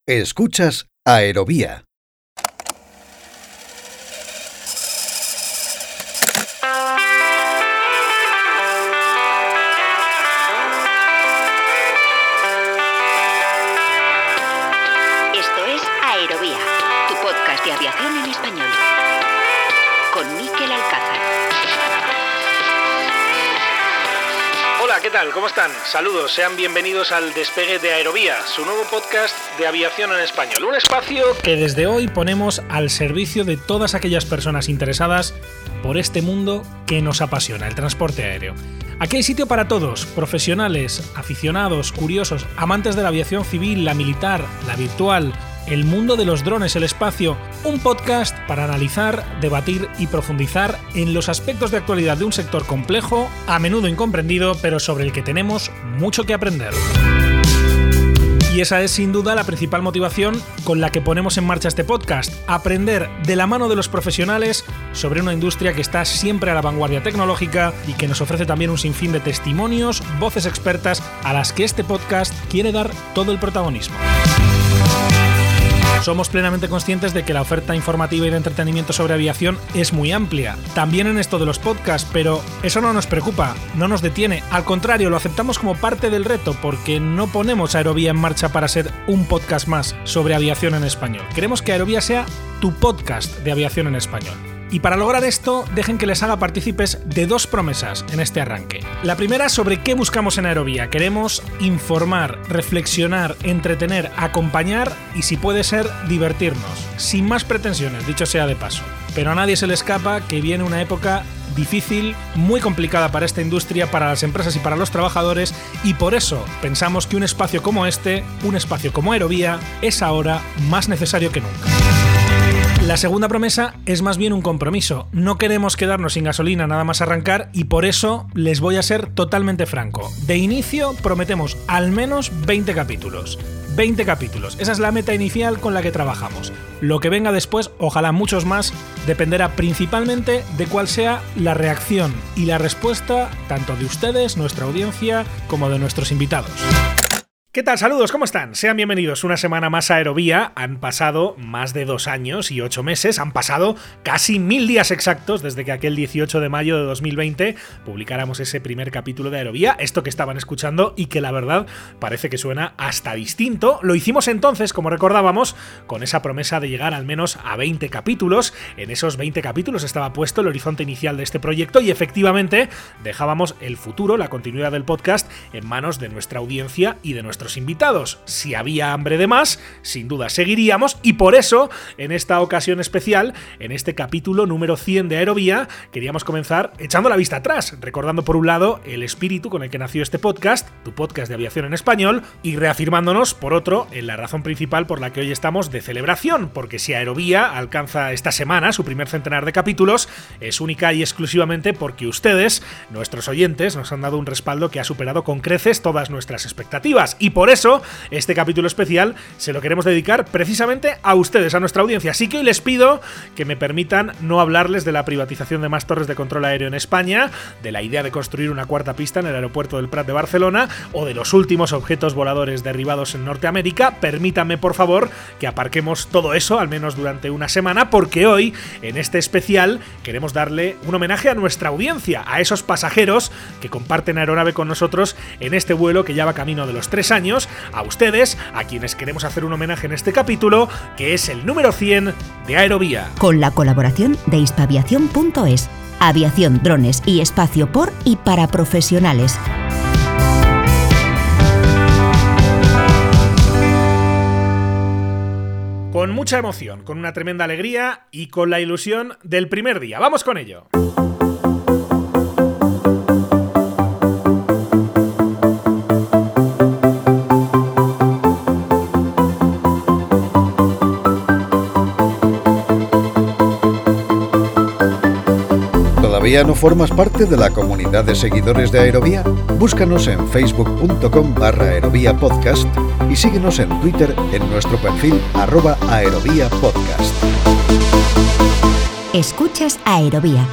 Escuchas Aerovía. Esto es Aerovía, tu podcast de aviación en español. Con Mikel Alcázar. Hola, ¿qué tal? ¿Cómo están? Saludos, sean bienvenidos al Despegue de Aerovía, su nuevo podcast de aviación en español. Un espacio que desde hoy ponemos al servicio de todas aquellas personas interesadas por este mundo que nos apasiona, el transporte aéreo. Aquí hay sitio para todos, profesionales, aficionados, curiosos, amantes de la aviación civil, la militar, la virtual, el mundo de los drones, el espacio. Un podcast para analizar, debatir y profundizar en los aspectos de actualidad de un sector complejo, a menudo incomprendido, pero sobre el que tenemos mucho que aprender. Y esa es sin duda la principal motivación con la que ponemos en marcha este podcast: aprender de la mano de los profesionales sobre una industria que está siempre a la vanguardia tecnológica y que nos ofrece también un sinfín de testimonios, voces expertas a las que este podcast quiere dar todo el protagonismo. Somos plenamente conscientes de que la oferta informativa y de entretenimiento sobre aviación es muy amplia, también en esto de los podcasts, pero eso no nos preocupa, no nos detiene. Al contrario, lo aceptamos como parte del reto, porque no ponemos Aerovía en marcha para ser un podcast más sobre aviación en español. Queremos que Aerovía sea tu podcast de aviación en español. Y para lograr esto, dejen que les haga partícipes de dos promesas en este arranque. La primera, sobre qué buscamos en Aerovía. Queremos informar, reflexionar, entretener, acompañar y, si puede ser, divertirnos. Sin más pretensiones, dicho sea de paso. Pero a nadie se le escapa que viene una época difícil, muy complicada para esta industria, para las empresas y para los trabajadores, y por eso pensamos que un espacio como este, un espacio como Aerovía, es ahora más necesario que nunca. La segunda promesa es más bien un compromiso. No queremos quedarnos sin gasolina nada más arrancar y por eso les voy a ser totalmente franco. De inicio prometemos al menos 20 capítulos. 20 capítulos. Esa es la meta inicial con la que trabajamos. Lo que venga después, ojalá muchos más, dependerá principalmente de cuál sea la reacción y la respuesta tanto de ustedes, nuestra audiencia, como de nuestros invitados. ¿Qué tal? Saludos, ¿cómo están? Sean bienvenidos una semana más a Aerovía. Han pasado más de 2 años y 8 meses, han pasado casi 1000 días exactos desde que aquel 18 de mayo de 2020 publicáramos ese primer capítulo de Aerovía, esto que estaban escuchando y que la verdad parece que suena hasta distinto. Lo hicimos entonces, como recordábamos, con esa promesa de llegar al menos a 20 capítulos. En esos 20 capítulos estaba puesto el horizonte inicial de este proyecto y efectivamente dejábamos el futuro, la continuidad del podcast, en manos de nuestra audiencia y de nuestros invitados. Si había hambre de más, sin duda seguiríamos, y por eso, en esta ocasión especial, en este capítulo número 100 de Aerovía, queríamos comenzar echando la vista atrás, recordando por un lado el espíritu con el que nació este podcast, tu podcast de aviación en español, y reafirmándonos, por otro, en la razón principal por la que hoy estamos de celebración, porque si Aerovía alcanza esta semana su primer centenar de capítulos, es única y exclusivamente porque ustedes, nuestros oyentes, nos han dado un respaldo que ha superado con creces todas nuestras expectativas, y por eso, este capítulo especial se lo queremos dedicar precisamente a ustedes, a nuestra audiencia. Así que hoy les pido que me permitan no hablarles de la privatización de más torres de control aéreo en España, de la idea de construir una cuarta pista en el aeropuerto del Prat de Barcelona o de los últimos objetos voladores derribados en Norteamérica. Permítanme, por favor, que aparquemos todo eso, al menos durante una semana, porque hoy, en este especial, queremos darle un homenaje a nuestra audiencia, a esos pasajeros que comparten aeronave con nosotros en este vuelo que ya va camino de los 3 años, a ustedes, a quienes queremos hacer un homenaje en este capítulo, que es el número 100 de Aerovía. Con la colaboración de hispaviación.es, aviación, drones y espacio por y para profesionales. Con mucha emoción, con una tremenda alegría y con la ilusión del primer día. ¡Vamos con ello! ¿Todavía no formas parte de la comunidad de seguidores de Aerovía? Búscanos en facebook.com/aeroviapodcast y síguenos en Twitter en nuestro perfil @aeroviapodcast. Escuchas Aerovía.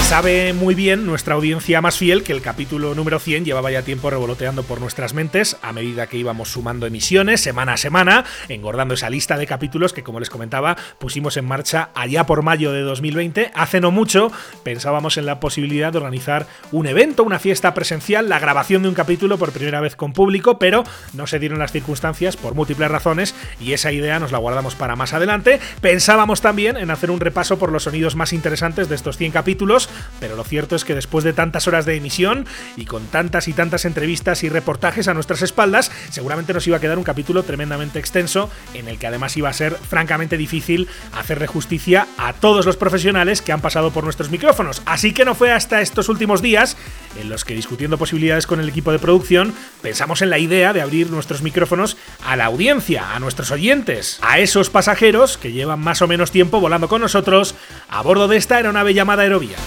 Sabe muy bien nuestra audiencia más fiel que el capítulo número 100 llevaba ya tiempo revoloteando por nuestras mentes a medida que íbamos sumando emisiones semana a semana, engordando esa lista de capítulos que, como les comentaba, pusimos en marcha allá por mayo de 2020. Hace no mucho pensábamos en la posibilidad de organizar un evento, una fiesta presencial, la grabación de un capítulo por primera vez con público, pero no se dieron las circunstancias por múltiples razones y esa idea nos la guardamos para más adelante. Pensábamos también en hacer un repaso por los sonidos más interesantes de estos 100 capítulos, pero lo cierto es que después de tantas horas de emisión y con tantas y tantas entrevistas y reportajes a nuestras espaldas, seguramente nos iba a quedar un capítulo tremendamente extenso en el que además iba a ser francamente difícil hacerle justicia a todos los profesionales que han pasado por nuestros micrófonos. Así que no fue hasta estos últimos días en los que, discutiendo posibilidades con el equipo de producción, pensamos en la idea de abrir nuestros micrófonos a la audiencia, a nuestros oyentes, a esos pasajeros que llevan más o menos tiempo volando con nosotros a bordo de esta aeronave llamada Aerovía.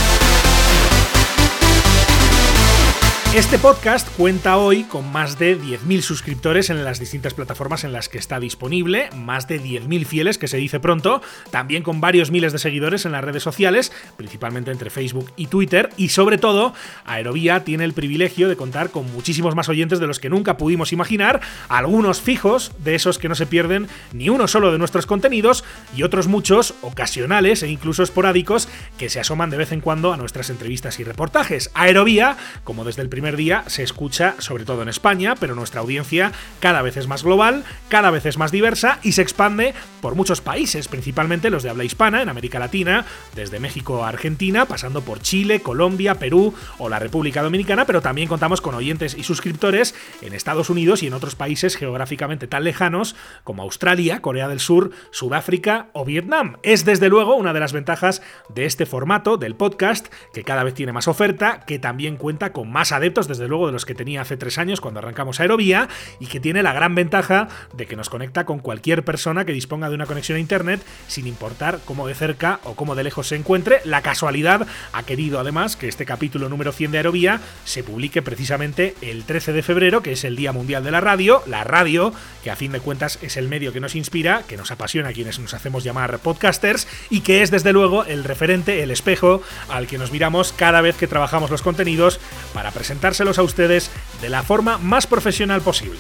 Este podcast cuenta hoy con más de 10.000 suscriptores en las distintas plataformas en las que está disponible, más de 10.000 fieles, que se dice pronto, también con varios miles de seguidores en las redes sociales, principalmente entre Facebook y Twitter, y sobre todo, Aerovía tiene el privilegio de contar con muchísimos más oyentes de los que nunca pudimos imaginar, algunos fijos, de esos que no se pierden ni uno solo de nuestros contenidos, y otros muchos, ocasionales e incluso esporádicos, que se asoman de vez en cuando a nuestras entrevistas y reportajes. Aerovía, como desde el primer día, se escucha sobre todo en España, pero nuestra audiencia cada vez es más global, cada vez es más diversa y se expande por muchos países, principalmente los de habla hispana en América Latina, desde México a Argentina, pasando por Chile, Colombia, Perú o la República Dominicana, pero también contamos con oyentes y suscriptores en Estados Unidos y en otros países geográficamente tan lejanos como Australia, Corea del Sur, Sudáfrica o Vietnam. Es desde luego una de las ventajas de este formato del podcast, que cada vez tiene más oferta, que también cuenta con más adeptos, desde luego, de los que tenía hace 3 años cuando arrancamos Aerovía, y que tiene la gran ventaja de que nos conecta con cualquier persona que disponga de una conexión a internet, sin importar cómo de cerca o cómo de lejos se encuentre. La casualidad ha querido además que este capítulo número 100 de Aerovía se publique precisamente el 13 de febrero, que es el Día Mundial de la Radio, que a fin de cuentas es el medio que nos inspira, que nos apasiona a quienes nos hacemos llamar podcasters, y que es desde luego el referente, el espejo al que nos miramos cada vez que trabajamos los contenidos para presentárselos a ustedes de la forma más profesional posible.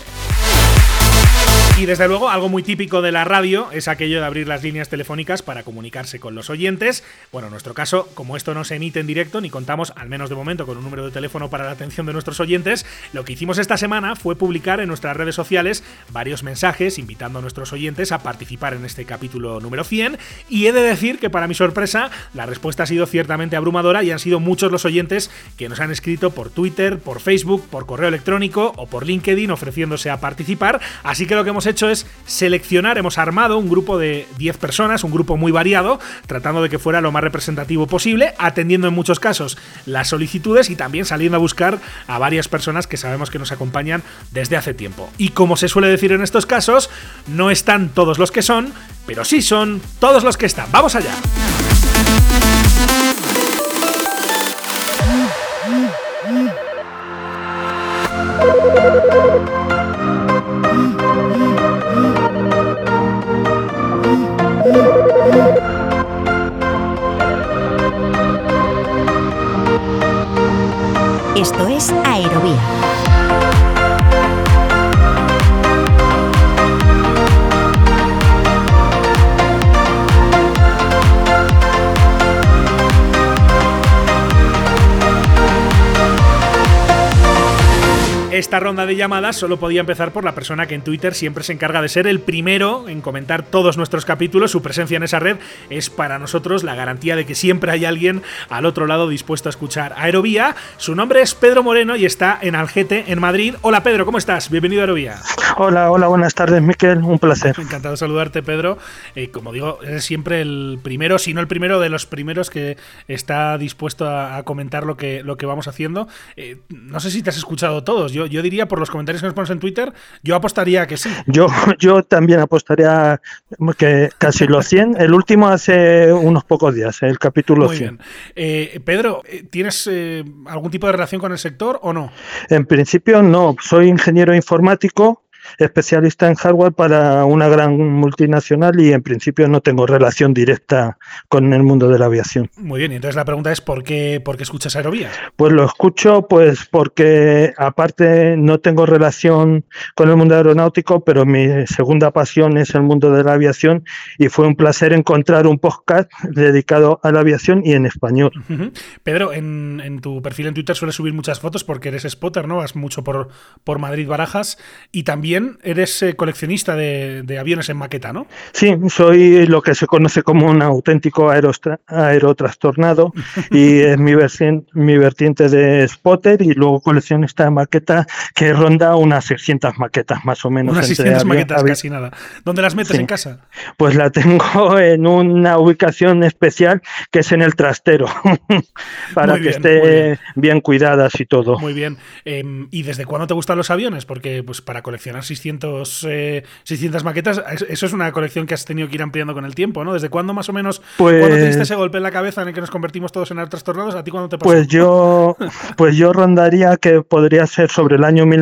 Y desde luego, algo muy típico de la radio es aquello de abrir las líneas telefónicas para comunicarse con los oyentes. Bueno, en nuestro caso, como esto no se emite en directo, ni contamos, al menos de momento, con un número de teléfono para la atención de nuestros oyentes, lo que hicimos esta semana fue publicar en nuestras redes sociales varios mensajes invitando a nuestros oyentes a participar en este capítulo número 100, y he de decir que, para mi sorpresa, la respuesta ha sido ciertamente abrumadora y han sido muchos los oyentes que nos han escrito por Twitter, por Facebook, por correo electrónico o por LinkedIn ofreciéndose a participar. Así que lo que hemos hecho es seleccionar, hemos armado un grupo de 10 personas, un grupo muy variado, tratando de que fuera lo más representativo posible, atendiendo en muchos casos las solicitudes y también saliendo a buscar a varias personas que sabemos que nos acompañan desde hace tiempo. Y como se suele decir en estos casos, no están todos los que son, pero sí son todos los que están. ¡Vamos allá! Esto es Aerovía. Esta ronda de llamadas solo podía empezar por la persona que en Twitter siempre se encarga de ser el primero en comentar todos nuestros capítulos. Su presencia en esa red es para nosotros la garantía de que siempre hay alguien al otro lado dispuesto a escuchar Aerovía. Su nombre es Pedro Moreno y está en Algete, en Madrid. Hola Pedro, ¿cómo estás? Bienvenido a Aerovía. Hola, buenas tardes, Miquel, un placer. Encantado de saludarte, Pedro. Como digo, eres siempre el primero, si no el primero, de los primeros que está dispuesto a comentar lo que vamos haciendo. No sé si te has escuchado todos. Yo diría, por los comentarios que nos pones en Twitter, yo apostaría que sí. Yo también apostaría que casi los 100. El último hace unos pocos días, el capítulo Muy 100. Bien. Pedro, ¿tienes algún tipo de relación con el sector o no? En principio no. Soy ingeniero informático especialista en hardware para una gran multinacional y en principio no tengo relación directa con el mundo de la aviación. Muy bien, y entonces la pregunta es ¿por qué escuchas Aerovía? Pues lo escucho pues porque aparte no tengo relación con el mundo aeronáutico, pero mi segunda pasión es el mundo de la aviación y fue un placer encontrar un podcast dedicado a la aviación y en español. Uh-huh. Pedro, en tu perfil en Twitter sueles subir muchas fotos porque eres spotter, ¿no? Vas mucho por Madrid, Barajas, y también eres coleccionista de aviones en maqueta, ¿no? Sí, soy lo que se conoce como un auténtico aerotrastornado y es mi vertiente de spotter y luego coleccionista de maqueta que ronda unas 600 maquetas más o menos. Unas 600 maquetas, casi nada. ¿Dónde las metes en casa? Pues la tengo en una ubicación especial que es en el trastero para que esté bien cuidadas y todo. Muy bien. ¿Y desde cuándo te gustan los aviones? Porque pues para coleccionar 600 maquetas, eso es una colección que has tenido que ir ampliando con el tiempo, ¿no? ¿Desde cuándo más o menos, cuando te diste ese golpe en la cabeza en el que nos convertimos todos en trastornados, a ti cuándo te pasó? Pues yo rondaría que podría ser sobre el año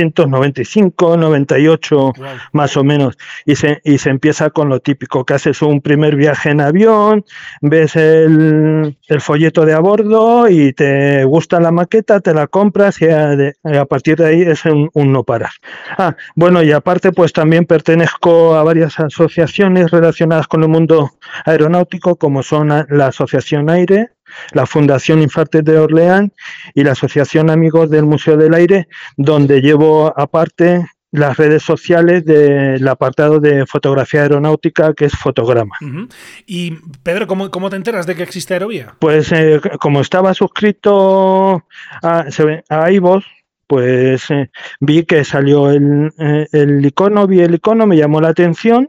1995, 98, wow, más o menos. Y se empieza con lo típico, que haces un primer viaje en avión, ves el folleto de a bordo y te gusta la maqueta, te la compras y a partir de ahí es un no parar. Bueno, y aparte pues también pertenezco a varias asociaciones relacionadas con el mundo aeronáutico, como son la Asociación Aire, la Fundación Infantes de Orleans y la Asociación Amigos del Museo del Aire, donde llevo aparte las redes sociales del apartado de fotografía aeronáutica, que es Fotograma. Uh-huh. Y Pedro, ¿cómo te enteras de que existe Aerovía? Pues como estaba suscrito a iVoox, pues vi que salió el icono, me llamó la atención.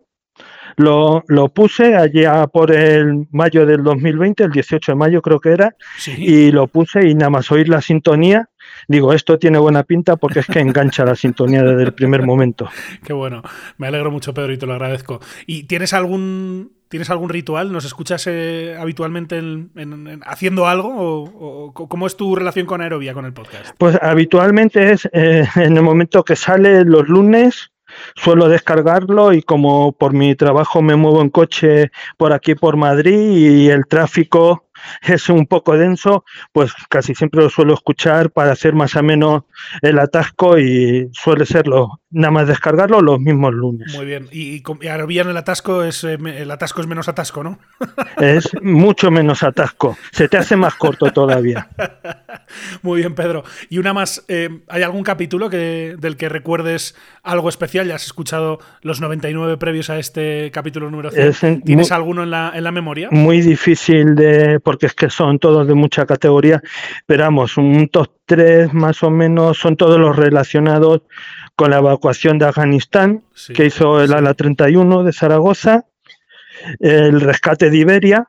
Lo puse allá por el mayo del 2020, el 18 de mayo creo que era, sí, y lo puse y nada más oír la sintonía, digo, esto tiene buena pinta porque es que engancha la sintonía desde el primer momento. Qué bueno, me alegro mucho, Pedro, y te lo agradezco. ¿Y tienes algún ritual? ¿Nos escuchas habitualmente haciendo algo? ¿O cómo es tu relación con Aerovía, con el podcast? Pues habitualmente es en el momento que sale los lunes. Suelo descargarlo y como por mi trabajo me muevo en coche por aquí por Madrid y el tráfico es un poco denso, pues casi siempre lo suelo escuchar para hacer más ameno el atasco y suele serlo, nada más descargarlo los mismos lunes. Muy bien, y Aerovía en el atasco es menos atasco, ¿no? Es mucho menos atasco, se te hace más corto todavía. Muy bien, Pedro. Y una más, ¿hay algún capítulo del que recuerdes algo especial? Ya has escuchado los 99 previos a este capítulo número 100. ¿Tienes alguno en la memoria? Muy difícil porque es que son todos de mucha categoría, pero vamos, un top 3 más o menos son todos los relacionados con la evacuación de Afganistán, sí, que hizo el ala 31 de Zaragoza, el rescate de Iberia,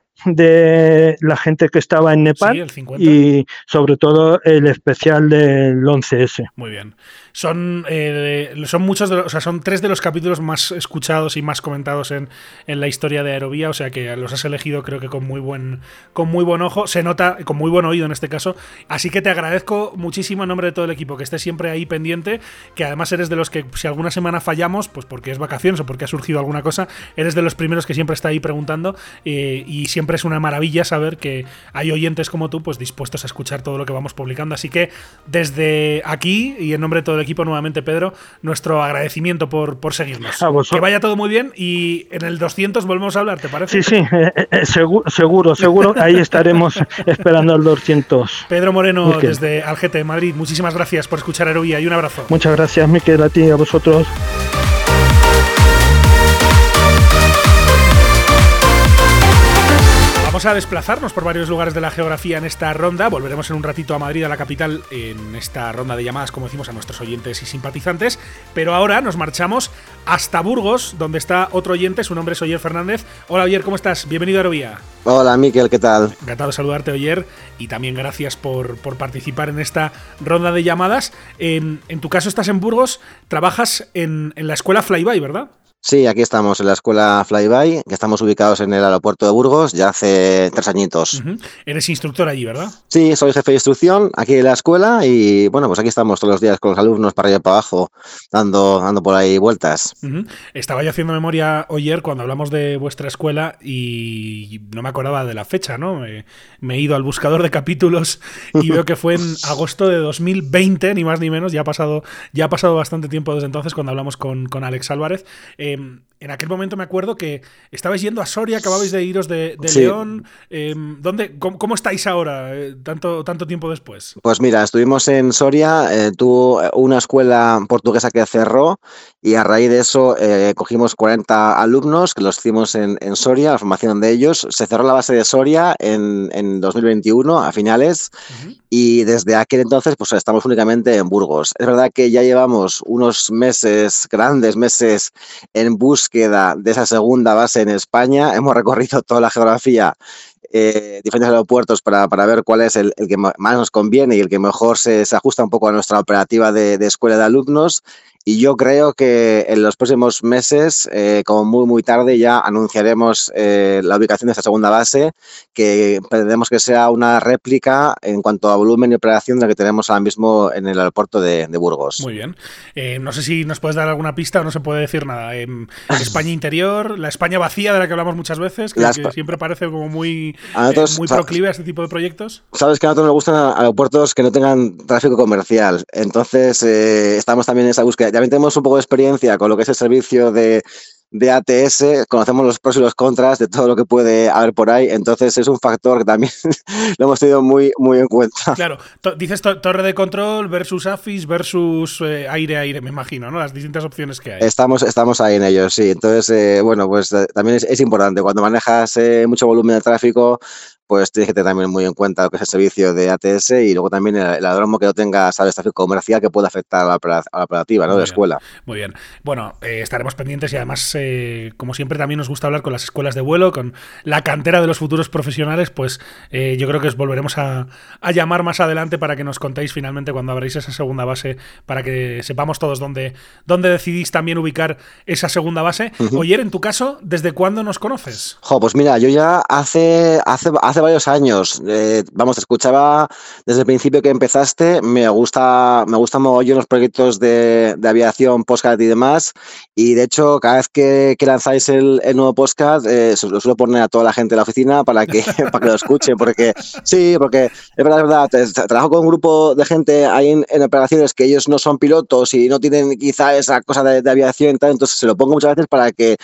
de la gente que estaba en Nepal, sí, el 50. Y sobre todo el especial del 11S. Muy bien. Son muchos son 3 de los capítulos más escuchados y más comentados en la historia de Aerovía, o sea que los has elegido creo que con muy buen ojo, se nota, con muy buen oído en este caso, así que te agradezco muchísimo en nombre de todo el equipo que estés siempre ahí pendiente, que además eres de los que si alguna semana fallamos, pues porque es vacaciones o porque ha surgido alguna cosa, eres de los primeros que siempre está ahí preguntando y siempre es una maravilla saber que hay oyentes como tú pues dispuestos a escuchar todo lo que vamos publicando, así que desde aquí y en nombre de todo el equipo nuevamente, Pedro, nuestro agradecimiento por seguirnos. Que vaya todo muy bien y en el 200 volvemos a hablar, ¿te parece? Sí, seguro, ahí estaremos esperando al 200. Pedro Moreno, Miquel, desde Algete, Madrid, muchísimas gracias por escuchar Aerovía y un abrazo. Muchas gracias, Miquel, a ti y a vosotros. Vamos a desplazarnos por varios lugares de la geografía en esta ronda. Volveremos en un ratito a Madrid, a la capital, en esta ronda de llamadas, como decimos, a nuestros oyentes y simpatizantes. Pero ahora nos marchamos hasta Burgos, donde está otro oyente, su nombre es Oyer Fernández. Hola, Oyer, ¿cómo estás? Bienvenido a Aerovía. Hola, Miquel, ¿qué tal? Encantado de saludarte, Oyer, y también gracias por participar en esta ronda de llamadas. En tu caso estás en Burgos, trabajas en la escuela Flyby, ¿verdad? Sí, aquí estamos en la escuela Flyby, que estamos ubicados en el aeropuerto de Burgos ya hace 3 añitos. Eres instructor allí, ¿verdad? Sí, soy jefe de instrucción aquí en la escuela y bueno, pues aquí estamos todos los días con los alumnos para arriba y para abajo, dando por ahí vueltas. Estaba yo haciendo memoria ayer cuando hablamos de vuestra escuela y no me acordaba de la fecha, ¿no? Me he ido al buscador de capítulos y veo que fue en agosto de 2020, ni más ni menos. Ya ha pasado bastante tiempo desde entonces cuando hablamos con Alex Álvarez. En aquel momento me acuerdo que estabais yendo a Soria, acababais de iros de sí. León. ¿Cómo estáis ahora, tanto tiempo después? Pues mira, estuvimos en Soria, tuvo una escuela portuguesa que cerró y a raíz de eso cogimos 40 alumnos que los hicimos en Soria, la formación de ellos. Se cerró la base de Soria en 2021, a finales, y desde aquel entonces pues estamos únicamente en Burgos. Es verdad que ya llevamos unos grandes meses en búsqueda de esa segunda base en España. Hemos recorrido toda la geografía, diferentes aeropuertos para ver cuál es el que más nos conviene y el que mejor se ajusta un poco a nuestra operativa de escuela de alumnos. Y yo creo que en los próximos meses, como muy tarde, ya anunciaremos la ubicación de esta segunda base, que pretendemos que sea una réplica en cuanto a volumen y operación de la que tenemos ahora mismo en el aeropuerto de Burgos. Muy bien. No sé si nos puedes dar alguna pista o no se puede decir nada. España interior, la España vacía de la que hablamos muchas veces, que siempre parece como muy proclive a este tipo de proyectos. Sabes que a nosotros nos gustan aeropuertos que no tengan tráfico comercial. Entonces, estamos también en esa búsqueda. También tenemos un poco de experiencia con lo que es el servicio de ATS, conocemos los pros y los contras de todo lo que puede haber por ahí, entonces es un factor que también lo hemos tenido muy en cuenta. Claro, dices torre de control versus AFIS versus aire, me imagino, ¿no? Las distintas opciones que hay. Estamos ahí en ellos, sí. Entonces, bueno, pues también es importante. Cuando manejas mucho volumen de tráfico, pues tienes que tener también muy en cuenta lo que es el servicio de ATS y luego también el aeródromo que no tenga, ¿sabes?, tráfico comercial que pueda afectar a la operativa, ¿no?, de escuela. Muy bien. Bueno, estaremos pendientes y además, como siempre, también nos gusta hablar con las escuelas de vuelo, con la cantera de los futuros profesionales, pues yo creo que os volveremos a llamar más adelante para que nos contéis finalmente cuando abráis esa segunda base, para que sepamos todos dónde decidís también ubicar esa segunda base. Oyer, en tu caso, ¿desde cuándo nos conoces? Pues mira, yo ya hace varios años, te escuchaba desde el principio que empezaste, me gusta mogollón los proyectos de aviación, podcast y demás, y de hecho cada vez que lanzáis el nuevo podcast lo suelo poner a toda la gente de la oficina para que lo escuchen, porque es verdad, trabajo con un grupo de gente ahí en operaciones que ellos no son pilotos y no tienen quizá esa cosa de aviación y tal, entonces se lo pongo muchas veces para que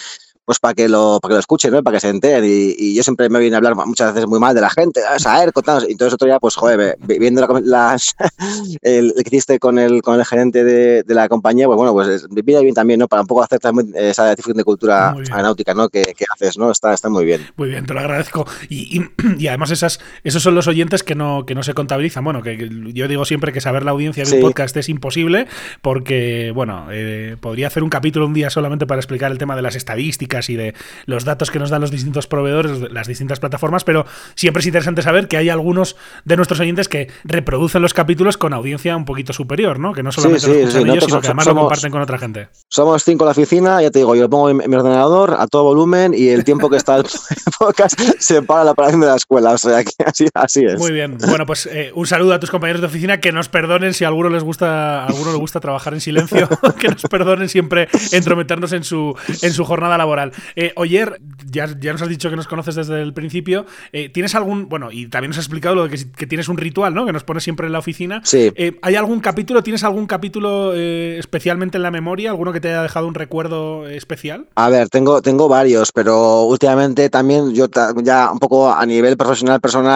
lo escuchen, ¿no?, para que se enteren, y yo siempre me viene a hablar muchas veces muy mal de la gente, saber, contanos, y entonces otro día, pues joder, viendo el que hiciste con el gerente de la compañía, pues bueno, pues viene bien también, ¿no?, para un poco hacer también esa difusión de cultura aeronáutica, ¿no?, que haces, ¿no?, está muy bien. Muy bien, te lo agradezco, y además esos son los oyentes que no se contabilizan. Bueno, que yo digo siempre que saber la audiencia de un podcast es imposible, porque, bueno, podría hacer un capítulo un día solamente para explicar el tema de las estadísticas y de los datos que nos dan los distintos proveedores, las distintas plataformas, pero siempre es interesante saber que hay algunos de nuestros oyentes que reproducen los capítulos con audiencia un poquito superior, ¿no? Que no solamente lo escuchan ellos, sino que además lo comparten con otra gente. Somos 5 en la oficina, ya te digo, yo lo pongo en mi ordenador a todo volumen y el tiempo que está el podcast se para la operación de la escuela, o sea que así es. Muy bien, bueno, pues un saludo a tus compañeros de oficina, que nos perdonen si a alguno le gusta trabajar en silencio, que nos perdonen siempre entrometernos en su jornada laboral. Oyer, ya nos has dicho que nos conoces desde el principio. ¿Tienes algún, y también nos has explicado lo de que tienes un ritual, ¿no?, que nos pones siempre en la oficina? Sí. ¿Hay algún capítulo, tienes algún capítulo especialmente en la memoria, alguno que te haya dejado un recuerdo especial? A ver, tengo varios, pero últimamente también yo ya un poco a nivel personal,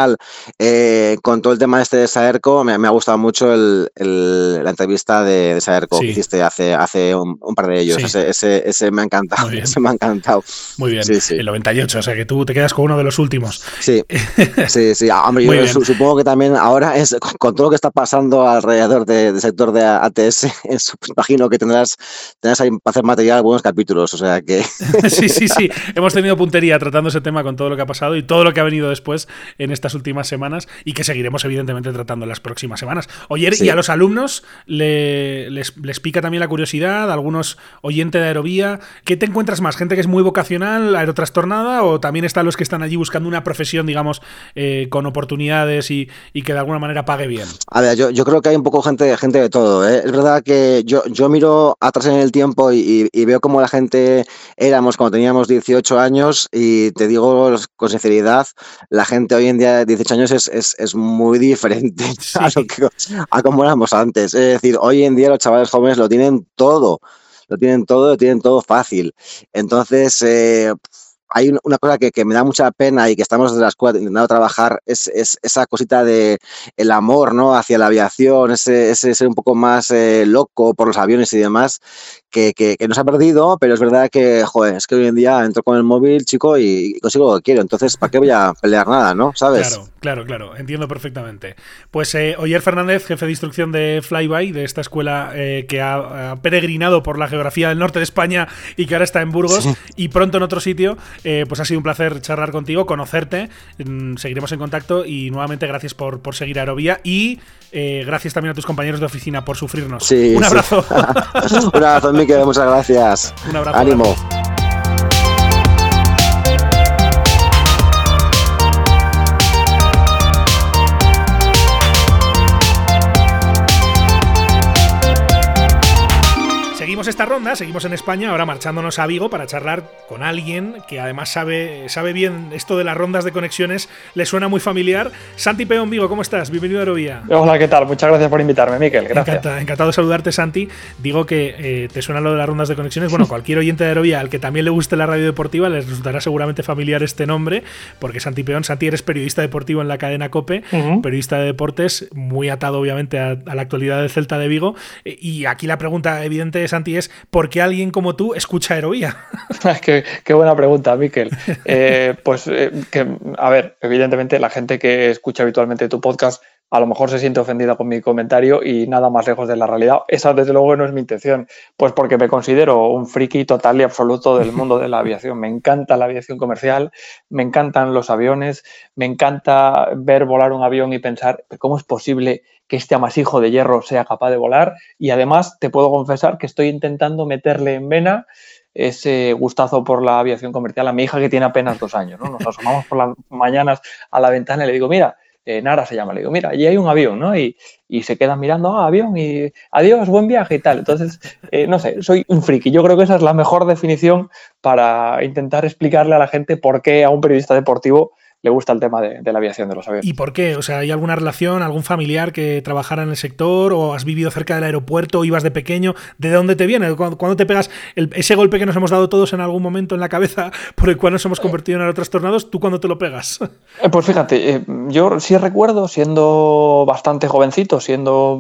con todo el tema de Saerco, me ha gustado mucho la entrevista de Saerco que hiciste hace un par de ellos. Sí. Ese me ha encantado. comentado. Muy bien, Sí, sí. el 98, o sea que tú te quedas con uno de los últimos. Sí, sí. Hombre, yo supongo que también ahora es con todo lo que está pasando alrededor del sector de ATS, imagino que tendrás ahí para hacer material buenos capítulos, o sea que... Sí. Hemos tenido puntería tratando ese tema con todo lo que ha pasado y todo lo que ha venido después en estas últimas semanas y que seguiremos evidentemente tratando en las próximas semanas. Oye, sí. Y a los alumnos les pica también la curiosidad, algunos oyentes de Aerovía. ¿Qué te encuentras más? ¿Gente que es muy vocacional, aerotrastornada, o también están los que están allí buscando una profesión, digamos, con oportunidades y que de alguna manera pague bien? A ver, yo creo que hay un poco gente de todo, ¿eh? Es verdad que yo miro atrás en el tiempo y veo cómo la gente éramos cuando teníamos 18 años y te digo con sinceridad, la gente hoy en día de 18 años es muy diferente sí. a como éramos antes. Es decir, hoy en día los chavales jóvenes lo tienen todo fácil. Entonces, hay una cosa que me da mucha pena y que estamos desde la escuela intentando trabajar, es esa cosita de el amor, ¿no?, hacia la aviación, ese ser un poco más loco por los aviones y demás, que no se ha perdido, pero es verdad que, joder, es que hoy en día entro con el móvil, chico, y consigo lo que quiero. Entonces, ¿para qué voy a pelear nada, no? ¿Sabes? Claro, entiendo perfectamente. Pues Oyer Fernández, jefe de instrucción de Flyby, de esta escuela que ha peregrinado por la geografía del norte de España y que ahora está en Burgos sí. y pronto en otro sitio, pues ha sido un placer charlar contigo, conocerte, seguiremos en contacto y nuevamente gracias por seguir Aerovía y gracias también a tus compañeros de oficina por sufrirnos. Sí, un abrazo. Sí. Un abrazo, Miquel, muchas gracias. Un abrazo. Ánimo. Gracias. Seguimos esta ronda, seguimos en España, ahora marchándonos a Vigo para charlar con alguien que además sabe bien esto de las rondas de conexiones, le suena muy familiar. Santi Peón, Vigo, ¿cómo estás? Bienvenido a Aerovía. Hola, ¿qué tal? Muchas gracias por invitarme, Miquel. Gracias. Encantado de saludarte, Santi. Digo que te suena lo de las rondas de conexiones. Bueno, cualquier oyente de Aerovía al que también le guste la radio deportiva les resultará seguramente familiar este nombre, porque Santi Peón, Santi, eres periodista deportivo en la cadena COPE, periodista de deportes, muy atado obviamente a la actualidad del Celta de Vigo. Y aquí la pregunta evidente es, Santi, es ¿por qué alguien como tú escucha Aerovía? Qué buena pregunta, Miquel. A ver, evidentemente la gente que escucha habitualmente tu podcast a lo mejor se siente ofendida con mi comentario y nada más lejos de la realidad. Esa desde luego no es mi intención, pues porque me considero un friki total y absoluto del mundo de la aviación. Me encanta la aviación comercial, me encantan los aviones, me encanta ver volar un avión y pensar cómo es posible que este amasijo de hierro sea capaz de volar, y además te puedo confesar que estoy intentando meterle en vena ese gustazo por la aviación comercial a mi hija que tiene apenas 2 años, ¿no? Nos asomamos por las mañanas a la ventana y le digo, mira, Nara se llama, le digo, mira, allí hay un avión, ¿no? Y se quedan mirando, avión, y adiós, buen viaje y tal. Entonces, no sé, soy un friki. Yo creo que esa es la mejor definición para intentar explicarle a la gente por qué a un periodista deportivo le gusta el tema de la aviación, de los aviones. ¿Y por qué? O sea, ¿hay alguna relación, algún familiar que trabajara en el sector o has vivido cerca del aeropuerto o ibas de pequeño? ¿De dónde te viene? ¿Cuándo te pegas ese golpe que nos hemos dado todos en algún momento en la cabeza por el cual nos hemos convertido en aerotrastornados? ¿Tú cuándo te lo pegas? Pues fíjate, yo sí recuerdo siendo bastante jovencito, siendo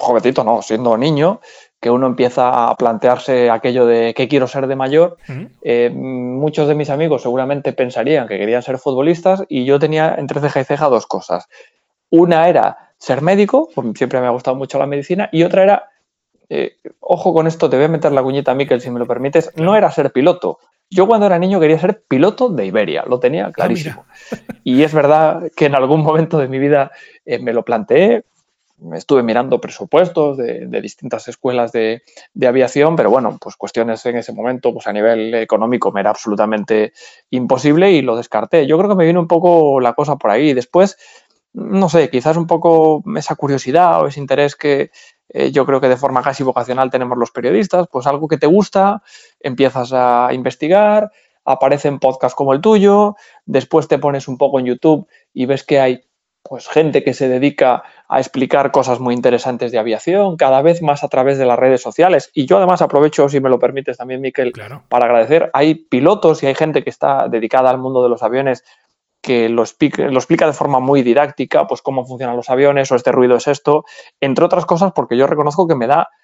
niño, que uno empieza a plantearse aquello de qué quiero ser de mayor. Muchos de mis amigos seguramente pensarían que querían ser futbolistas y yo tenía entre ceja y ceja 2 cosas. Una era ser médico, siempre me ha gustado mucho la medicina, y otra era, ojo con esto, te voy a meter la cuñita, Miquel, si me lo permites, no era ser piloto. Yo cuando era niño quería ser piloto de Iberia, lo tenía clarísimo. Y es verdad que en algún momento de mi vida me lo planteé. Estuve mirando presupuestos de distintas escuelas de aviación, pero bueno, pues cuestiones en ese momento, pues a nivel económico me era absolutamente imposible y lo descarté. Yo creo que me vino un poco la cosa por ahí. Después, no sé, quizás un poco esa curiosidad o ese interés que yo creo que de forma casi vocacional tenemos los periodistas, pues algo que te gusta, empiezas a investigar, aparecen podcasts como el tuyo, después te pones un poco en YouTube y ves que hay pues gente que se dedica a explicar cosas muy interesantes de aviación, cada vez más a través de las redes sociales. Y yo además aprovecho, si me lo permites también, Miquel, claro, para agradecer. Hay pilotos y hay gente que está dedicada al mundo de los aviones que lo explica de forma muy didáctica, pues cómo funcionan los aviones o este ruido es esto, entre otras cosas porque yo reconozco que me da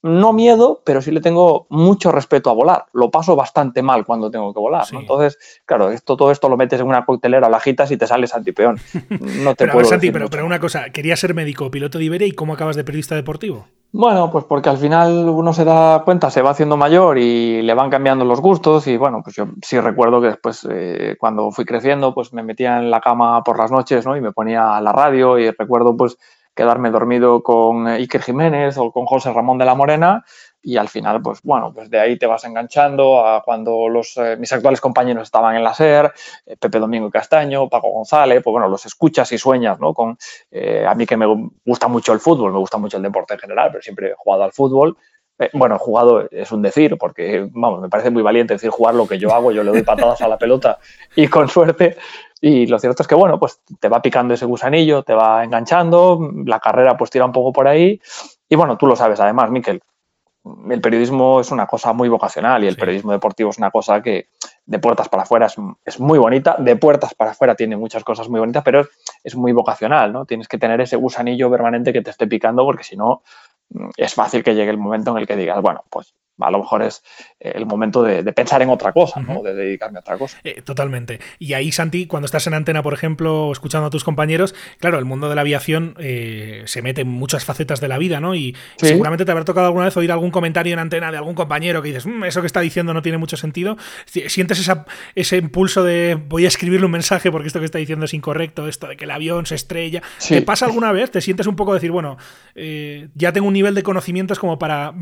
no miedo, pero sí le tengo mucho respeto a volar. Lo paso bastante mal cuando tengo que volar, ¿no? Entonces, claro, todo esto lo metes en una coctelera, lo agitas y te sales Santi Peón. No te pero, puedo Santi, decir pero una cosa, querías ser médico o piloto de Iberia, ¿y cómo acabas de periodista deportivo? Bueno, pues porque al final uno se da cuenta, se va haciendo mayor y le van cambiando los gustos y bueno, pues yo sí recuerdo que después cuando fui creciendo pues me metía en la cama por las noches, ¿no? Y me ponía la radio y recuerdo pues quedarme dormido con Iker Jiménez o con José Ramón de la Morena y al final pues bueno, pues de ahí te vas enganchando a cuando mis actuales compañeros estaban en la SER, Pepe Domingo Castaño, Paco González, pues bueno, los escuchas y sueñas, ¿no? Con a mí que me gusta mucho el fútbol, me gusta mucho el deporte en general, pero siempre he jugado al fútbol. Bueno, jugado es un decir, porque vamos, me parece muy valiente decir jugar lo que yo hago, yo le doy patadas a la pelota y con suerte. Y lo cierto es que, bueno, pues te va picando ese gusanillo, te va enganchando, la carrera pues tira un poco por ahí. Y bueno, tú lo sabes además, Miquel, el periodismo es una cosa muy vocacional y el periodismo deportivo es una cosa que de puertas para afuera es muy bonita, de puertas para afuera tiene muchas cosas muy bonitas, pero es muy vocacional, ¿no? Tienes que tener ese gusanillo permanente que te esté picando porque si no es fácil que llegue el momento en el que digas, bueno, pues a lo mejor es el momento de pensar en otra cosa, ¿no? De dedicarme a otra cosa. Totalmente. Y ahí, Santi, cuando estás en antena, por ejemplo, o escuchando a tus compañeros, claro, el mundo de la aviación se mete en muchas facetas de la vida, ¿no? Y ¿sí? Seguramente te habrá tocado alguna vez oír algún comentario en antena de algún compañero que dices, eso que está diciendo no tiene mucho sentido. ¿Sientes ese impulso de voy a escribirle un mensaje porque esto que está diciendo es incorrecto, esto de que el avión se estrella? Sí. ¿Te pasa alguna vez? ¿Te sientes un poco decir, bueno, ya tengo un nivel de conocimientos como para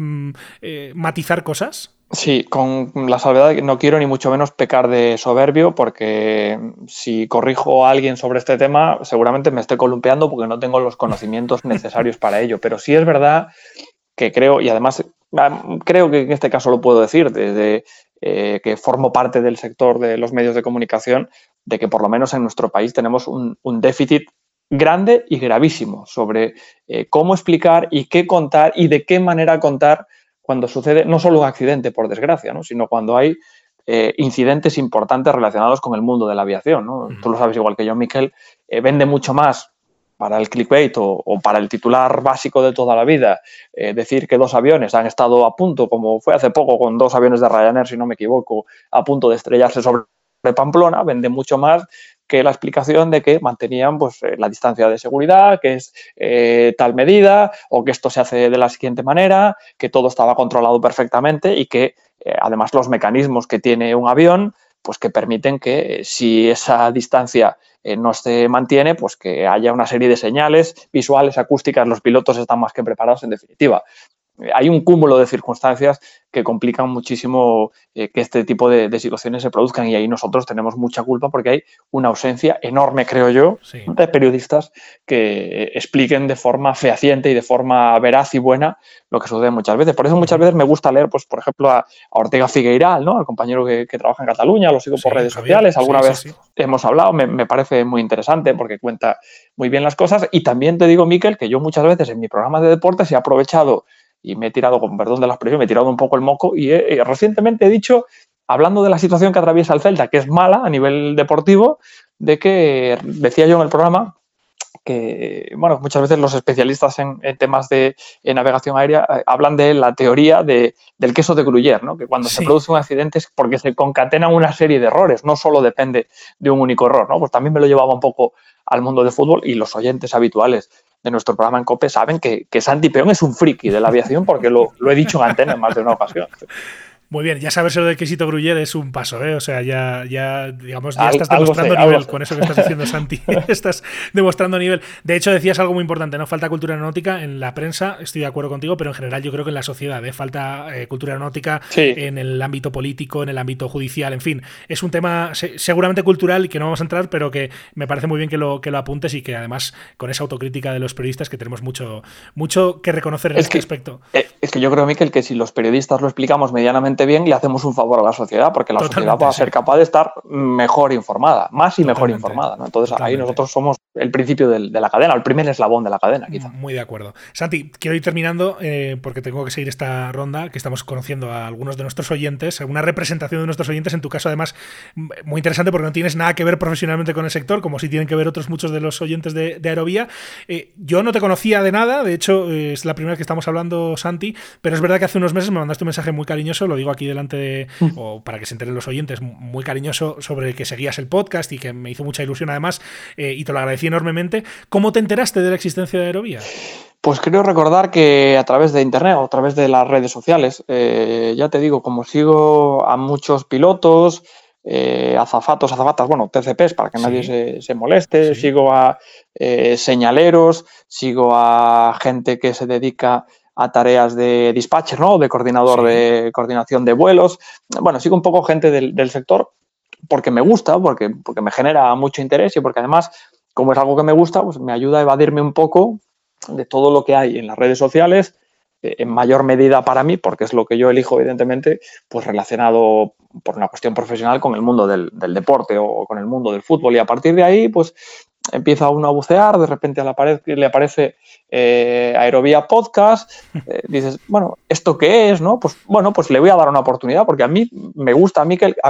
matizar cosas? Sí, con la salvedad de que no quiero ni mucho menos pecar de soberbio, porque si corrijo a alguien sobre este tema, seguramente me esté columpiando porque no tengo los conocimientos necesarios para ello. Pero sí es verdad que creo, y además creo que en este caso lo puedo decir, desde que formo parte del sector de los medios de comunicación, de que por lo menos en nuestro país tenemos un déficit grande y gravísimo sobre cómo explicar y qué contar y de qué manera contar cuando sucede no solo un accidente, por desgracia, ¿no? Sino cuando hay incidentes importantes relacionados con el mundo de la aviación, ¿no? Tú lo sabes igual que yo, Miquel, vende mucho más para el clickbait o para el titular básico de toda la vida, decir que 2 aviones han estado a punto, como fue hace poco con 2 aviones de Ryanair, si no me equivoco, a punto de estrellarse sobre Pamplona, vende mucho más que la explicación de que mantenían pues, la distancia de seguridad, que es tal medida, o que esto se hace de la siguiente manera, que todo estaba controlado perfectamente y que además los mecanismos que tiene un avión, pues que permiten que si esa distancia no se mantiene, pues que haya una serie de señales visuales, acústicas, los pilotos están más que preparados en definitiva. Hay un cúmulo de circunstancias que complican muchísimo que este tipo de situaciones se produzcan y ahí nosotros tenemos mucha culpa porque hay una ausencia enorme, creo yo, de periodistas que expliquen de forma fehaciente y de forma veraz y buena lo que sucede muchas veces. Por eso muchas veces me gusta leer, pues, por ejemplo, a Ortega Figueiral, ¿no? Al compañero que trabaja en Cataluña, lo sigo por redes sociales, alguna vez hemos hablado, me parece muy interesante porque cuenta muy bien las cosas y también te digo, Miquel, que yo muchas veces en mi programa de deportes he aprovechado y me he tirado, con perdón de la expresión, me he tirado un poco el moco y recientemente he dicho, hablando de la situación que atraviesa el Celta, que es mala a nivel deportivo, de que decía yo en el programa que, bueno, muchas veces los especialistas en temas de navegación aérea hablan de la teoría del queso de Gruyère, ¿no? Que cuando se produce un accidente es porque se concatenan una serie de errores, no solo depende de un único error, ¿no? Pues también me lo llevaba un poco al mundo del fútbol y los oyentes habituales de nuestro programa en COPE saben que Santi Peón es un friki de la aviación porque lo he dicho en antena en más de una ocasión. Muy bien, ya saber lo de quesito Gruyère es un paso, ¿eh? O sea, ya digamos, ya estás demostrando nivel con eso que estás diciendo, Santi. Estás demostrando nivel. De hecho, decías algo muy importante, ¿no? Falta cultura aeronáutica en la prensa, estoy de acuerdo contigo, pero en general yo creo que en la sociedad, falta cultura aeronáutica en el ámbito político, en el ámbito judicial, en fin. Es un tema seguramente cultural y que no vamos a entrar, pero que me parece muy bien que lo apuntes y que además con esa autocrítica de los periodistas que tenemos mucho que reconocer en este aspecto. Es que yo creo, Miquel, que si los periodistas lo explicamos medianamente realmente bien le hacemos un favor a la sociedad, porque la sociedad va a ser capaz de estar mejor informada, más y mejor informada, ¿no? Entonces ahí nosotros somos el principio de la cadena, el primer eslabón de la cadena, quizá. Muy de acuerdo. Santi, quiero ir terminando porque tengo que seguir esta ronda, que estamos conociendo a algunos de nuestros oyentes, una representación de nuestros oyentes, en tu caso además muy interesante porque no tienes nada que ver profesionalmente con el sector, como sí tienen que ver otros muchos de los oyentes de Aerovía. Yo no te conocía de nada, de hecho es la primera vez que estamos hablando, Santi, pero es verdad que hace unos meses me mandaste un mensaje muy cariñoso, lo digo aquí delante de, o para que se enteren los oyentes, muy cariñoso sobre que seguías el podcast y que me hizo mucha ilusión además, y te lo agradecí enormemente. ¿Cómo te enteraste de la existencia de Aerovía? Pues creo recordar que a través de internet o a través de las redes sociales, ya te digo, como sigo a muchos pilotos, azafatas, bueno, TCPs para que nadie se moleste, sigo a señaleros, sigo a gente que se dedica a tareas de dispatcher, ¿no? De coordinador de coordinación de vuelos. Bueno, sigo un poco gente del sector porque me gusta, porque me genera mucho interés y porque además, como es algo que me gusta, pues me ayuda a evadirme un poco de todo lo que hay en las redes sociales, en mayor medida para mí, porque es lo que yo elijo, evidentemente, pues relacionado por una cuestión profesional con el mundo del deporte o con el mundo del fútbol. Y a partir de ahí, pues empieza uno a bucear, de repente le aparece Aerovía Podcast, dices, bueno, ¿esto qué es? ¿No? Pues bueno, pues le voy a dar una oportunidad, porque a mí me gusta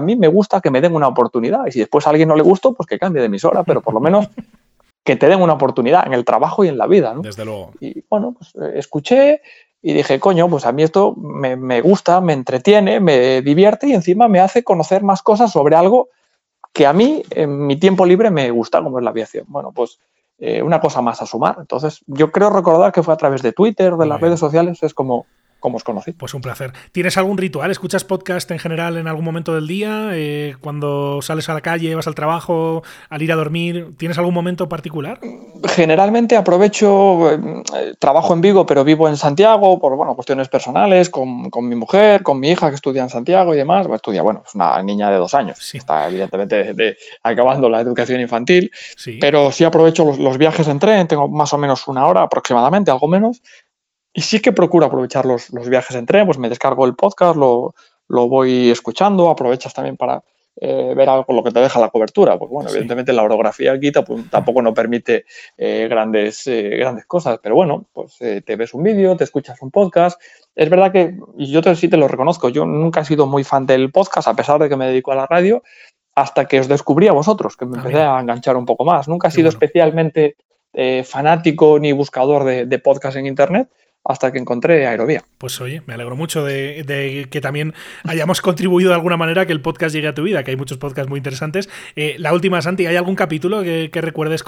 que me den una oportunidad, y si después a alguien no le gustó, pues que cambie de emisora, pero por lo menos que te den una oportunidad en el trabajo y en la vida, ¿no? Desde luego. Y bueno, pues escuché y dije, coño, pues a mí esto me gusta, me entretiene, me divierte y encima me hace conocer más cosas sobre algo que a mí en mi tiempo libre me gusta, como es la aviación. Bueno, pues una cosa más a sumar. Entonces, yo creo recordar que fue a través de Twitter, de las redes sociales, es como os conocí. Pues un placer. ¿Tienes algún ritual? ¿Escuchas podcast en general en algún momento del día? Cuando sales a la calle, vas al trabajo, al ir a dormir, ¿tienes algún momento particular? Generalmente aprovecho, trabajo en Vigo, pero vivo en Santiago por cuestiones personales, con mi mujer, con mi hija que estudia en Santiago y demás. Es una niña de 2 años. Sí. Está evidentemente acabando la educación infantil, pero sí aprovecho los viajes en tren, tengo más o menos 1 hora aproximadamente, algo menos. Y sí que procuro aprovechar los viajes en tren, pues me descargo el podcast, lo voy escuchando, aprovechas también para ver algo lo que te deja la cobertura, porque evidentemente la orografía aquí tampoco no permite grandes cosas, pero bueno, pues te ves un vídeo, te escuchas un podcast. Es verdad que, y yo sí te lo reconozco, yo nunca he sido muy fan del podcast, a pesar de que me dedico a la radio, hasta que os descubrí a vosotros, que me empecé a enganchar un poco más. Nunca he sido especialmente fanático ni buscador de podcast en internet, hasta que encontré Aerovía. Pues oye, me alegro mucho de que también hayamos contribuido de alguna manera a que el podcast llegue a tu vida, que hay muchos podcasts muy interesantes. La última, Santi, ¿hay algún capítulo que recuerdes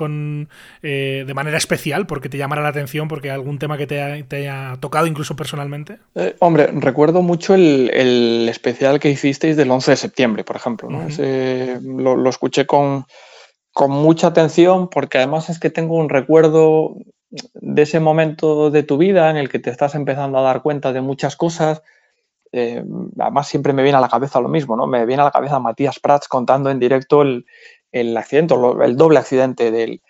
de manera especial porque te llamara la atención, porque algún tema que te haya tocado incluso personalmente? Hombre, recuerdo mucho el especial que hicisteis del 11 de septiembre, por ejemplo, ¿no? Lo escuché con mucha atención, porque además es que tengo un recuerdo de ese momento de tu vida en el que te estás empezando a dar cuenta de muchas cosas. Además siempre me viene a la cabeza lo mismo, ¿no? Me viene a la cabeza Matías Prats contando en directo el accidente, el doble accidente del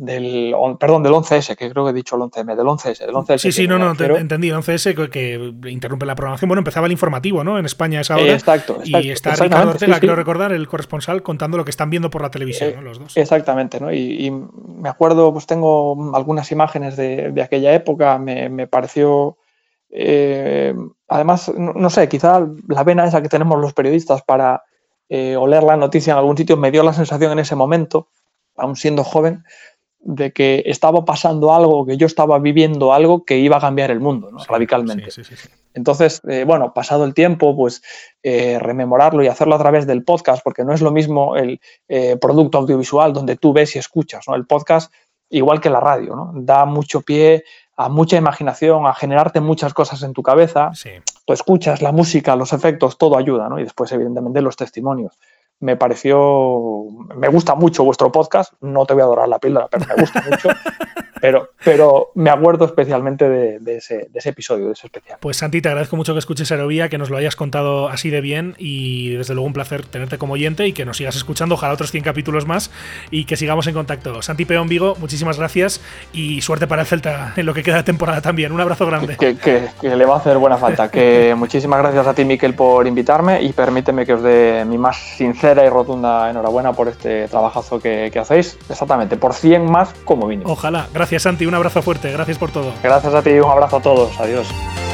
11S, que creo que he dicho el 11M, del 11S. Sí, entendí, el 11S que interrumpe la programación. Bueno, empezaba el informativo, ¿no? En España a esa hora. Exacto. Y está Ricardo Ortega, creo recordar, el corresponsal, contando lo que están viendo por la televisión, ¿no? Los dos. Exactamente, ¿no? Y me acuerdo, pues tengo algunas imágenes de aquella época, me pareció... además, no sé, quizá la vena esa que tenemos los periodistas para oler la noticia en algún sitio me dio la sensación en ese momento, aún siendo joven, de que estaba pasando algo, que yo estaba viviendo algo que iba a cambiar el mundo, ¿no? Radicalmente. Sí. Entonces, pasado el tiempo, pues rememorarlo y hacerlo a través del podcast, porque no es lo mismo el producto audiovisual donde tú ves y escuchas, ¿no? El podcast, igual que la radio, ¿no? Da mucho pie a mucha imaginación, a generarte muchas cosas en tu cabeza. Sí. Tú escuchas la música, los efectos, todo ayuda, ¿no? Y después, evidentemente, los testimonios. me gusta mucho vuestro podcast, no te voy a dorar la píldora, pero me gusta mucho, pero me acuerdo especialmente de ese episodio, de ese especial. Pues Santi, te agradezco mucho que escuches Aerovía, que nos lo hayas contado así de bien y desde luego un placer tenerte como oyente y que nos sigas escuchando, ojalá otros 100 capítulos más y que sigamos en contacto. Santi Peón Vigo, muchísimas gracias y suerte para el Celta en lo que queda de temporada también. Un abrazo grande. Que le va a hacer buena falta. Que muchísimas gracias a ti, Miquel, por invitarme y permíteme que os dé mi más sincera y rotunda enhorabuena por este trabajazo que hacéis. Exactamente, por 100 más como mínimo. Ojalá. Gracias, Santi. Un abrazo fuerte. Gracias por todo. Gracias a ti. Un abrazo a todos. Adiós.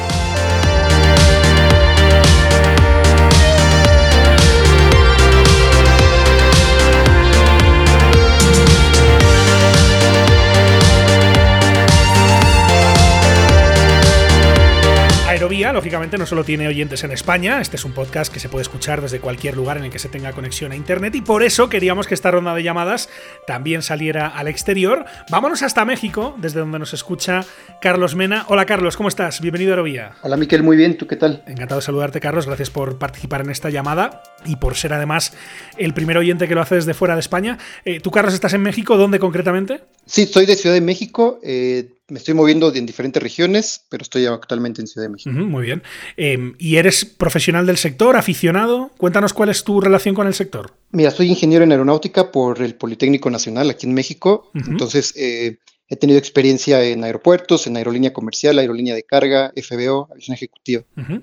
Aerovía, lógicamente, no solo tiene oyentes en España, este es un podcast que se puede escuchar desde cualquier lugar en el que se tenga conexión a internet y por eso queríamos que esta ronda de llamadas también saliera al exterior. Vámonos hasta México, desde donde nos escucha Carlos Mena. Hola Carlos, ¿cómo estás? Bienvenido a Aerovía. Hola Miquel, muy bien, ¿tú qué tal? Encantado de saludarte, Carlos, gracias por participar en esta llamada y por ser además el primer oyente que lo hace desde fuera de España. ¿Tú, Carlos, estás en México? ¿Dónde concretamente? Sí, soy de Ciudad de México, me estoy moviendo en diferentes regiones, pero estoy actualmente en Ciudad de México. Muy bien. ¿Y eres profesional del sector, aficionado? Cuéntanos cuál es tu relación con el sector. Mira, soy ingeniero en aeronáutica por el Politécnico Nacional aquí en México, entonces he tenido experiencia en aeropuertos, en aerolínea comercial, aerolínea de carga, FBO, aviación ejecutiva.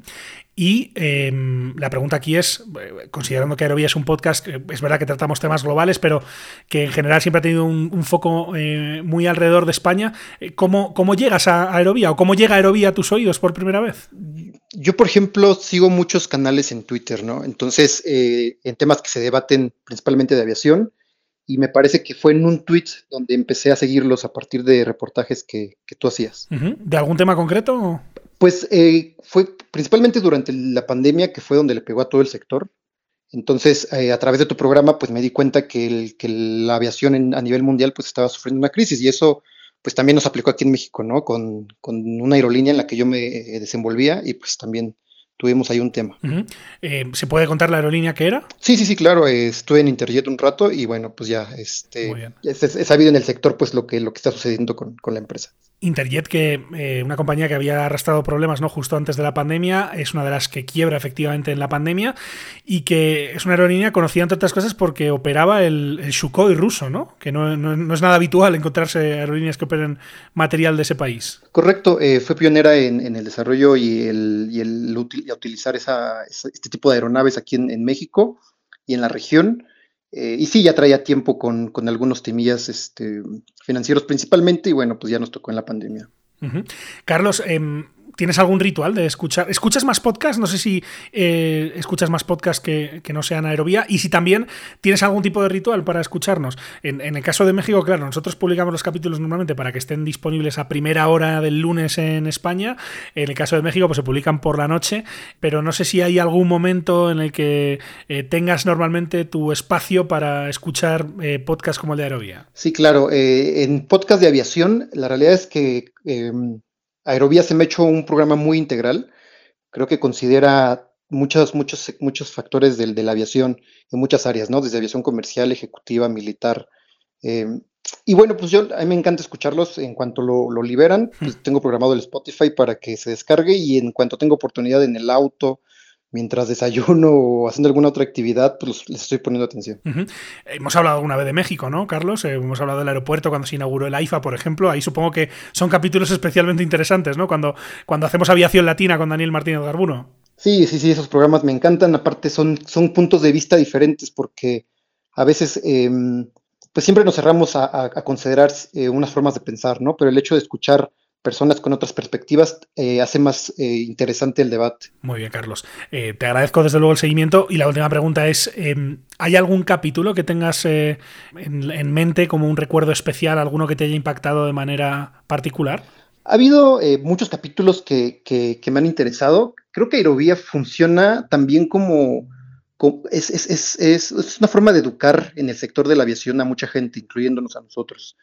Y la pregunta aquí es, considerando que Aerovía es un podcast, es verdad que tratamos temas globales, pero que en general siempre ha tenido un foco muy alrededor de España, ¿cómo llegas a Aerovía o cómo llega Aerovía a tus oídos por primera vez? Yo, por ejemplo, sigo muchos canales en Twitter, ¿no? Entonces, en temas que se debaten principalmente de aviación, y me parece que fue en un tweet donde empecé a seguirlos a partir de reportajes que tú hacías. ¿De algún tema concreto? Pues fue principalmente durante la pandemia que fue donde le pegó a todo el sector. Entonces, a través de tu programa, pues me di cuenta que la aviación a nivel mundial pues estaba sufriendo una crisis y eso pues también nos aplicó aquí en México, ¿no? Con una aerolínea en la que yo me desenvolvía y pues también tuvimos ahí un tema. ¿Se puede contar la aerolínea que era? Sí, claro. Estuve en Interjet un rato y bueno, pues ya he sabido en el sector pues lo que está sucediendo con la empresa. Interjet, que una compañía que había arrastrado problemas, ¿no?, justo antes de la pandemia, es una de las que quiebra efectivamente en la pandemia y que es una aerolínea conocida entre otras cosas porque operaba el Sukhoi ruso, ¿no? Que no es nada habitual encontrarse aerolíneas que operen material de ese país. Correcto, fue pionera en el desarrollo y utilizar este tipo de aeronaves aquí en México y en la región. Y sí, ya traía tiempo con algunos temillas financieros principalmente, y bueno, pues ya nos tocó en la pandemia. Carlos, ¿tienes algún ritual de escuchar? ¿Escuchas más podcasts? No sé si escuchas más podcasts que no sean Aerovía, y si también tienes algún tipo de ritual para escucharnos. En el caso de México, claro, nosotros publicamos los capítulos normalmente para que estén disponibles a primera hora del lunes en España. En el caso de México, pues se publican por la noche, pero no sé si hay algún momento en el que tengas normalmente tu espacio para escuchar podcasts como el de Aerovía. Sí, claro. En podcast de aviación, la realidad es que Aerovía se me ha hecho un programa muy integral. Creo que considera muchos factores de la aviación en muchas áreas, ¿no? Desde aviación comercial, ejecutiva, militar. Y bueno, pues a mí me encanta escucharlos. En cuanto lo liberan, pues tengo programado el Spotify para que se descargue, y en cuanto tengo oportunidad en el auto, mientras desayuno o haciendo alguna otra actividad, pues les estoy poniendo atención. Hemos hablado alguna vez de México, ¿no, Carlos? Hemos hablado del aeropuerto cuando se inauguró el AIFA, por ejemplo. Ahí supongo que son capítulos especialmente interesantes, ¿no? Cuando hacemos aviación latina con Daniel Martínez Garbuno. Sí, esos programas me encantan. Aparte son puntos de vista diferentes porque a veces pues siempre nos cerramos a considerar unas formas de pensar, ¿no? Pero el hecho de escuchar personas con otras perspectivas hace más interesante el debate. Muy bien, Carlos. Te agradezco desde luego el seguimiento, y la última pregunta es, ¿hay algún capítulo que tengas en mente como un recuerdo especial, alguno que te haya impactado de manera particular? Ha habido muchos capítulos que me han interesado. Creo que Aerovía funciona también como es una forma de educar en el sector de la aviación a mucha gente, incluyéndonos a nosotros.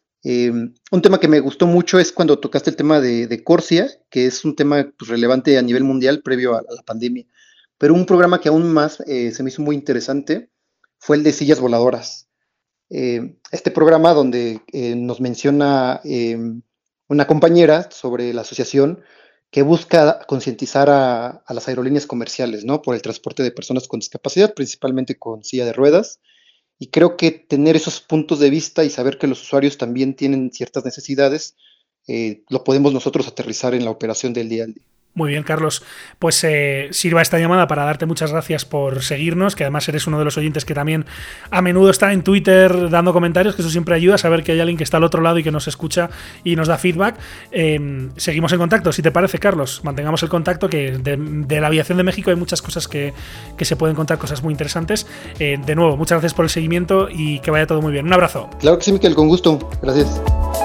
Un tema que me gustó mucho es cuando tocaste el tema de Corsia, que es un tema pues, relevante a nivel mundial previo a la pandemia, pero un programa que aún más se me hizo muy interesante fue el de sillas voladoras. Este programa donde nos menciona una compañera sobre la asociación que busca concientizar a las aerolíneas comerciales, ¿no? Por el transporte de personas con discapacidad, principalmente con silla de ruedas. Y creo que tener esos puntos de vista y saber que los usuarios también tienen ciertas necesidades, lo podemos nosotros aterrizar en la operación del día al día. Muy bien, Carlos. Pues sirva esta llamada para darte muchas gracias por seguirnos, que además eres uno de los oyentes que también a menudo está en Twitter dando comentarios, que eso siempre ayuda a saber que hay alguien que está al otro lado y que nos escucha y nos da feedback. Seguimos en contacto, si te parece, Carlos. Mantengamos el contacto, que de la aviación de México hay muchas cosas que se pueden contar, cosas muy interesantes. De nuevo, muchas gracias por el seguimiento y que vaya todo muy bien. Un abrazo. Claro que sí, Miquel, con gusto. Gracias.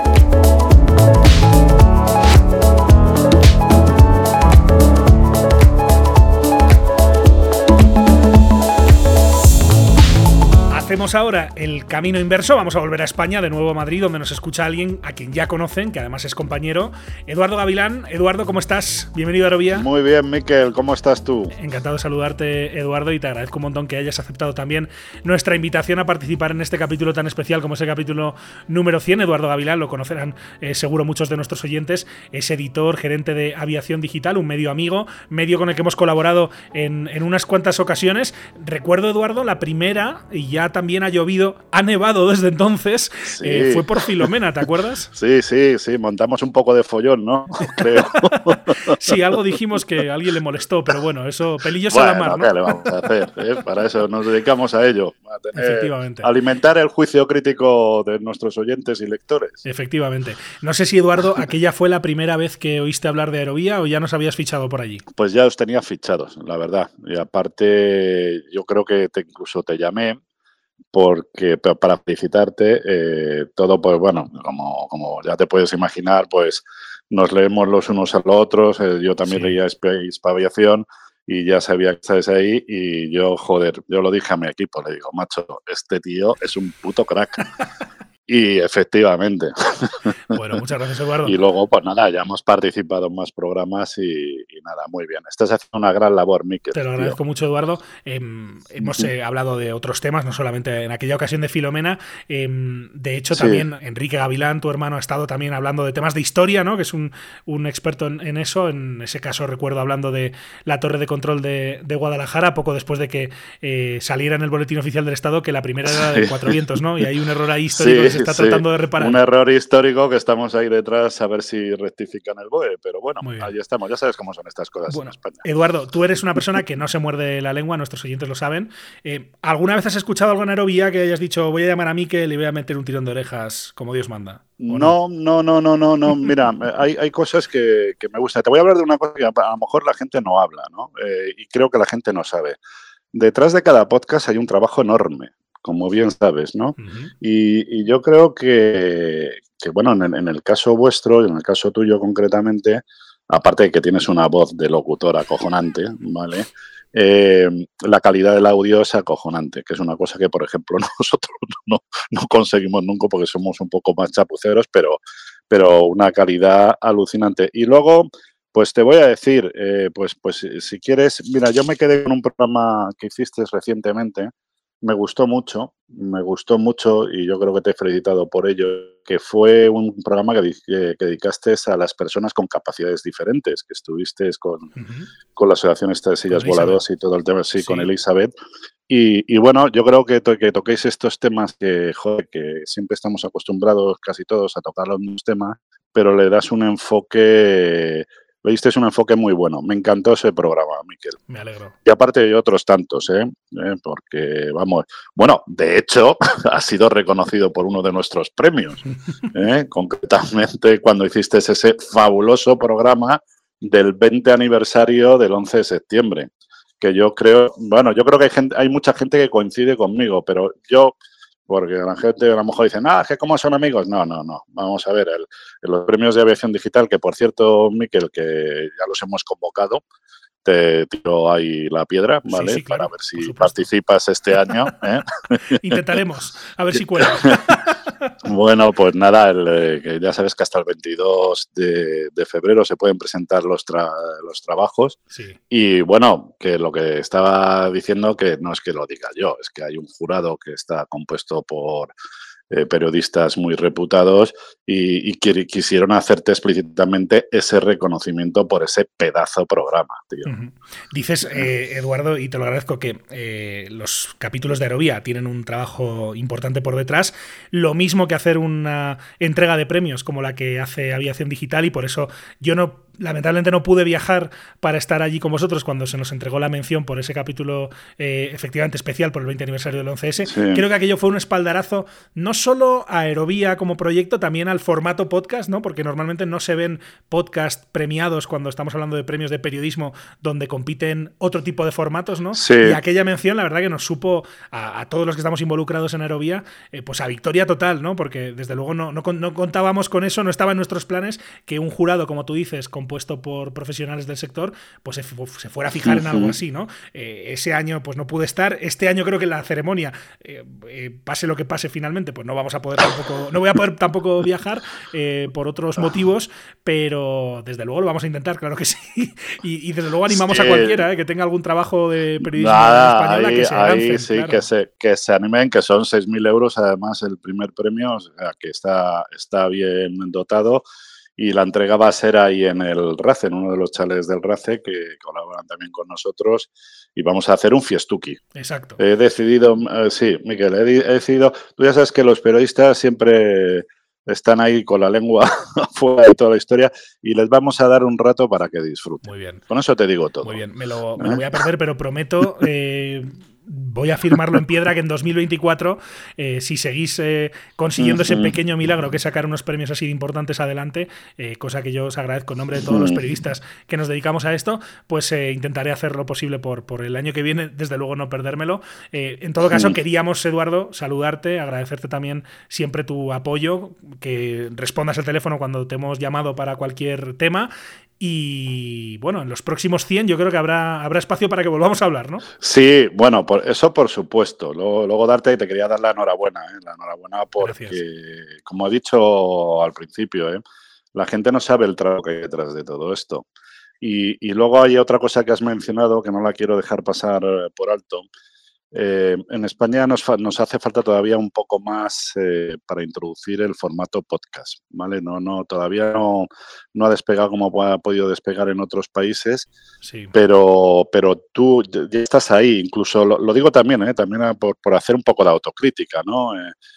Hacemos ahora el camino inverso, vamos a volver a España, de nuevo a Madrid, donde nos escucha alguien a quien ya conocen, que además es compañero, Eduardo Gavilán. Eduardo, ¿cómo estás? Bienvenido a Aerovía. Muy bien, Miquel, ¿cómo estás tú? Encantado de saludarte, Eduardo, y te agradezco un montón que hayas aceptado también nuestra invitación a participar en este capítulo tan especial como es el capítulo número 100. Eduardo Gavilán, lo conocerán seguro muchos de nuestros oyentes, es editor, gerente de Aviación Digital, un medio amigo, medio con el que hemos colaborado en unas cuantas ocasiones. Recuerdo, Eduardo, la primera, y ya también ha llovido, ha nevado desde entonces, sí. Fue por Filomena, ¿te acuerdas? Sí, montamos un poco de follón, ¿no? Creo. Sí, algo dijimos que a alguien le molestó, pero bueno, eso, pelillos a la mar, ¿no? ¿Qué le vamos a hacer? Para eso nos dedicamos a ello, a Efectivamente. Alimentar el juicio crítico de nuestros oyentes y lectores. Efectivamente. No sé si, Eduardo, aquella fue la primera vez que oíste hablar de Aerovía o ya nos habías fichado por allí. Pues ya os tenía fichados, la verdad. Y aparte, yo creo que incluso te llamé porque para felicitarte, todo, pues bueno, como ya te puedes imaginar, pues nos leemos los unos a los otros. Yo también leía Space Aviación y ya sabía que estabas ahí y yo lo dije a mi equipo, le digo, macho, este tío es un puto crack. Y efectivamente. Bueno, muchas gracias, Eduardo. Y luego, pues nada, ya hemos participado en más programas y nada, muy bien. Estás haciendo una gran labor, Miquel. Te lo agradezco mucho, Eduardo. Hemos hablado de otros temas, no solamente en aquella ocasión de Filomena. De hecho, también Enrique Gavilán, tu hermano, ha estado también hablando de temas de historia, ¿no? Que es un experto en eso. En ese caso, recuerdo hablando de la torre de control de Guadalajara, poco después de que saliera en el Boletín Oficial del Estado que la primera era de Cuatro Vientos, ¿no? Y hay un error ahí histórico que se está tratando de reparar. Un error histórico que estamos ahí detrás a ver si rectifican el BOE, pero bueno, ahí estamos. Ya sabes cómo son estas cosas en España. Eduardo, tú eres una persona que no se muerde la lengua, nuestros oyentes lo saben. ¿Alguna vez has escuchado algo en Aerovía que hayas dicho, voy a llamar a Miquel y le voy a meter un tirón de orejas como Dios manda? No. Mira, hay cosas que me gustan. Te voy a hablar de una cosa que a lo mejor la gente no habla, ¿no? Y creo que la gente no sabe. Detrás de cada podcast hay un trabajo enorme, como bien sabes, ¿no? Uh-huh. Y yo creo que bueno, en el caso vuestro, y en el caso tuyo concretamente, aparte de que tienes una voz de locutor acojonante, ¿vale? La calidad del audio es acojonante, que es una cosa que, por ejemplo, nosotros no conseguimos nunca porque somos un poco más chapuceros, pero una calidad alucinante. Y luego, pues te voy a decir, pues si quieres, mira, yo me quedé con un programa que hiciste recientemente. Me gustó mucho y yo creo que te he felicitado por ello, que fue un programa que dedicaste a las personas con capacidades diferentes, que estuviste con la asociación esta de sillas voladoras y todo el tema, sí, con Elizabeth. Y bueno, yo creo que toquéis estos temas que siempre estamos acostumbrados casi todos a tocar los mismos temas, pero le das un enfoque... Le diste un enfoque muy bueno. Me encantó ese programa, Miquel. Me alegro. Y aparte de otros tantos, porque, vamos, bueno, de hecho, ha sido reconocido por uno de nuestros premios. Concretamente, cuando hiciste ese fabuloso programa del 20 aniversario del 11 de septiembre. Que yo creo que hay mucha gente que coincide conmigo, pero yo... Porque la gente a lo mejor dice, que ¿cómo son amigos? No. Vamos a ver, los premios de aviación digital, que por cierto, Miquel, que ya los hemos convocado te tiro ahí la piedra, ¿vale? Sí, claro, para ver si participas este año. Intentaremos, a ver si cuela. Bueno, pues nada, que ya sabes que hasta el 22 de febrero se pueden presentar los trabajos. Sí. Y bueno, que lo que estaba diciendo, que no es que lo diga yo, es que hay un jurado que está compuesto por periodistas muy reputados y quisieron hacerte explícitamente ese reconocimiento por ese pedazo programa, tío. Uh-huh. Dices, Eduardo, y te lo agradezco, que los capítulos de Aerovía tienen un trabajo importante por detrás, lo mismo que hacer una entrega de premios como la que hace Aviación Digital, y por eso yo lamentablemente no pude viajar para estar allí con vosotros cuando se nos entregó la mención por ese capítulo efectivamente especial por el 20 aniversario del 11S. Sí. Creo que aquello fue un espaldarazo no solo a Aerovía como proyecto, también al formato podcast, ¿no? Porque normalmente no se ven podcast premiados cuando estamos hablando de premios de periodismo donde compiten otro tipo de formatos, ¿no? Sí. Y aquella mención, la verdad que nos supo a todos los que estamos involucrados en Aerovía, pues a victoria total, ¿no? Porque desde luego no contábamos con eso, no estaba en nuestros planes que un jurado, como tú dices, compuesto por profesionales del sector, pues se fuera a fijar en algo así, ¿no? Ese año pues no pude estar. Este año creo que la ceremonia, pase lo que pase finalmente, pues no voy a poder tampoco viajar por otros motivos, pero desde luego lo vamos a intentar, claro que sí. Y desde luego animamos a cualquiera que tenga algún trabajo de periodismo español a que se lancen. Sí, claro. que se animen, que son 6.000 euros además el primer premio, o sea, que está bien dotado. Y la entrega va a ser ahí en el RACE, en uno de los chalets del RACE, que colaboran también con nosotros, y vamos a hacer un fiestuki. Exacto. He decidido, sí, Miquel, he decidido, tú ya sabes que los periodistas siempre están ahí con la lengua afuera de toda la historia, y les vamos a dar un rato para que disfruten. Muy bien. Con eso te digo todo. Muy bien, me lo voy a perder, pero prometo... voy a firmarlo en piedra que en 2024, si seguís consiguiendo ese pequeño milagro que es sacar unos premios así de importantes adelante, cosa que yo os agradezco en nombre de todos los periodistas que nos dedicamos a esto, pues intentaré hacer lo posible por el año que viene, desde luego no perdérmelo. En todo caso, queríamos, Eduardo, saludarte, agradecerte también siempre tu apoyo, que respondas el teléfono cuando te hemos llamado para cualquier tema. Y bueno, en los próximos 100 yo creo que habrá espacio para que volvamos a hablar, ¿no? Sí, bueno, eso por supuesto. Luego te quería dar la enhorabuena, la enhorabuena porque, gracias. Como he dicho al principio, la gente no sabe el trabajo que hay detrás de todo esto. Y luego hay otra cosa que has mencionado que no la quiero dejar pasar por alto. En España nos hace falta todavía un poco más para introducir el formato podcast, ¿vale? Todavía no ha despegado como ha podido despegar en otros países, sí. Pero tú ya estás ahí, incluso lo digo también, por hacer un poco de autocrítica, ¿no?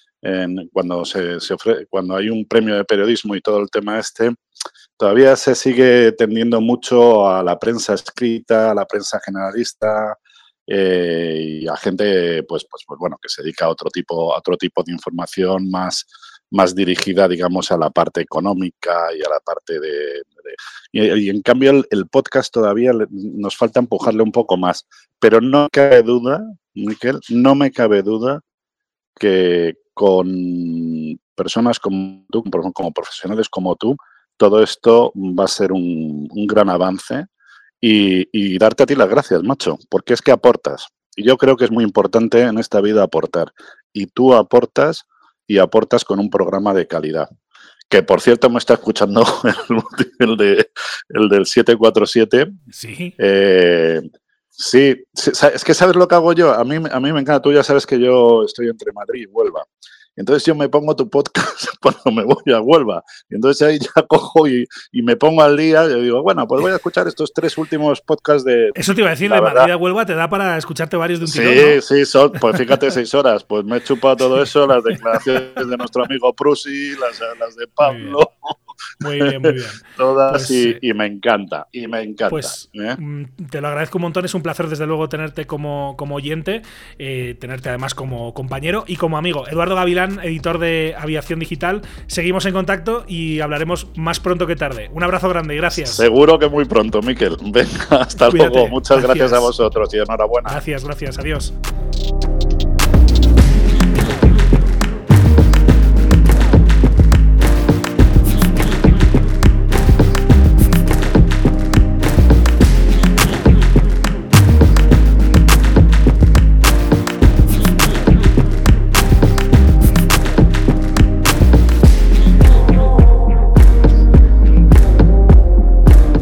Cuando hay un premio de periodismo y todo el tema todavía se sigue tendiendo mucho a la prensa escrita, a la prensa generalista, y a gente pues bueno, que se dedica a otro tipo de información más dirigida, digamos, a la parte económica y a la parte y en cambio el podcast todavía nos falta empujarle un poco más, pero no cabe duda, Miquel, no me cabe duda que con personas como tú, como profesionales como tú, todo esto va a ser un gran avance. Y darte a ti las gracias, macho, porque es que aportas. Y yo creo que es muy importante en esta vida aportar. Y tú aportas con un programa de calidad. Que, por cierto, me está escuchando el del 747. Sí. Sí, es que ¿sabes lo que hago yo? A mí me encanta. Tú ya sabes que yo estoy entre Madrid y Huelva. Entonces yo me pongo tu podcast cuando me voy a Huelva. Y entonces ahí ya cojo y me pongo al día. Y digo, bueno, pues voy a escuchar estos 3 últimos podcasts de... Eso te iba a decir, de Madrid a Huelva te da para escucharte varios de un tirón, ¿no? Sí, pues fíjate, 6 horas. Pues me he chupado todo eso, las declaraciones de nuestro amigo Prusi, las de Pablo. Muy bien, muy bien. Todas pues, y me encanta, Pues te lo agradezco un montón, es un placer desde luego tenerte como oyente, tenerte además como compañero y como amigo. Eduardo Gavilán, editor de Aviación Digital, seguimos en contacto y hablaremos más pronto que tarde. Un abrazo grande, gracias. Seguro que muy pronto, Miquel. Venga, hasta luego. Muchas gracias a vosotros y enhorabuena. Gracias, adiós.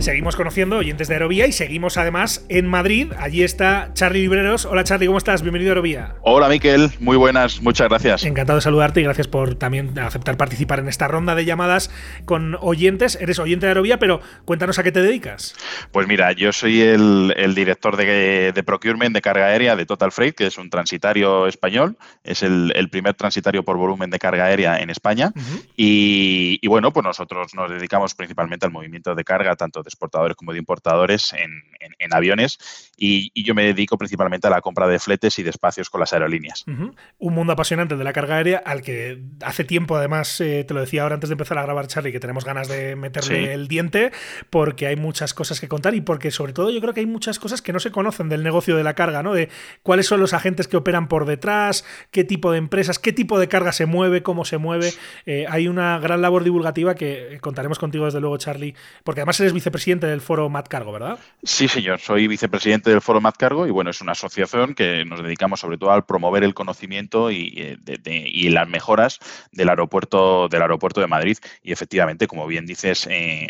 seguimos conociendo oyentes de Aerovía y seguimos además en Madrid. Allí está Charly Libreros. Hola Charly, ¿cómo estás? Bienvenido a Aerovía. Hola Miquel, muy buenas, muchas gracias. Encantado de saludarte y gracias por también aceptar participar en esta ronda de llamadas con oyentes. Eres oyente de Aerovía, pero cuéntanos a qué te dedicas. Pues mira, yo soy el director de procurement de carga aérea de Total Freight, que es un transitario español, es el primer transitario por volumen de carga aérea en España. Y bueno, pues nosotros nos dedicamos principalmente al movimiento de carga, tanto de exportadores como de importadores en aviones, y yo me dedico principalmente a la compra de fletes y de espacios con las aerolíneas. Un mundo apasionante de la carga aérea al que hace tiempo, además, te lo decía ahora antes de empezar a grabar, Charly, que tenemos ganas de meterle el diente, porque hay muchas cosas que contar y porque sobre todo yo creo que hay muchas cosas que no se conocen del negocio de la carga, ¿no? De cuáles son los agentes que operan por detrás, qué tipo de empresas, qué tipo de carga se mueve, cómo se mueve. Hay una gran labor divulgativa que contaremos contigo desde luego, Charly, porque además eres vicepresidente del foro MadCargo, ¿verdad? Sí, señor, soy vicepresidente del foro MadCargo y bueno, es una asociación que nos dedicamos sobre todo al promover el conocimiento y las mejoras del aeropuerto de Madrid. Y efectivamente, como bien dices,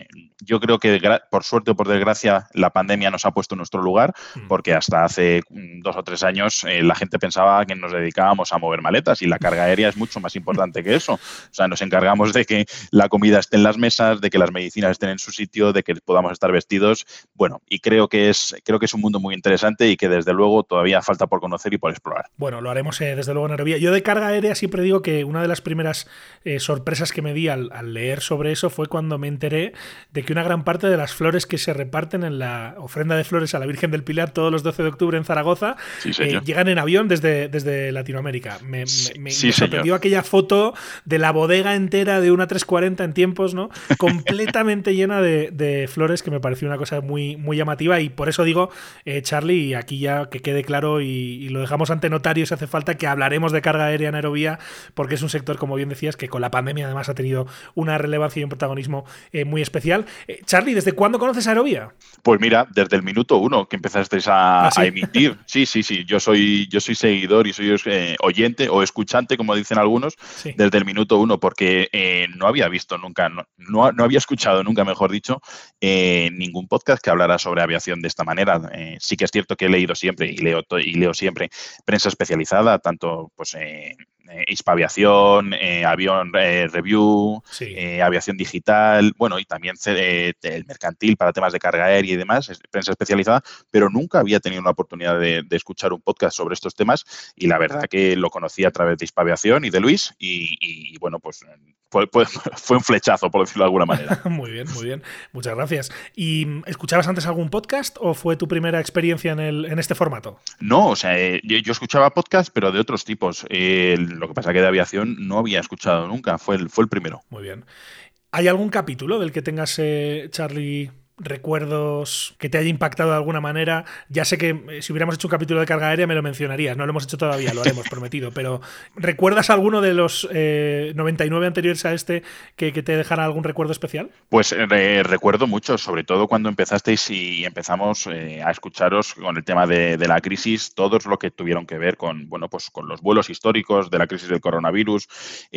yo creo que por suerte o por desgracia la pandemia nos ha puesto en nuestro lugar, porque hasta hace 2 o 3 años la gente pensaba que nos dedicábamos a mover maletas y la carga aérea es mucho más importante que eso. O sea, nos encargamos de que la comida esté en las mesas, de que las medicinas estén en su sitio, de que podamos estar vestidos. Bueno, y creo que es un mundo muy interesante y que desde luego todavía falta por conocer y por explorar. Bueno, lo haremos desde luego en Aerovía. Yo de carga aérea siempre digo que una de las primeras sorpresas que me di al leer sobre eso fue cuando me enteré de que una gran parte de las flores que se reparten en la ofrenda de flores a la Virgen del Pilar todos los 12 de octubre en Zaragoza llegan en avión desde Latinoamérica. Me sorprendió aquella foto de la bodega entera de una 340 en tiempos, ¿no? Completamente llena de flores, que me pareció una cosa muy, muy llamativa, y por eso digo, Charly, y aquí ya que quede claro y lo dejamos ante notario si hace falta, que hablaremos de carga aérea en Aerovía, porque es un sector, como bien decías, que con la pandemia además ha tenido una relevancia y un protagonismo muy especial. Charly, ¿desde cuándo conoces Aerovía? Pues mira, desde el minuto 1 que empezasteis a emitir. Sí. Yo soy seguidor y soy oyente o escuchante, como dicen algunos, desde el minuto 1, porque no había visto nunca, no había escuchado nunca, mejor dicho, ningún podcast que hablara sobre aviación de esta manera. Sí que es cierto que he leído siempre y leo siempre prensa especializada, tanto pues Hispaviación, Avión Review, Aviación Digital, bueno, y también el mercantil para temas de carga aérea y demás, prensa especializada, pero nunca había tenido la oportunidad de escuchar un podcast sobre estos temas, y la verdad que lo conocí a través de Hispaviación y de Luis, y bueno, pues fue un flechazo, por decirlo de alguna manera. Muy bien, muchas gracias. ¿Y escuchabas antes algún podcast o fue tu primera experiencia en este formato? No, o sea, yo escuchaba podcast, pero de otros tipos. Lo que pasa es que de aviación no había escuchado nunca, fue el primero. Muy bien. ¿Hay algún capítulo del que tengas, Charly, recuerdos que te haya impactado de alguna manera? Ya sé que si hubiéramos hecho un capítulo de carga aérea me lo mencionarías, no lo hemos hecho todavía, lo haremos, prometido, pero ¿recuerdas alguno de los 99 anteriores a este que te dejara algún recuerdo especial? Pues recuerdo mucho, sobre todo cuando empezasteis y empezamos a escucharos con el tema de la crisis, todos lo que tuvieron que ver con, bueno, pues con los vuelos históricos de la crisis del coronavirus,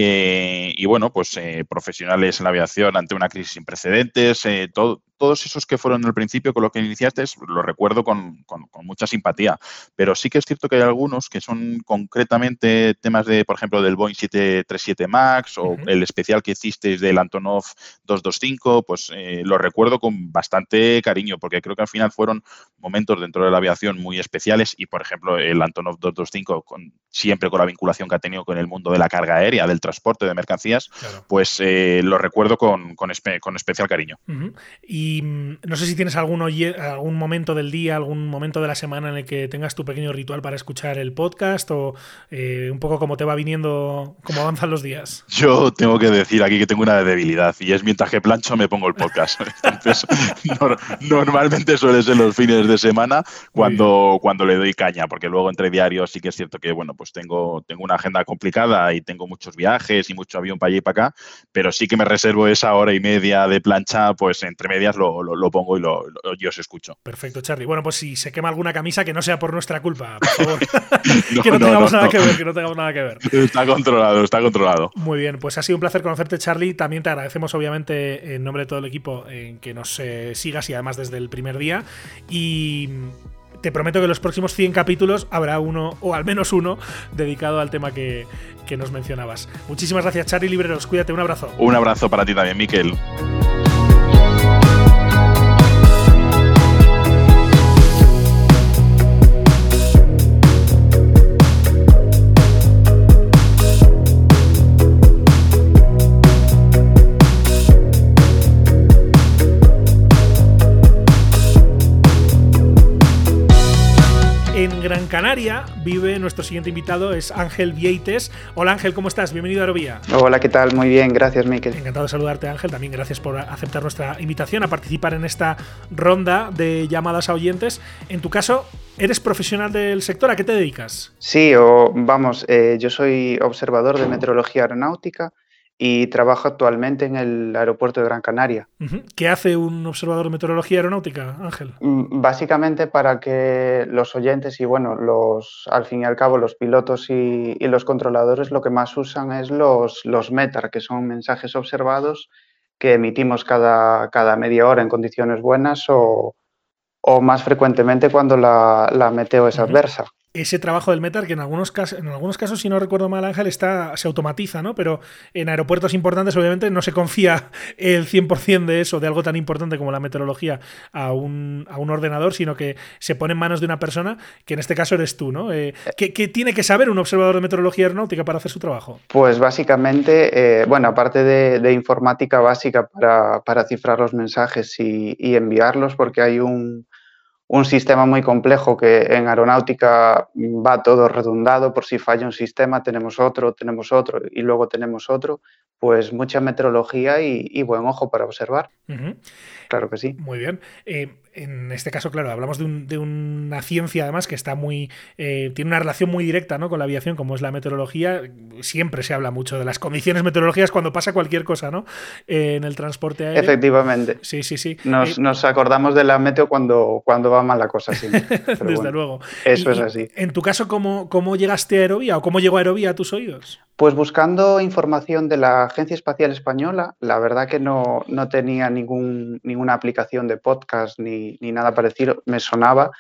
y bueno, pues profesionales en la aviación ante una crisis sin precedentes, todos esos que fueron al principio con lo que iniciaste, los recuerdo con mucha simpatía. Pero sí que es cierto que hay algunos que son concretamente temas de, por ejemplo, del Boeing 737 MAX o el especial que hicisteis del Antonov 225, pues lo recuerdo con bastante cariño, porque creo que al final fueron momentos dentro de la aviación muy especiales, y, por ejemplo, el Antonov 225, siempre con la vinculación que ha tenido con el mundo de la carga aérea, del transporte de mercancías, pues lo recuerdo con especial cariño. Y no sé si tienes algún momento del día, algún momento de la semana en el que tengas tu pequeño ritual para escuchar el podcast, o un poco cómo te va viniendo, cómo avanzan los días. Yo tengo que decir aquí que tengo una debilidad, y es mientras que plancho me pongo el podcast. Entonces, normalmente suele ser los fines de semana cuando le doy caña, porque luego entre diarios sí que es cierto que, bueno, pues tengo una agenda complicada y tengo muchos viajes y mucho avión para allá y para acá, pero sí que me reservo esa hora y media de plancha, pues entre medias lo pongo y yo os escucho. Perfecto, Charlie. Bueno, pues si se quema alguna camisa, que no sea por nuestra culpa, por favor. Que no tengamos nada que ver. Está controlado. Muy bien, pues ha sido un placer conocerte, Charlie. También te agradecemos, obviamente, en nombre de todo el equipo, que nos sigas y además desde el primer día. Y te prometo que en los próximos 100 capítulos habrá uno, o al menos uno, dedicado al tema que nos mencionabas. Muchísimas gracias, Charlie Libreros. Cuídate, un abrazo. Un abrazo para ti también, Miquel. En Gran Canaria vive nuestro siguiente invitado, es Ángel Vieites. Hola Ángel, ¿cómo estás? Bienvenido a Aerovía. Hola, ¿qué tal? Muy bien, gracias, Miquel. Encantado de saludarte, Ángel. También gracias por aceptar nuestra invitación a participar en esta ronda de llamadas a oyentes. En tu caso, ¿eres profesional del sector? ¿A qué te dedicas? Sí, yo soy observador de meteorología aeronáutica y trabajo actualmente en el aeropuerto de Gran Canaria. ¿Qué hace un observador de meteorología aeronáutica, Ángel? Básicamente para que los oyentes y, bueno, al fin y al cabo, los pilotos y los controladores lo que más usan es los METAR, que son mensajes observados que emitimos cada media hora en condiciones buenas o más frecuentemente cuando la meteo es adversa. Ese trabajo del METAR, que en algunos casos, si no recuerdo mal, Ángel, se automatiza, ¿no? Pero en aeropuertos importantes, obviamente, no se confía el 100% de eso, de algo tan importante como la meteorología, a un ordenador, sino que se pone en manos de una persona, que en este caso eres tú, ¿no? ¿Qué tiene que saber un observador de meteorología aeronáutica para hacer su trabajo? Pues básicamente, aparte de informática básica para cifrar los mensajes y enviarlos, porque hay un sistema muy complejo que en aeronáutica va todo redundado, por si falla un sistema tenemos otro y luego tenemos otro, pues mucha meteorología y buen ojo para observar. Claro que sí. Muy bien. En este caso, claro, hablamos de una ciencia además que está tiene una relación muy directa, ¿no?, con la aviación, como es la meteorología. Siempre se habla mucho de las condiciones meteorológicas cuando pasa cualquier cosa, ¿no?, en el transporte aéreo. Efectivamente. Sí. Nos acordamos de la meteo cuando va mal la cosa, sí. Desde luego. Eso es así. En tu caso, ¿cómo llegaste a Aerovía o cómo llegó Aerovía a tus oídos? Pues buscando información de la Agencia Espacial Española, la verdad que no tenía ninguna aplicación de podcast ni nada parecido, me sonaba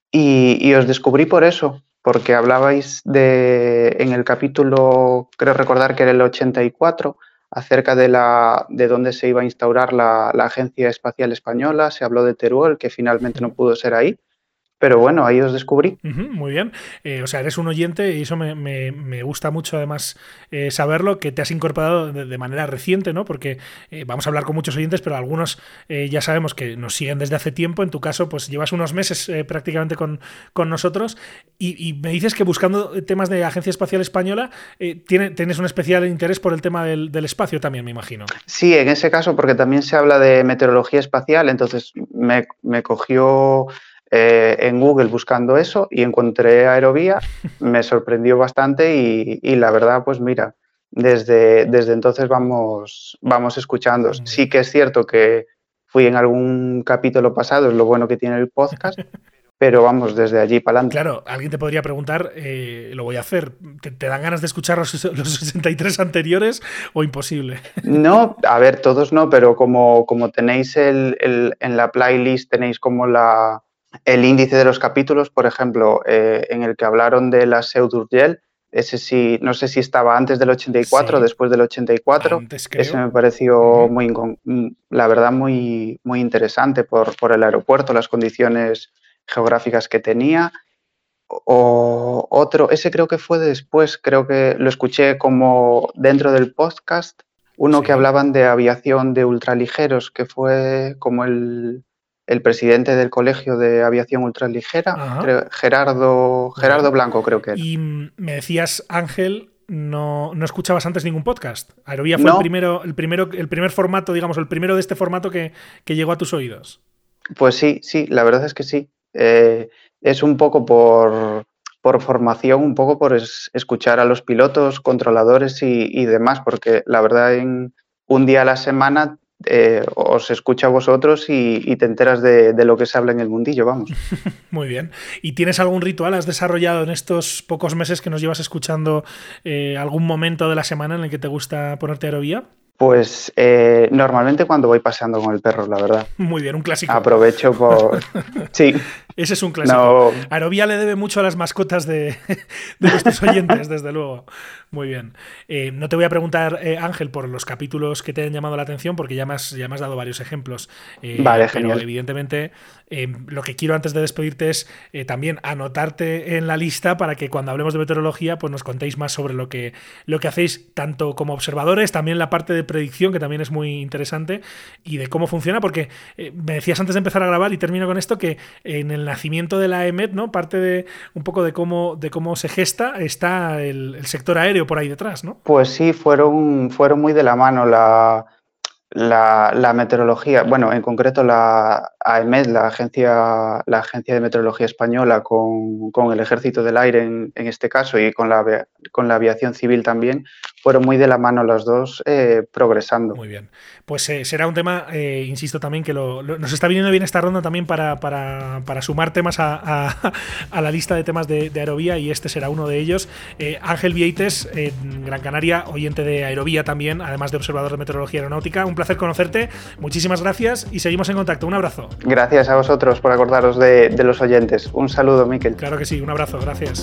y os descubrí por eso, porque hablabais en el capítulo, creo recordar que era el 84, acerca de dónde se iba a instaurar la Agencia Espacial Española. Se habló de Teruel, que finalmente no pudo ser ahí. Pero bueno, ahí os descubrí. Muy bien. O sea, eres un oyente y eso me gusta mucho además saberlo, que te has incorporado de manera reciente, ¿no? Porque vamos a hablar con muchos oyentes, pero algunos ya sabemos que nos siguen desde hace tiempo. En tu caso, pues llevas unos meses prácticamente con nosotros y me dices que buscando temas de Agencia Espacial Española tienes un especial interés por el tema del espacio también, me imagino. Sí, en ese caso, porque también se habla de meteorología espacial, entonces me cogió en Google buscando eso y encontré Aerovía, me sorprendió bastante y la verdad, pues mira, desde entonces vamos escuchando. Sí que es cierto que fui en algún capítulo pasado, es lo bueno que tiene el podcast, pero vamos, desde allí para adelante. Claro, alguien te podría preguntar, lo voy a hacer, ¿te dan ganas de escuchar los 63 anteriores o imposible? No, a ver, todos no, pero como tenéis en la playlist, tenéis como el índice de los capítulos, por ejemplo, en el que hablaron de la Seu d'Urgell, ese sí, no sé si estaba antes del 84 o después del 84. Antes, creo. Ese me pareció la verdad muy interesante por el aeropuerto, las condiciones geográficas que tenía. O otro, ese creo que fue después, creo que lo escuché como dentro del podcast, uno que hablaban de aviación de ultraligeros, que fue como el presidente del Colegio de Aviación Ultraligera, Gerardo Blanco, creo que era. Y me decías, Ángel, no escuchabas antes ningún podcast. Aerovía fue el primer formato, digamos, el primero de este formato que llegó a tus oídos. Pues sí, la verdad es que sí. Es un poco por formación, un poco por escuchar a los pilotos, controladores y demás, porque la verdad en un día a la semana os escucho a vosotros y te enteras de lo que se habla en el mundillo, vamos. Muy bien. ¿Y tienes algún ritual? ¿Has desarrollado en estos pocos meses que nos llevas escuchando algún momento de la semana en el que te gusta ponerte aerovía? Pues normalmente cuando voy paseando con el perro, la verdad. Muy bien, un clásico. Aprovecho por... Sí. Ese es un clásico. No. Aerovía le debe mucho a las mascotas de nuestros oyentes, desde luego. Muy bien. No te voy a preguntar, Ángel, por los capítulos que te han llamado la atención, porque ya me has dado varios ejemplos. Vale, pero genial. Evidentemente, lo que quiero antes de despedirte es también anotarte en la lista para que cuando hablemos de meteorología pues nos contéis más sobre lo que hacéis, tanto como observadores, también la parte de predicción, que también es muy interesante, y de cómo funciona, porque me decías antes de empezar a grabar, y termino con esto, que en el nacimiento de la EMET, ¿no? Parte de un poco de cómo se gesta está el sector aéreo por ahí detrás, ¿no? Pues sí, fueron muy de la mano la meteorología, bueno, en concreto la AEMET, la Agencia de Meteorología Española, con el Ejército del Aire en este caso, y con la aviación civil también, fueron muy de la mano las dos, progresando. Muy bien. Pues será un tema, insisto también, que nos está viniendo bien esta ronda también para sumar temas a la lista de temas de Aerovía, y este será uno de ellos. Ángel Vieites, en Gran Canaria, oyente de Aerovía también, además de observador de meteorología aeronáutica. Un placer conocerte, muchísimas gracias y seguimos en contacto. Un abrazo. Gracias a vosotros por acordaros de los oyentes. Un saludo, Miquel. Claro que sí, un abrazo, gracias.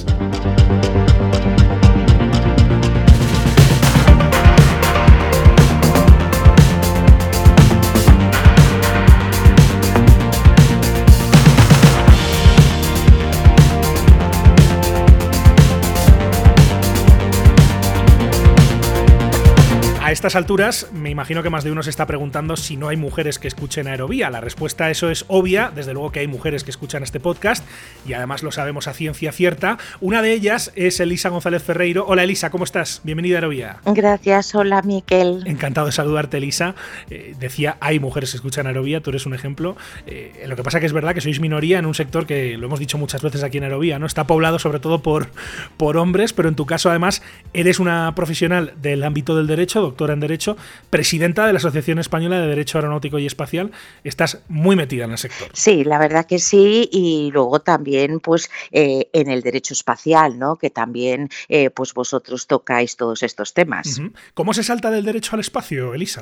A estas alturas, me imagino que más de uno se está preguntando si no hay mujeres que escuchen Aerovía. La respuesta a eso es obvia, desde luego que hay mujeres que escuchan este podcast, y además lo sabemos a ciencia cierta. Una de ellas es Elisa González Ferreiro. Hola Elisa, ¿cómo estás? Bienvenida a Aerovía. Gracias, hola Miquel. Encantado de saludarte, Elisa. Decía, hay mujeres que escuchan Aerovía, tú eres un ejemplo. Lo que pasa que es verdad que sois minoría en un sector que, lo hemos dicho muchas veces aquí en Aerovía, ¿no? Está poblado sobre todo por hombres, pero en tu caso además eres una profesional del ámbito del derecho, doctora en Derecho, presidenta de la Asociación Española de Derecho Aeronáutico y Espacial. Estás muy metida en el sector. Sí, la verdad que sí, y luego también pues en el derecho espacial, ¿no? Que también pues vosotros tocáis todos estos temas. Uh-huh. ¿Cómo se salta del derecho al espacio, Elisa?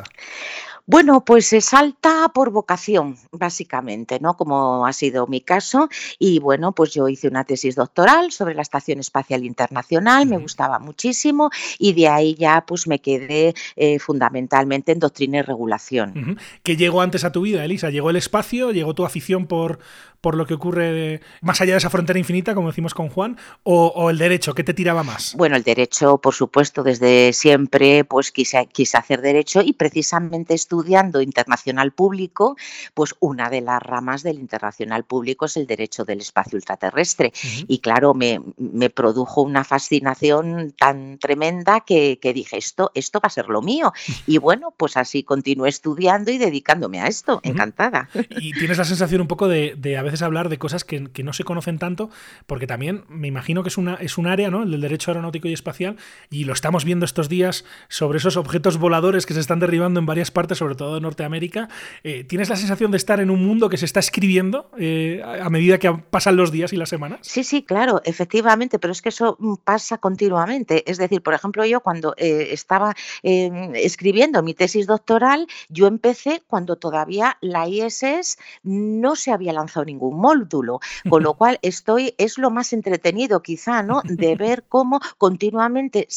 Bueno, pues se salta por vocación, básicamente, ¿no? Como ha sido mi caso. Y bueno, pues yo hice una tesis doctoral sobre la Estación Espacial Internacional, me gustaba muchísimo, y de ahí ya pues me quedé fundamentalmente en doctrina y regulación. Uh-huh. ¿Qué llegó antes a tu vida, Elisa? ¿Llegó el espacio? ¿Llegó tu afición por lo que ocurre más allá de esa frontera infinita, como decimos con Juan? ¿O el derecho? ¿Qué te tiraba más? Bueno, el derecho, por supuesto, desde siempre pues quise hacer derecho, y precisamente estudiando internacional público, pues una de las ramas del internacional público es el derecho del espacio ultraterrestre. Uh-huh. Y claro, me produjo una fascinación tan tremenda que dije, esto va a ser lo mío. Y bueno, pues así continué estudiando y dedicándome a esto. Uh-huh. Encantada. Y tienes la sensación un poco de a veces hablar de cosas que no se conocen tanto, porque también me imagino que es un área, ¿no?, el del derecho aeronáutico y espacial, y lo estamos viendo estos días sobre esos objetos voladores que se están derribando en varias partes, sobre todo de Norteamérica. ¿Tienes la sensación de estar en un mundo que se está escribiendo a medida que pasan los días y las semanas? Sí, claro, efectivamente, pero es que eso pasa continuamente. Es decir, por ejemplo, yo cuando estaba escribiendo mi tesis doctoral, yo empecé cuando todavía la ISS no se había lanzado ningún módulo, con lo cual es lo más entretenido quizá, ¿no?, de ver cómo continuamente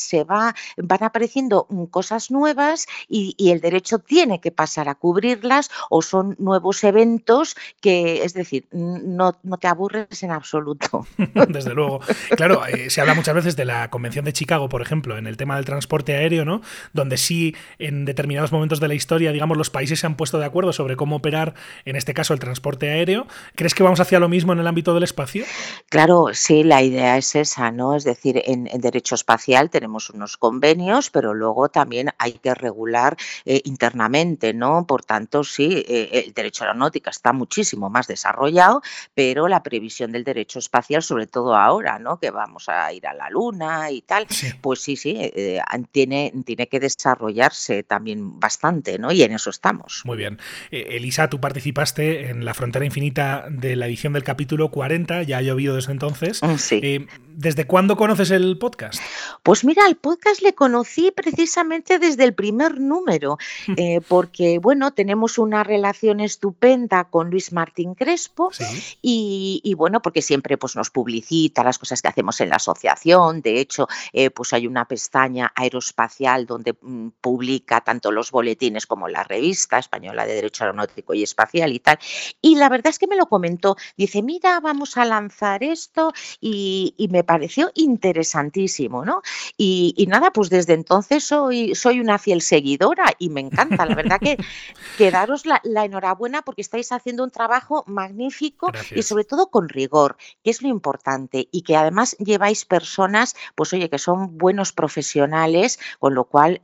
van apareciendo cosas nuevas y el derecho tiene que pasar a cubrirlas, o son nuevos eventos que, es decir, no te aburres en absoluto. Desde luego. Claro, se habla muchas veces de la Convención de Chicago, por ejemplo, en el tema del transporte aéreo, ¿no?, donde sí, en determinados momentos de la historia, digamos, los países se han puesto de acuerdo sobre cómo operar, en este caso, el transporte aéreo. ¿Crees ¿Crees que vamos hacia lo mismo en el ámbito del espacio? Claro, sí, la idea es esa, ¿no? Es decir, en derecho espacial tenemos unos convenios, pero luego también hay que regular internamente, ¿no? Por tanto, sí, el derecho aeronáutico está muchísimo más desarrollado, pero la previsión del derecho espacial, sobre todo ahora, ¿no? Que vamos a ir a la Luna y tal, pues sí, tiene que desarrollarse también bastante, ¿no? Y en eso estamos. Muy bien. Elisa, tú participaste en La Frontera Infinita de la edición del capítulo 40, ya ha llovido desde entonces. Sí. ¿Desde cuándo conoces el podcast? Pues mira, el podcast le conocí precisamente desde el primer número, porque, bueno, tenemos una relación estupenda con Luis Martín Crespo y bueno, porque siempre pues, nos publicita las cosas que hacemos en la asociación. De hecho, pues hay una pestaña aeroespacial donde publica tanto los boletines como la revista española de Derecho Aeronáutico y Espacial y tal. Y la verdad es que me lo comentó. Dice, mira, vamos a lanzar esto y me pareció interesantísimo, ¿no? Y nada, pues desde entonces soy una fiel seguidora y me encanta. La verdad que daros la enhorabuena porque estáis haciendo un trabajo magnífico. Gracias. Y sobre todo con rigor, que es lo importante, y que además lleváis personas, pues oye, que son buenos profesionales, con lo cual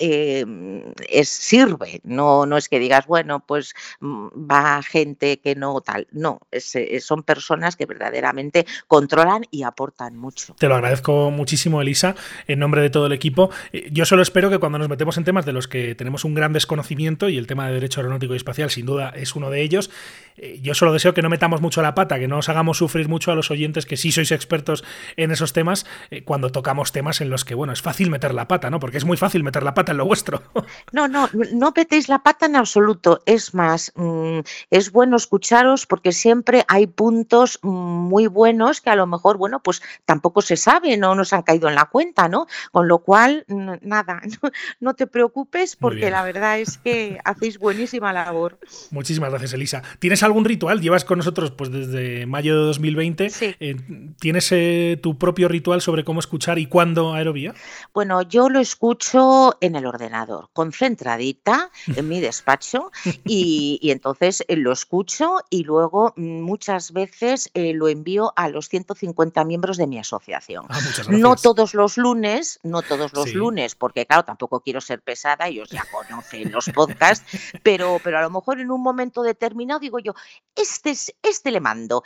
sirve. No es que digas, bueno, pues va gente que no tal. No, son personas que verdaderamente controlan y aportan mucho. Te lo agradezco muchísimo, Elisa, en nombre de todo el equipo. Yo solo espero que cuando nos metemos en temas de los que tenemos un gran desconocimiento, y el tema de derecho aeronáutico y espacial sin duda es uno de ellos, yo solo deseo que no metamos mucho la pata, que no os hagamos sufrir mucho a los oyentes que sí sois expertos en esos temas, cuando tocamos temas en los que, bueno, es fácil meter la pata, ¿no? Porque es muy fácil meter la pata en lo vuestro. No metéis la pata en absoluto. Es más, es bueno escucharos porque siempre hay puntos muy buenos que a lo mejor, bueno, pues tampoco se sabe, no nos han caído en la cuenta, ¿no? Con lo cual, nada, no te preocupes porque la verdad es que hacéis buenísima labor. Muchísimas gracias, Elisa. ¿Tienes algún ritual? Llevas con nosotros pues desde mayo de 2020. Sí. ¿Tienes tu propio ritual sobre cómo escuchar y cuándo Aerovía? Bueno, yo lo escucho en el ordenador, concentradita en mi despacho y entonces lo escucho y luego muchas veces lo envío a los 150 miembros de mi asociación. No todos los lunes, porque claro, tampoco quiero ser pesada, ellos ya conocen los podcasts, pero a lo mejor en un momento determinado digo yo, este le mando,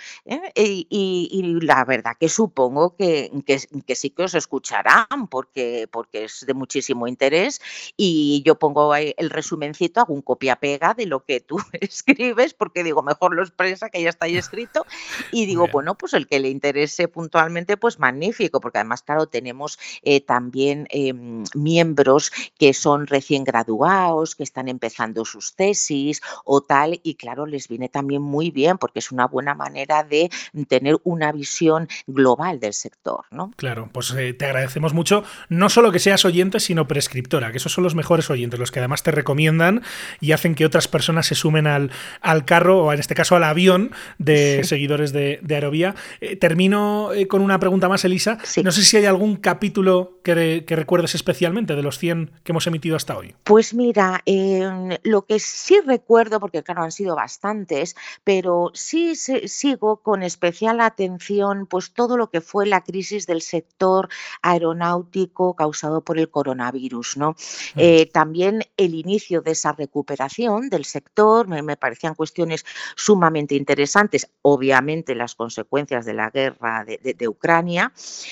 y la verdad que supongo que sí que os escucharán porque es de muchísimo interés y yo pongo el resumencito, hago un copia-pega de lo que tú escribes porque digo, mejor lo expresa que ya está ahí escrito y digo, bueno, pues el que le interese puntualmente, pues magnífico, porque además, claro, tenemos también miembros que son recién graduados, que están empezando sus tesis o tal, y claro, les viene también muy bien porque es una buena manera de tener una visión global del sector, ¿no? Claro, pues te agradecemos mucho, no solo que seas oyente, sino prescriptora, que esos son los mejores oyentes, los que además te recomiendan y hacen que otras personas se sumen al carro, o en este caso al avión de seguidores de Aerovía. Termino con una pregunta más, Elisa. Sí. No sé si hay algún capítulo que recuerdes especialmente de los 100 que hemos emitido hasta hoy. Pues mira, lo que sí recuerdo, porque claro, han sido bastantes, pero sí sigo con especial atención pues todo lo que fue la crisis del sector aeronáutico causado por el coronavirus, ¿no? También el inicio de esa recuperación del sector, me parecían cuestiones sumamente interesantes, obviamente las consecuencias de la guerra de Ucrania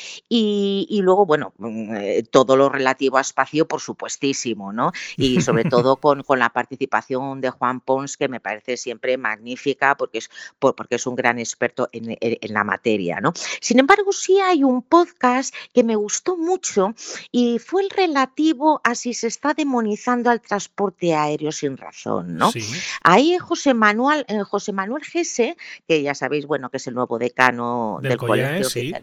y luego, bueno, todo lo relativo a espacio, por supuestísimo, ¿no? Y sobre todo con la participación de Juan Pons, que me parece siempre magnífica porque es un gran experto en la materia, ¿no? Sin embargo, sí hay un podcast que me gustó mucho y fue el relativo a si se está demonizando al transporte aéreo sin razón, ¿no? Sí. Ahí José Manuel Gese, que ya sabéis, bueno, que es el nuevo decano del Colegio Oficial de Ingenieros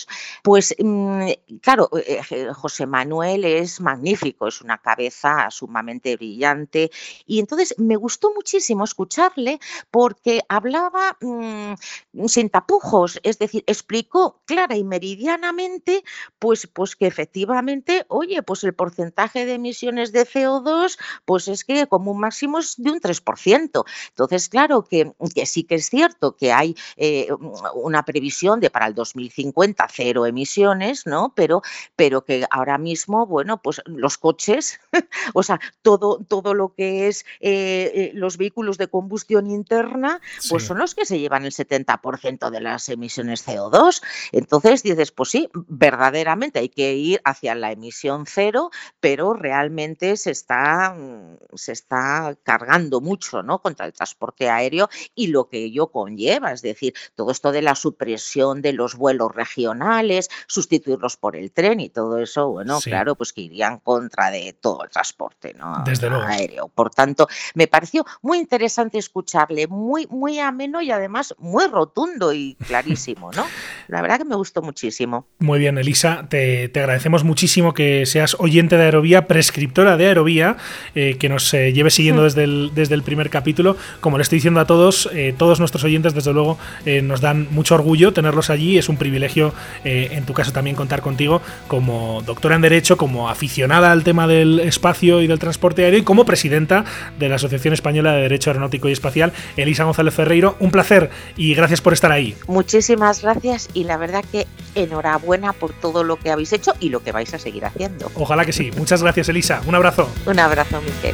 años. Pues claro, José Manuel es magnífico, es una cabeza sumamente brillante y entonces me gustó muchísimo escucharle porque hablaba sin tapujos, es decir, explicó clara y meridianamente pues que efectivamente, oye, pues el porcentaje de emisiones de CO2 pues es que como un máximo es de un 3%. Entonces, claro que sí que es cierto que hay una previsión de para el 2050 cero emisiones, ¿no? Pero que ahora mismo, bueno, pues los coches, o sea, todo lo que es los vehículos de combustión interna, pues Sí. son los que se llevan el 70% de las emisiones CO2. Entonces dices, pues sí, verdaderamente hay que ir hacia la emisión cero, pero realmente se está cargando mucho, ¿no?, contra el transporte aéreo y lo que ello conlleva, es decir, todo esto de la supresión de los vuelos regionales, sustituirlos por el tren y todo eso, bueno, Sí. claro, pues que irían contra de todo el transporte, ¿no?, Desde luego. aéreo. Por tanto, me pareció muy interesante escucharle, muy ameno y además muy rotundo y clarísimo, ¿no? La verdad que me gustó muchísimo. Muy bien, Elisa, te agradecemos muchísimo que seas oyente de Aerovía, prescriptora de Aerovía, que nos lleves siguiendo desde el primer capítulo. Como le estoy diciendo a todos nuestros oyentes, desde luego nos dan mucho orgullo tenerlos allí. Es un privilegio, en tu caso también, contar contigo como doctora en Derecho, como aficionada al tema del espacio y del transporte aéreo y como presidenta de la Asociación Española de Derecho Aeronáutico y Espacial. Elisa González Ferreiro, un placer y gracias por estar ahí. Muchísimas gracias y la verdad que enhorabuena por todo lo que habéis hecho y lo que vais a seguir haciendo. Ojalá que sí. Muchas gracias, Elisa. Un abrazo. Un abrazo, Miquel.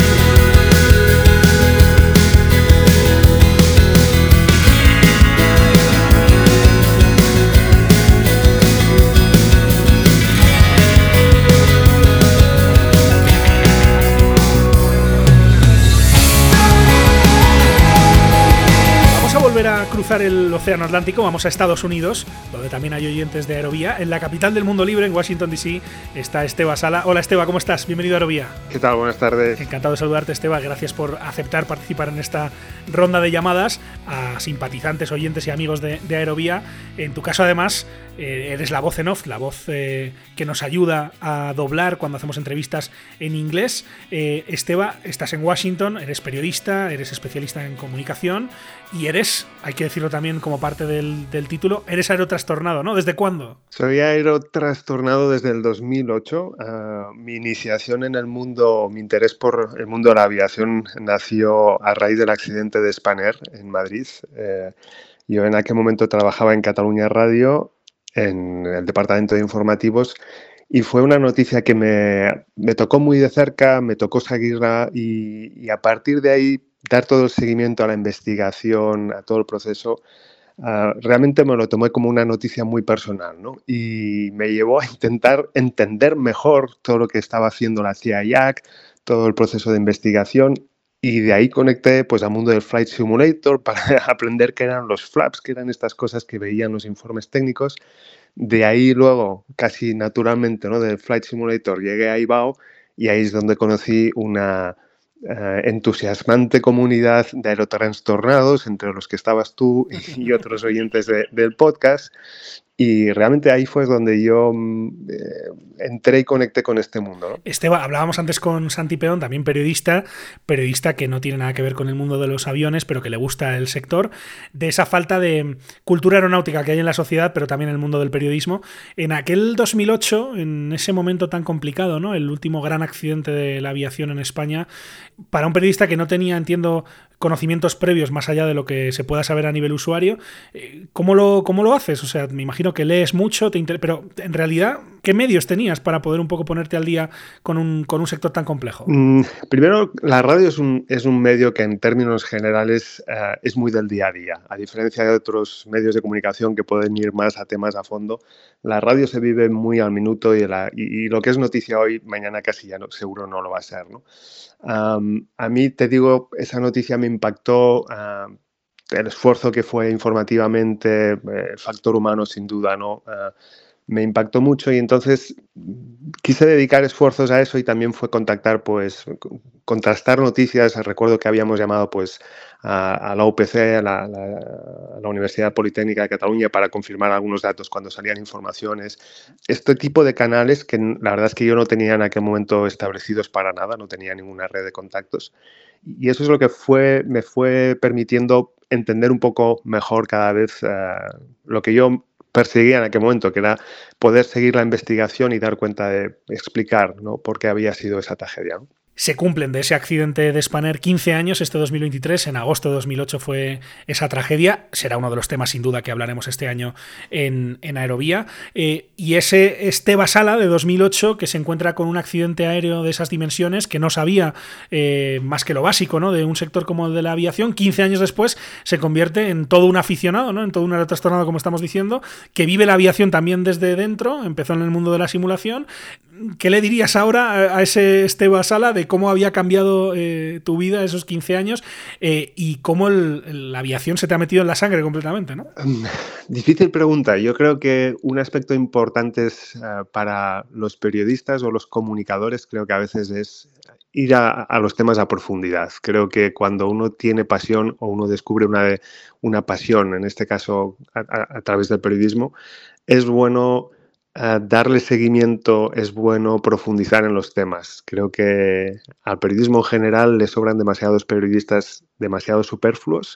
A cruzar el océano Atlántico, vamos a Estados Unidos, donde también hay oyentes de Aerovía. En la capital del mundo libre, en Washington DC, está Esteba Sala. Hola, Esteba, ¿cómo estás? Bienvenido a Aerovía. ¿Qué tal? Buenas tardes. Encantado de saludarte, Esteba. Gracias por aceptar participar en esta ronda de llamadas a simpatizantes, oyentes y amigos de Aerovía. En tu caso, además, eres la voz en off, la voz que nos ayuda a doblar cuando hacemos entrevistas en inglés. Esteba, estás en Washington, eres periodista, eres especialista en comunicación y eres, hay que decirlo también como parte del título, eres aerotrastornado, ¿no? ¿Desde cuándo? Soy aerotrastornado desde el 2008. Mi iniciación en el mundo, mi interés por el mundo de la aviación nació a raíz del accidente de Spanair en Madrid. Yo en aquel momento trabajaba en Catalunya Radio, en el departamento de informativos, y fue una noticia que me tocó muy de cerca, me tocó seguirla y a partir de ahí dar todo el seguimiento a la investigación, a todo el proceso. Realmente me lo tomé como una noticia muy personal, ¿no? Y me llevó a intentar entender mejor todo lo que estaba haciendo la CIA-IAC, todo el proceso de investigación, y de ahí conecté pues al mundo del Flight Simulator para aprender qué eran los flaps, qué eran estas cosas que veían los informes técnicos. De ahí luego, casi naturalmente, ¿no?, del Flight Simulator llegué a IBAO y ahí es donde conocí una entusiasmante comunidad de aerotrastornados, entre los que estabas tú y otros oyentes del podcast, y realmente ahí fue donde yo entré y conecté con este mundo, ¿no? Esteba, hablábamos antes con Santi Peón, también periodista que no tiene nada que ver con el mundo de los aviones, pero que le gusta el sector, de esa falta de cultura aeronáutica que hay en la sociedad, pero también en el mundo del periodismo. En aquel 2008, en ese momento tan complicado, ¿no?, el último gran accidente de la aviación en España, para un periodista que no tenía, entiendo, conocimientos previos más allá de lo que se pueda saber a nivel usuario, ¿cómo lo haces? O sea, me imagino que lees mucho, pero en realidad, ¿qué medios tenías para poder un poco ponerte al día con un sector tan complejo? Primero, la radio es un medio que en términos generales es muy del día a día. A diferencia de otros medios de comunicación que pueden ir más a temas a fondo, la radio se vive muy al minuto y lo que es noticia hoy, mañana casi ya seguro no lo va a ser, ¿no? A mí, te digo, esa noticia me impactó, el esfuerzo que fue informativamente, el factor humano sin duda, ¿no? me impactó mucho y entonces quise dedicar esfuerzos a eso y también fue contactar, pues, contrastar noticias. Recuerdo que habíamos llamado, pues, a la UPC, a la Universidad Politécnica de Cataluña, para confirmar algunos datos cuando salían informaciones. Este tipo de canales que la verdad es que yo no tenía en aquel momento establecidos para nada, no tenía ninguna red de contactos. Y eso es lo que me fue permitiendo entender un poco mejor cada vez lo que yo perseguía en aquel momento, que era poder seguir la investigación y dar cuenta de explicar, ¿no?, por qué había sido esa tragedia, ¿no? Se cumplen de ese accidente de Spanair 15 años este 2023. En agosto de 2008 fue esa tragedia. Será uno de los temas sin duda que hablaremos este año en Aerovía. Y ese Esteve Sala de 2008 que se encuentra con un accidente aéreo de esas dimensiones, que no sabía más que lo básico, ¿no?, de un sector como el de la aviación. 15 años después se convierte en todo un aficionado, ¿no?, en todo un aerotrastornado, como estamos diciendo, que vive la aviación también desde dentro. Empezó en el mundo de la simulación. ¿Qué le dirías ahora a ese Esteve Sala de cómo había cambiado tu vida esos 15 años y cómo la aviación se te ha metido en la sangre completamente, ¿no? Difícil pregunta. Yo creo que un aspecto importante es para los periodistas o los comunicadores, creo que a veces es ir a los temas a profundidad. Creo que cuando uno tiene pasión o uno descubre una pasión, en este caso a través del periodismo, es bueno darle seguimiento, es bueno profundizar en los temas. Creo que al periodismo en general le sobran demasiados periodistas demasiado superfluos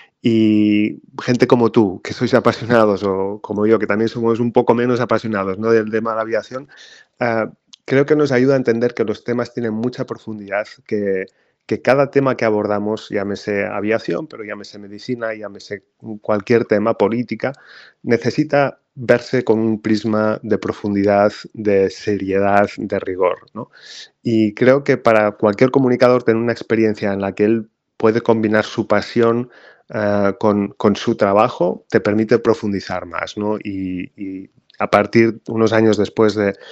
y gente como tú, que sois apasionados, o como yo, que también somos un poco menos apasionados, ¿no?, del tema de la aviación, creo que nos ayuda a entender que los temas tienen mucha profundidad, que cada tema que abordamos, llámese aviación, pero llámese medicina, llámese cualquier tema, política, necesita verse con un prisma de profundidad, de seriedad, de rigor, ¿no? Y creo que para cualquier comunicador tener una experiencia en la que él puede combinar su pasión con su trabajo te permite profundizar más, ¿no? Y a partir unos años después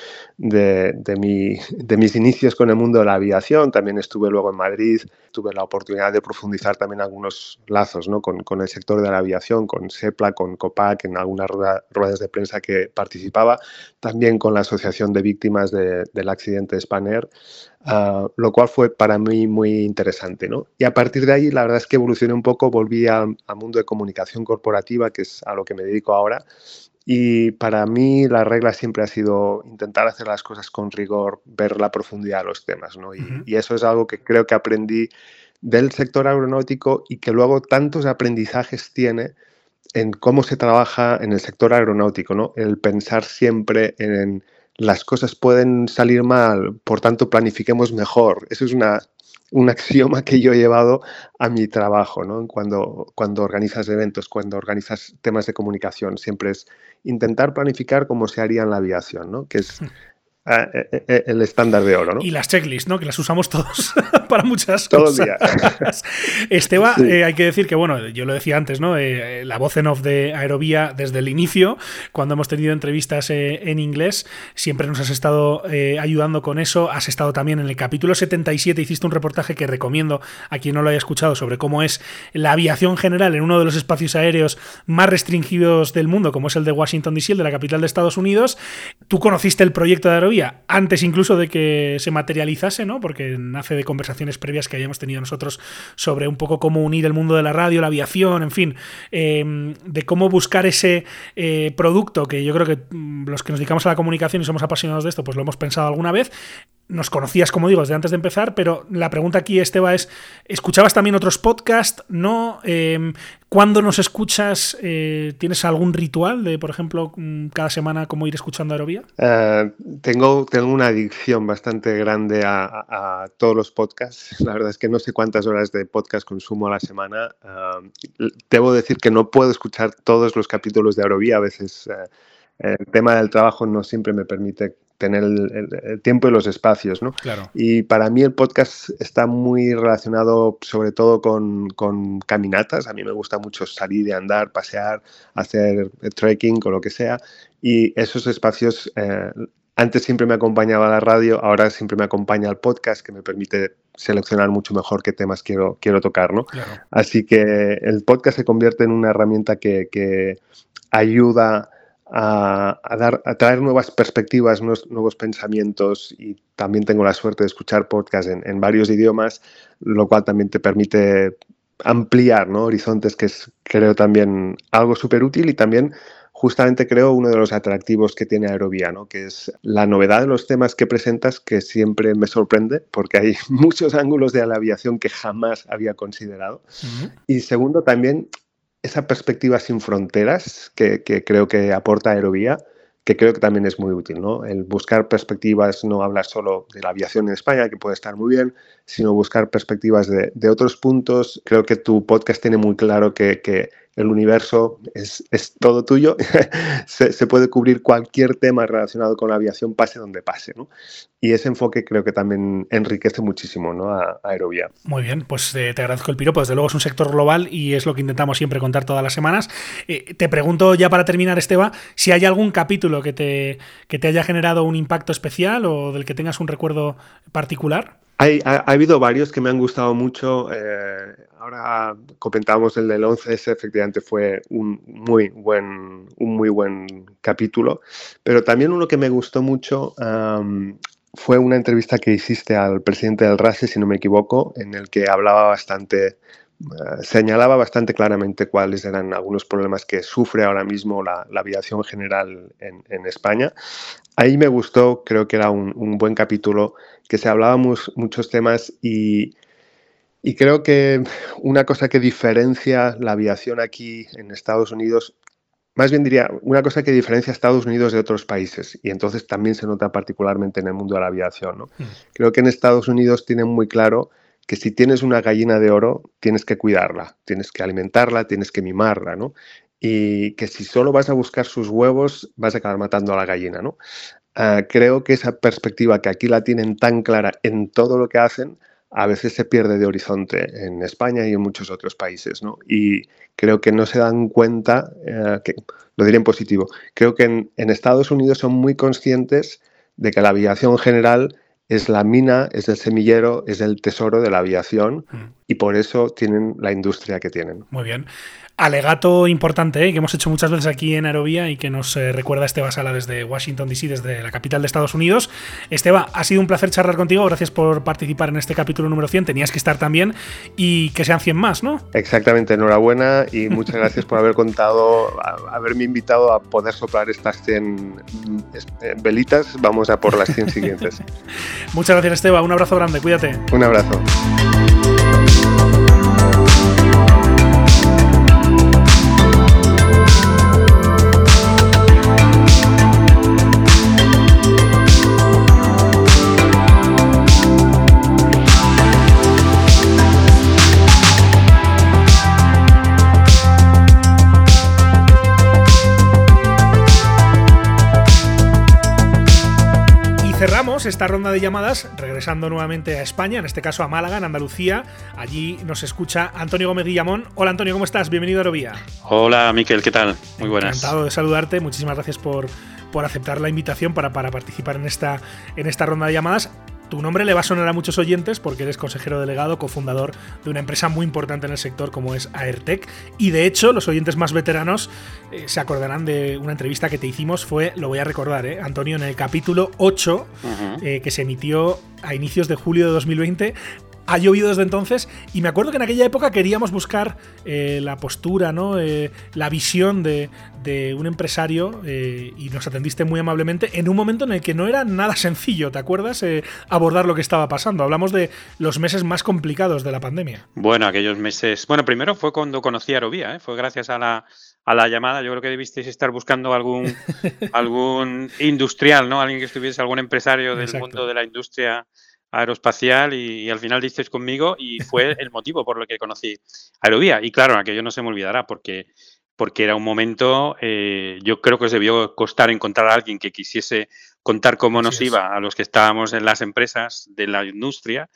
de mis inicios con el mundo de la aviación, también estuve luego en Madrid, tuve la oportunidad de profundizar también algunos lazos, ¿no?, con el sector de la aviación, con SEPLA, con COPAC, en algunas ruedas de prensa que participaba, también con la Asociación de Víctimas del accidente de Spanair, lo cual fue para mí muy interesante, ¿no? Y a partir de ahí, la verdad es que evolucioné un poco, volví al mundo de comunicación corporativa, que es a lo que me dedico ahora. Y para mí la regla siempre ha sido intentar hacer las cosas con rigor, ver la profundidad de los temas, ¿no? Y eso es algo que creo que aprendí del sector aeronáutico y que luego tantos aprendizajes tiene en cómo se trabaja en el sector aeronáutico, ¿no? El pensar siempre en las cosas pueden salir mal, por tanto planifiquemos mejor. Eso es un axioma que yo he llevado a mi trabajo, ¿no? Cuando organizas eventos, cuando organizas temas de comunicación, siempre es intentar planificar como se haría en la aviación, ¿no?, que es el estándar de oro, ¿no? Y las checklists, ¿no?, que las usamos todos para muchas todo cosas. El día. Esteve, Sí. Hay que decir que, bueno, yo lo decía antes, ¿no?, la voz en off de Aerovía desde el inicio, cuando hemos tenido entrevistas en inglés, siempre nos has estado ayudando con eso. Has estado también en el capítulo 77, hiciste un reportaje que recomiendo a quien no lo haya escuchado sobre cómo es la aviación general en uno de los espacios aéreos más restringidos del mundo, como es el de Washington DC, el de la capital de Estados Unidos. Tú conociste el proyecto de Aerovía antes incluso de que se materializase, ¿no?, porque nace de conversaciones previas que hayamos tenido nosotros sobre un poco cómo unir el mundo de la radio, la aviación, en fin, de cómo buscar ese producto que yo creo que los que nos dedicamos a la comunicación y somos apasionados de esto, pues lo hemos pensado alguna vez. Nos conocías, como digo, desde antes de empezar, pero la pregunta aquí, Esteve, es: ¿escuchabas también otros podcasts? ¿No? ¿Cuándo nos escuchas? ¿Tienes algún ritual de, por ejemplo, cada semana cómo ir escuchando Aerovía? Tengo una adicción bastante grande a todos los podcasts. La verdad es que no sé cuántas horas de podcast consumo a la semana. Debo decir que no puedo escuchar todos los capítulos de Aerovía. A veces el tema del trabajo no siempre me permite tener el tiempo y los espacios, ¿no? Claro. Y para mí el podcast está muy relacionado sobre todo con caminatas. A mí me gusta mucho salir y andar, pasear, hacer trekking o lo que sea. Y esos espacios, antes siempre me acompañaba la radio, ahora siempre me acompaña el podcast, que me permite seleccionar mucho mejor qué temas quiero tocar, ¿no? Claro. Así que el podcast se convierte en una herramienta que ayuda a traer nuevas perspectivas, nuevos pensamientos, y también tengo la suerte de escuchar podcasts en varios idiomas, lo cual también te permite ampliar, ¿no?, horizontes, que es, creo, también algo súper útil, y también justamente creo uno de los atractivos que tiene Aerovía, ¿no?, que es la novedad de los temas que presentas, que siempre me sorprende porque hay muchos ángulos de la aviación que jamás había considerado. Y segundo, también esa perspectiva sin fronteras que creo que aporta Aerovía, que creo que también es muy útil, ¿no? El buscar perspectivas, no hablar solo de la aviación en España, que puede estar muy bien, sino buscar perspectivas de otros puntos. Creo que tu podcast tiene muy claro que el universo es todo tuyo. se puede cubrir cualquier tema relacionado con la aviación, pase donde pase, ¿no? Y ese enfoque creo que también enriquece muchísimo, ¿no?, a Aerovía. Muy bien, pues te agradezco el piropo. Desde luego es un sector global y es lo que intentamos siempre contar todas las semanas. Te pregunto ya para terminar, Esteba, si hay algún capítulo que te haya generado un impacto especial o del que tengas un recuerdo particular. Ha habido varios que me han gustado mucho. Ahora comentábamos el del 11S, efectivamente fue un muy buen capítulo, pero también uno que me gustó mucho fue una entrevista que hiciste al presidente del RASE, si no me equivoco, en el que señalaba bastante claramente cuáles eran algunos problemas que sufre ahora mismo la aviación general en España. Ahí me gustó, creo que era un buen capítulo, que se hablaba muchos temas, y creo que una cosa que diferencia la aviación aquí en Estados Unidos, más bien diría, una cosa que diferencia a Estados Unidos de otros países, y entonces también se nota particularmente en el mundo de la aviación, ¿no? Creo que en Estados Unidos tienen muy claro que si tienes una gallina de oro, tienes que cuidarla, tienes que alimentarla, tienes que mimarla, ¿no? Y que si solo vas a buscar sus huevos, vas a acabar matando a la gallina, ¿no? Creo que esa perspectiva, que aquí la tienen tan clara en todo lo que hacen, a veces se pierde de horizonte en España y en muchos otros países, ¿no? Y creo que no se dan cuenta, lo diré en positivo, creo que en Estados Unidos son muy conscientes de que la aviación general es la mina, es el semillero, es el tesoro de la aviación, y por eso tienen la industria que tienen. Muy bien. Alegato importante, que hemos hecho muchas veces aquí en Aerovía y que nos recuerda Esteba Sala desde Washington DC, desde la capital de Estados Unidos. Esteba, ha sido un placer charlar contigo, gracias por participar en este capítulo número 100, tenías que estar también, y que sean 100 más, ¿no? Exactamente, enhorabuena y muchas gracias por haberme invitado a poder soplar estas 100 velitas. Vamos a por las 100 siguientes. Muchas gracias, Esteba, un abrazo grande, cuídate. Un abrazo. Cerramos esta ronda de llamadas regresando nuevamente a España, en este caso a Málaga, en Andalucía. Allí nos escucha Antonio Gómez Guillamón. Hola Antonio, ¿cómo estás? Bienvenido a Aerovía. Hola Miquel, ¿qué tal? Muy buenas. Encantado de saludarte, muchísimas gracias por aceptar la invitación para participar en esta ronda de llamadas. Tu nombre le va a sonar a muchos oyentes porque eres consejero delegado, cofundador de una empresa muy importante en el sector como es Aertec, y de hecho los oyentes más veteranos se acordarán de una entrevista que te hicimos, lo voy a recordar, Antonio, en el capítulo 8, que se emitió a inicios de julio de 2020. Ha llovido desde entonces y me acuerdo que en aquella época queríamos buscar la postura, ¿no? La visión de un empresario, y nos atendiste muy amablemente en un momento en el que no era nada sencillo, ¿te acuerdas? Abordar lo que estaba pasando. Hablamos de los meses más complicados de la pandemia. Bueno, aquellos meses... Bueno, primero fue cuando conocí a Aerovía, fue gracias a la llamada. Yo creo que debisteis estar buscando algún industrial, ¿no? Alguien que estuviese, algún empresario del mundo de la industria aeroespacial, y al final disteis conmigo y fue el motivo por el que conocí Aerovía. Y claro, aquello no se me olvidará porque era un momento, yo creo que os debió costar encontrar a alguien que quisiese contar cómo nos iba a los que estábamos en las empresas de la industria,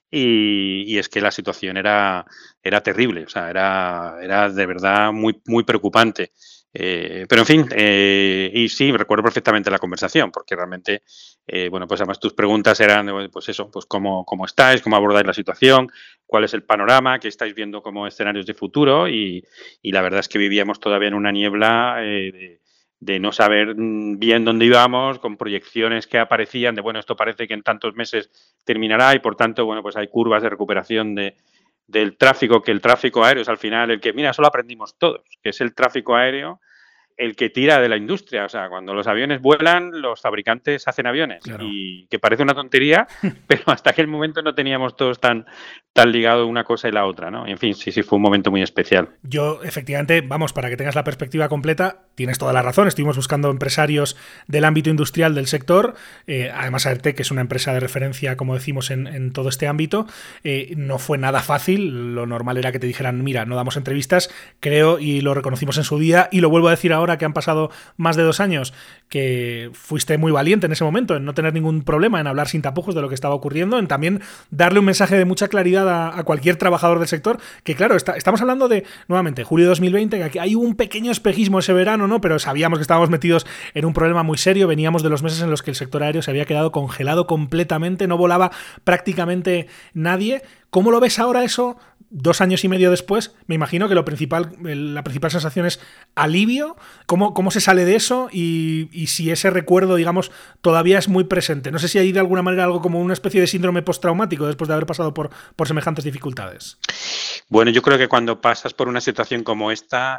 y es que la situación era terrible, o sea, era de verdad muy, muy preocupante. Pero en fin, y sí, recuerdo perfectamente la conversación, porque realmente, bueno, pues además tus preguntas eran, pues eso, pues cómo estáis, cómo abordáis la situación, cuál es el panorama, qué estáis viendo como escenarios de futuro, y la verdad es que vivíamos todavía en una niebla de no saber bien dónde íbamos, con proyecciones que aparecían de, bueno, esto parece que en tantos meses terminará y por tanto, bueno, pues hay curvas de recuperación del tráfico, que el tráfico aéreo es al final el que, mira, eso lo aprendimos todos, que es el tráfico aéreo el que tira de la industria. O sea, cuando los aviones vuelan, los fabricantes hacen aviones. Claro. Y que parece una tontería, pero hasta aquel momento no teníamos todos tan ligado una cosa y la otra, ¿no? En fin, sí, fue un momento muy especial. Yo, efectivamente, vamos, para que tengas la perspectiva completa, tienes toda la razón. Estuvimos buscando empresarios del ámbito industrial del sector. Además, AERTEC, que es una empresa de referencia, como decimos, en todo este ámbito. No fue nada fácil. Lo normal era que te dijeran, mira, no damos entrevistas, creo, y lo reconocimos en su día, y lo vuelvo a decir ahora que han pasado más de 2 años, que fuiste muy valiente en ese momento, en no tener ningún problema, en hablar sin tapujos de lo que estaba ocurriendo, en también darle un mensaje de mucha claridad a cualquier trabajador del sector, que claro, estamos hablando de, nuevamente, julio de 2020, que aquí hay un pequeño espejismo ese verano, ¿no? Pero sabíamos que estábamos metidos en un problema muy serio, veníamos de los meses en los que el sector aéreo se había quedado congelado completamente, no volaba prácticamente nadie. ¿Cómo lo ves ahora eso? 2 años y medio después, me imagino que la principal sensación es alivio. ¿Cómo se sale de eso? Y si ese recuerdo, digamos, todavía es muy presente. No sé si hay de alguna manera algo como una especie de síndrome postraumático después de haber pasado por semejantes dificultades. Bueno, yo creo que cuando pasas por una situación como esta,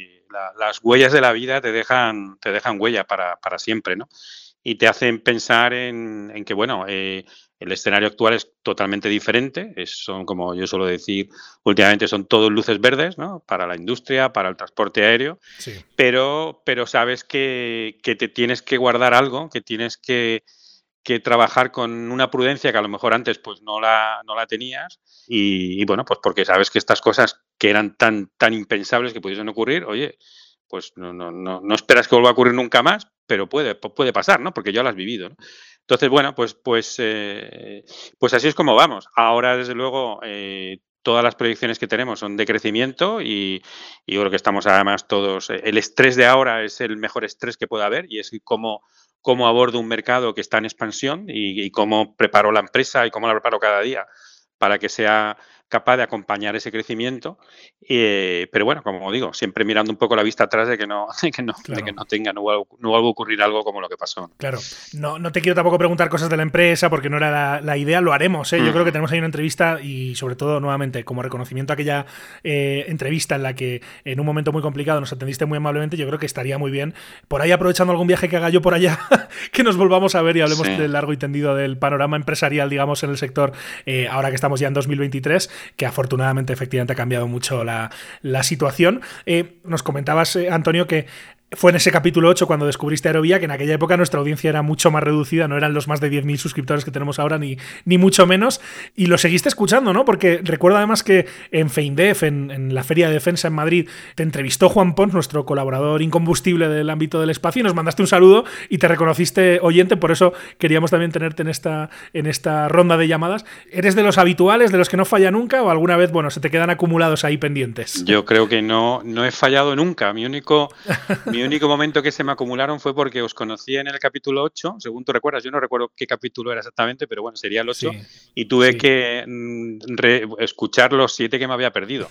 las huellas de la vida te dejan huella para siempre, ¿no? Y te hacen pensar en que, bueno, el escenario actual es totalmente diferente. Son, como yo suelo decir últimamente, son todos luces verdes, ¿no? Para la industria, para el transporte aéreo. Sí. Pero sabes que te tienes que guardar algo, que tienes que trabajar con una prudencia que a lo mejor antes pues no la tenías. Y bueno, pues porque sabes que estas cosas que eran tan impensables que pudiesen ocurrir, oye, pues no esperas que vuelva a ocurrir nunca más, pero puede pasar, ¿no? Porque ya lo has vivido, ¿no? Entonces, bueno, pues así es como vamos. Ahora, desde luego, todas las proyecciones que tenemos son de crecimiento y yo creo que estamos además todos... el estrés de ahora es el mejor estrés que puede haber y es cómo abordo un mercado que está en expansión y cómo preparo la empresa y cómo la preparo cada día para que sea capaz de acompañar ese crecimiento, pero bueno, como digo, siempre mirando un poco la vista atrás de que no vuelva a ocurrir algo como lo que pasó. Claro, no te quiero tampoco preguntar cosas de la empresa porque no era la idea, lo haremos, ¿eh? Yo creo que tenemos ahí una entrevista y sobre todo, nuevamente, como reconocimiento a aquella entrevista en la que en un momento muy complicado nos atendiste muy amablemente, yo creo que estaría muy bien, por ahí aprovechando algún viaje que haga yo por allá, que nos volvamos a ver y hablemos del largo y tendido del panorama empresarial, digamos, en el sector, ahora que estamos ya en 2023, que afortunadamente efectivamente ha cambiado mucho la situación. Nos comentabas, Antonio, que fue en ese capítulo 8 cuando descubriste Aerovía, que en aquella época nuestra audiencia era mucho más reducida, no eran los más de 10.000 suscriptores que tenemos ahora, ni mucho menos, y lo seguiste escuchando, ¿no? Porque recuerdo además que en FEINDEF, en la Feria de Defensa en Madrid, te entrevistó Juan Pons, nuestro colaborador incombustible del ámbito del espacio, y nos mandaste un saludo y te reconociste oyente, por eso queríamos también tenerte en esta ronda de llamadas. ¿Eres de los habituales, de los que no falla nunca, o alguna vez, bueno, se te quedan acumulados ahí pendientes? Yo creo que no he fallado nunca. Mi único momento que se me acumularon fue porque os conocí en el capítulo 8, según tú recuerdas. Yo no recuerdo qué capítulo era exactamente, pero bueno, sería el 8. Sí, y tuve que escuchar los 7 que me había perdido.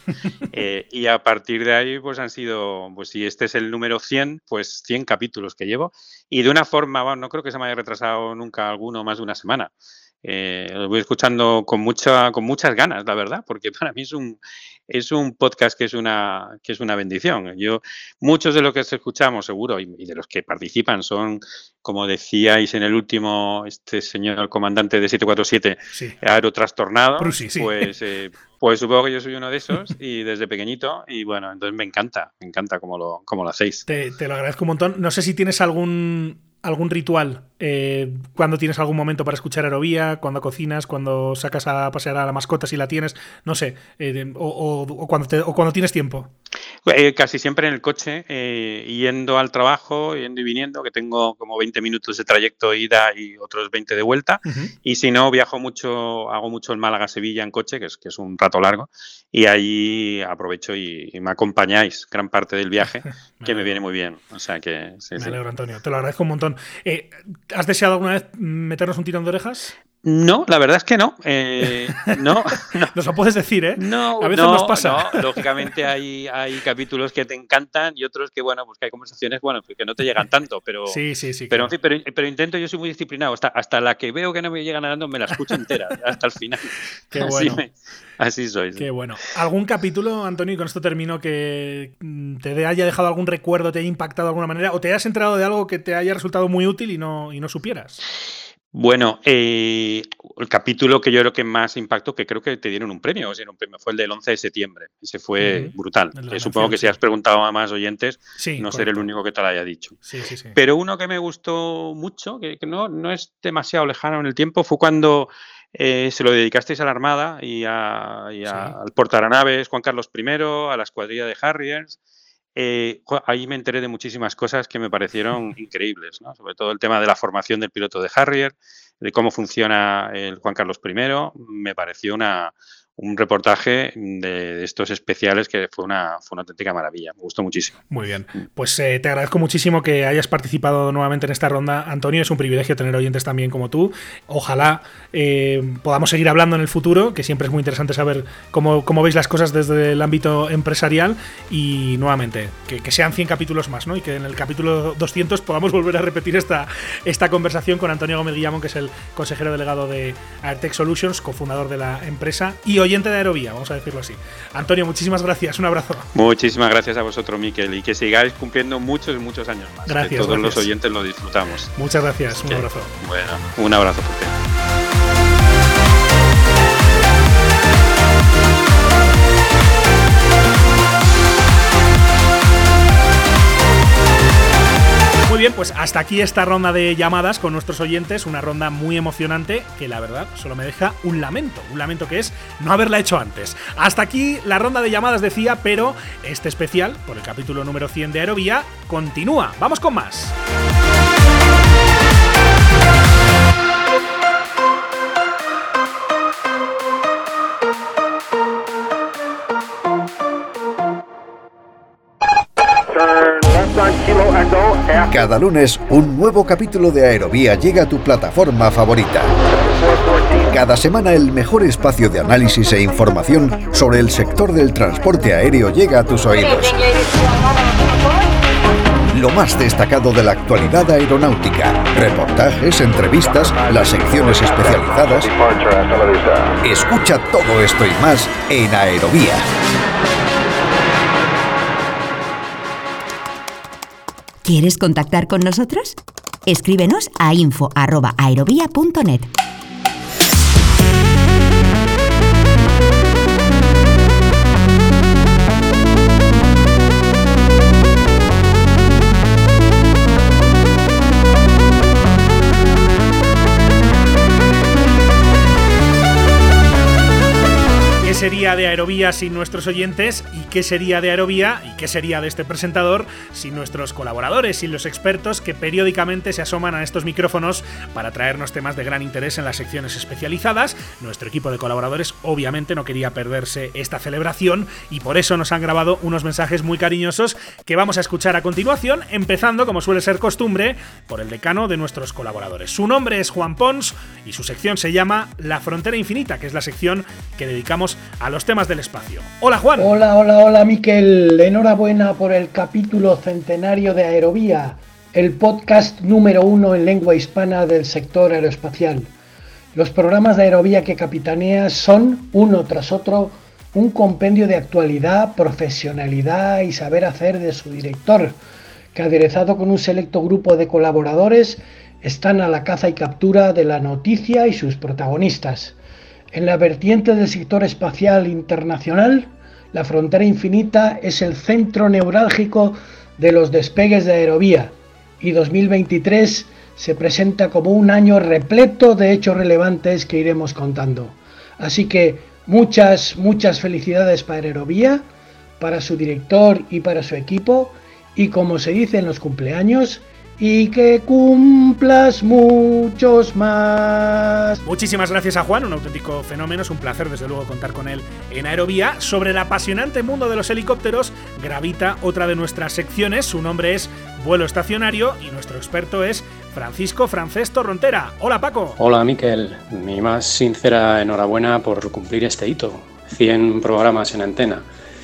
Y a partir de ahí, pues han sido, pues si este es el número 100, pues 100 capítulos que llevo. Y de una forma, bueno, no creo que se me haya retrasado nunca alguno más de una semana. Lo voy escuchando con muchas ganas, la verdad, porque para mí es un podcast que es una bendición. Muchos de los que escuchamos, seguro, y de los que participan son, como decíais en el último, este señor comandante de 747, aerotrastornado, sí. Pues supongo que yo soy uno de esos y desde pequeñito, y bueno, entonces me encanta cómo lo hacéis. Te lo agradezco un montón. No sé si tienes algún ritual, cuando tienes algún momento para escuchar Aerovía, cuando cocinas, cuando sacas a pasear a la mascota si la tienes, no sé, o cuando tienes tiempo. Casi siempre en el coche, yendo al trabajo, yendo y viniendo, que tengo como 20 minutos de trayecto ida y otros 20 de vuelta. Uh-huh. Y si no, hago mucho el Málaga-Sevilla en coche, que es un rato largo, y ahí aprovecho y me acompañáis gran parte del viaje, que me viene muy bien. O sea que me alegro, Antonio, te lo agradezco un montón. ¿Has deseado alguna vez meternos un tirón de orejas? No, la verdad es que no. No. Nos lo puedes decir, ¿eh? No, a veces nos pasa. No. Lógicamente hay capítulos que te encantan y otros que, bueno, pues que hay conversaciones, bueno, pues que no te llegan tanto, pero... Sí. Pero, claro. En fin, pero intento, yo soy muy disciplinado. Hasta la que veo que no me llega nadando, me la escucho entera, hasta el final. Qué bueno. Así soy. Sí. Qué bueno. ¿Algún capítulo, Antonio, y con esto termino, que te haya dejado algún recuerdo, te haya impactado de alguna manera, o te hayas enterado de algo que te haya resultado muy útil y no supieras? Bueno, el capítulo que yo creo que más impactó, que creo que te dieron un premio, fue el del 11 de septiembre. Ese fue brutal. Supongo que si has preguntado a más oyentes, no seré el único que te lo haya dicho. Sí. Pero uno que me gustó mucho, que no es demasiado lejano en el tiempo, fue cuando se lo dedicasteis a la Armada y al portaaviones Juan Carlos I, a la escuadrilla de Harriers. Ahí me enteré de muchísimas cosas que me parecieron increíbles, ¿no? Sobre todo el tema de la formación del piloto de Harrier, de cómo funciona el Juan Carlos I. Me pareció un reportaje de estos especiales que fue una auténtica maravilla. Me gustó muchísimo. Muy bien. Pues te agradezco muchísimo que hayas participado nuevamente en esta ronda, Antonio. Es un privilegio tener oyentes también como tú. Ojalá podamos seguir hablando en el futuro, que siempre es muy interesante saber cómo veis las cosas desde el ámbito empresarial. Y nuevamente, que sean 100 capítulos más, ¿no? Y que en el capítulo 200 podamos volver a repetir esta conversación con Antonio Gómez Guillamón, que es el consejero delegado de Airtech Solutions, cofundador de la empresa y oyente de Aerovía, vamos a decirlo así. Antonio, muchísimas gracias, un abrazo. Muchísimas gracias a vosotros, Miquel, y que sigáis cumpliendo muchos años más. Gracias. Que todos los oyentes lo disfrutamos. Muchas gracias, un abrazo. Bueno, un abrazo fuerte. Muy bien, pues hasta aquí esta ronda de llamadas con nuestros oyentes, una ronda muy emocionante que la verdad solo me deja un lamento que es no haberla hecho antes. Hasta aquí la ronda de llamadas, decía, pero este especial, por el capítulo número 100 de Aerovía, continúa. ¡Vamos con más! Cada lunes, un nuevo capítulo de Aerovía llega a tu plataforma favorita. Cada semana, el mejor espacio de análisis e información sobre el sector del transporte aéreo llega a tus oídos. Lo más destacado de la actualidad aeronáutica, reportajes, entrevistas, las secciones especializadas. Escucha todo esto y más en Aerovía. ¿Quieres contactar con nosotros? Escríbenos a info@aerovia.net. ¿Qué sería de Aerovía sin nuestros oyentes? ¿Y qué sería de Aerovía? ¿Y qué sería de este presentador sin nuestros colaboradores, sin los expertos que periódicamente se asoman a estos micrófonos para traernos temas de gran interés en las secciones especializadas? Nuestro equipo de colaboradores obviamente no quería perderse esta celebración y por eso nos han grabado unos mensajes muy cariñosos que vamos a escuchar a continuación, empezando, como suele ser costumbre, por el decano de nuestros colaboradores. Su nombre es Juan Pons y su sección se llama La Frontera Infinita, que es la sección que dedicamos a los temas del espacio. Hola, Juan. Hola, Miquel. Enhorabuena por el capítulo centenario de Aerovía, el podcast número 1 en lengua hispana del sector aeroespacial. Los programas de Aerovía que capitaneas son, uno tras otro, un compendio de actualidad, profesionalidad y saber hacer de su director, que aderezado con un selecto grupo de colaboradores están a la caza y captura de la noticia y sus protagonistas. En la vertiente del sector espacial internacional, la Frontera Infinita es el centro neurálgico de los despegues de Aerovía y 2023 se presenta como un año repleto de hechos relevantes que iremos contando. Así que muchas felicidades para Aerovía, para su director y para su equipo, y como se dice en los cumpleaños, y que cumplas muchos más. Muchísimas gracias a Juan, un auténtico fenómeno, es un placer desde luego contar con él en Aerovía. Sobre el apasionante mundo de los helicópteros gravita otra de nuestras secciones, su nombre es Vuelo Estacionario y nuestro experto es Francisco Francés Torrontera. Hola, Paco. Hola, Miquel. Mi más sincera enhorabuena por cumplir este hito. 100 programas en antena.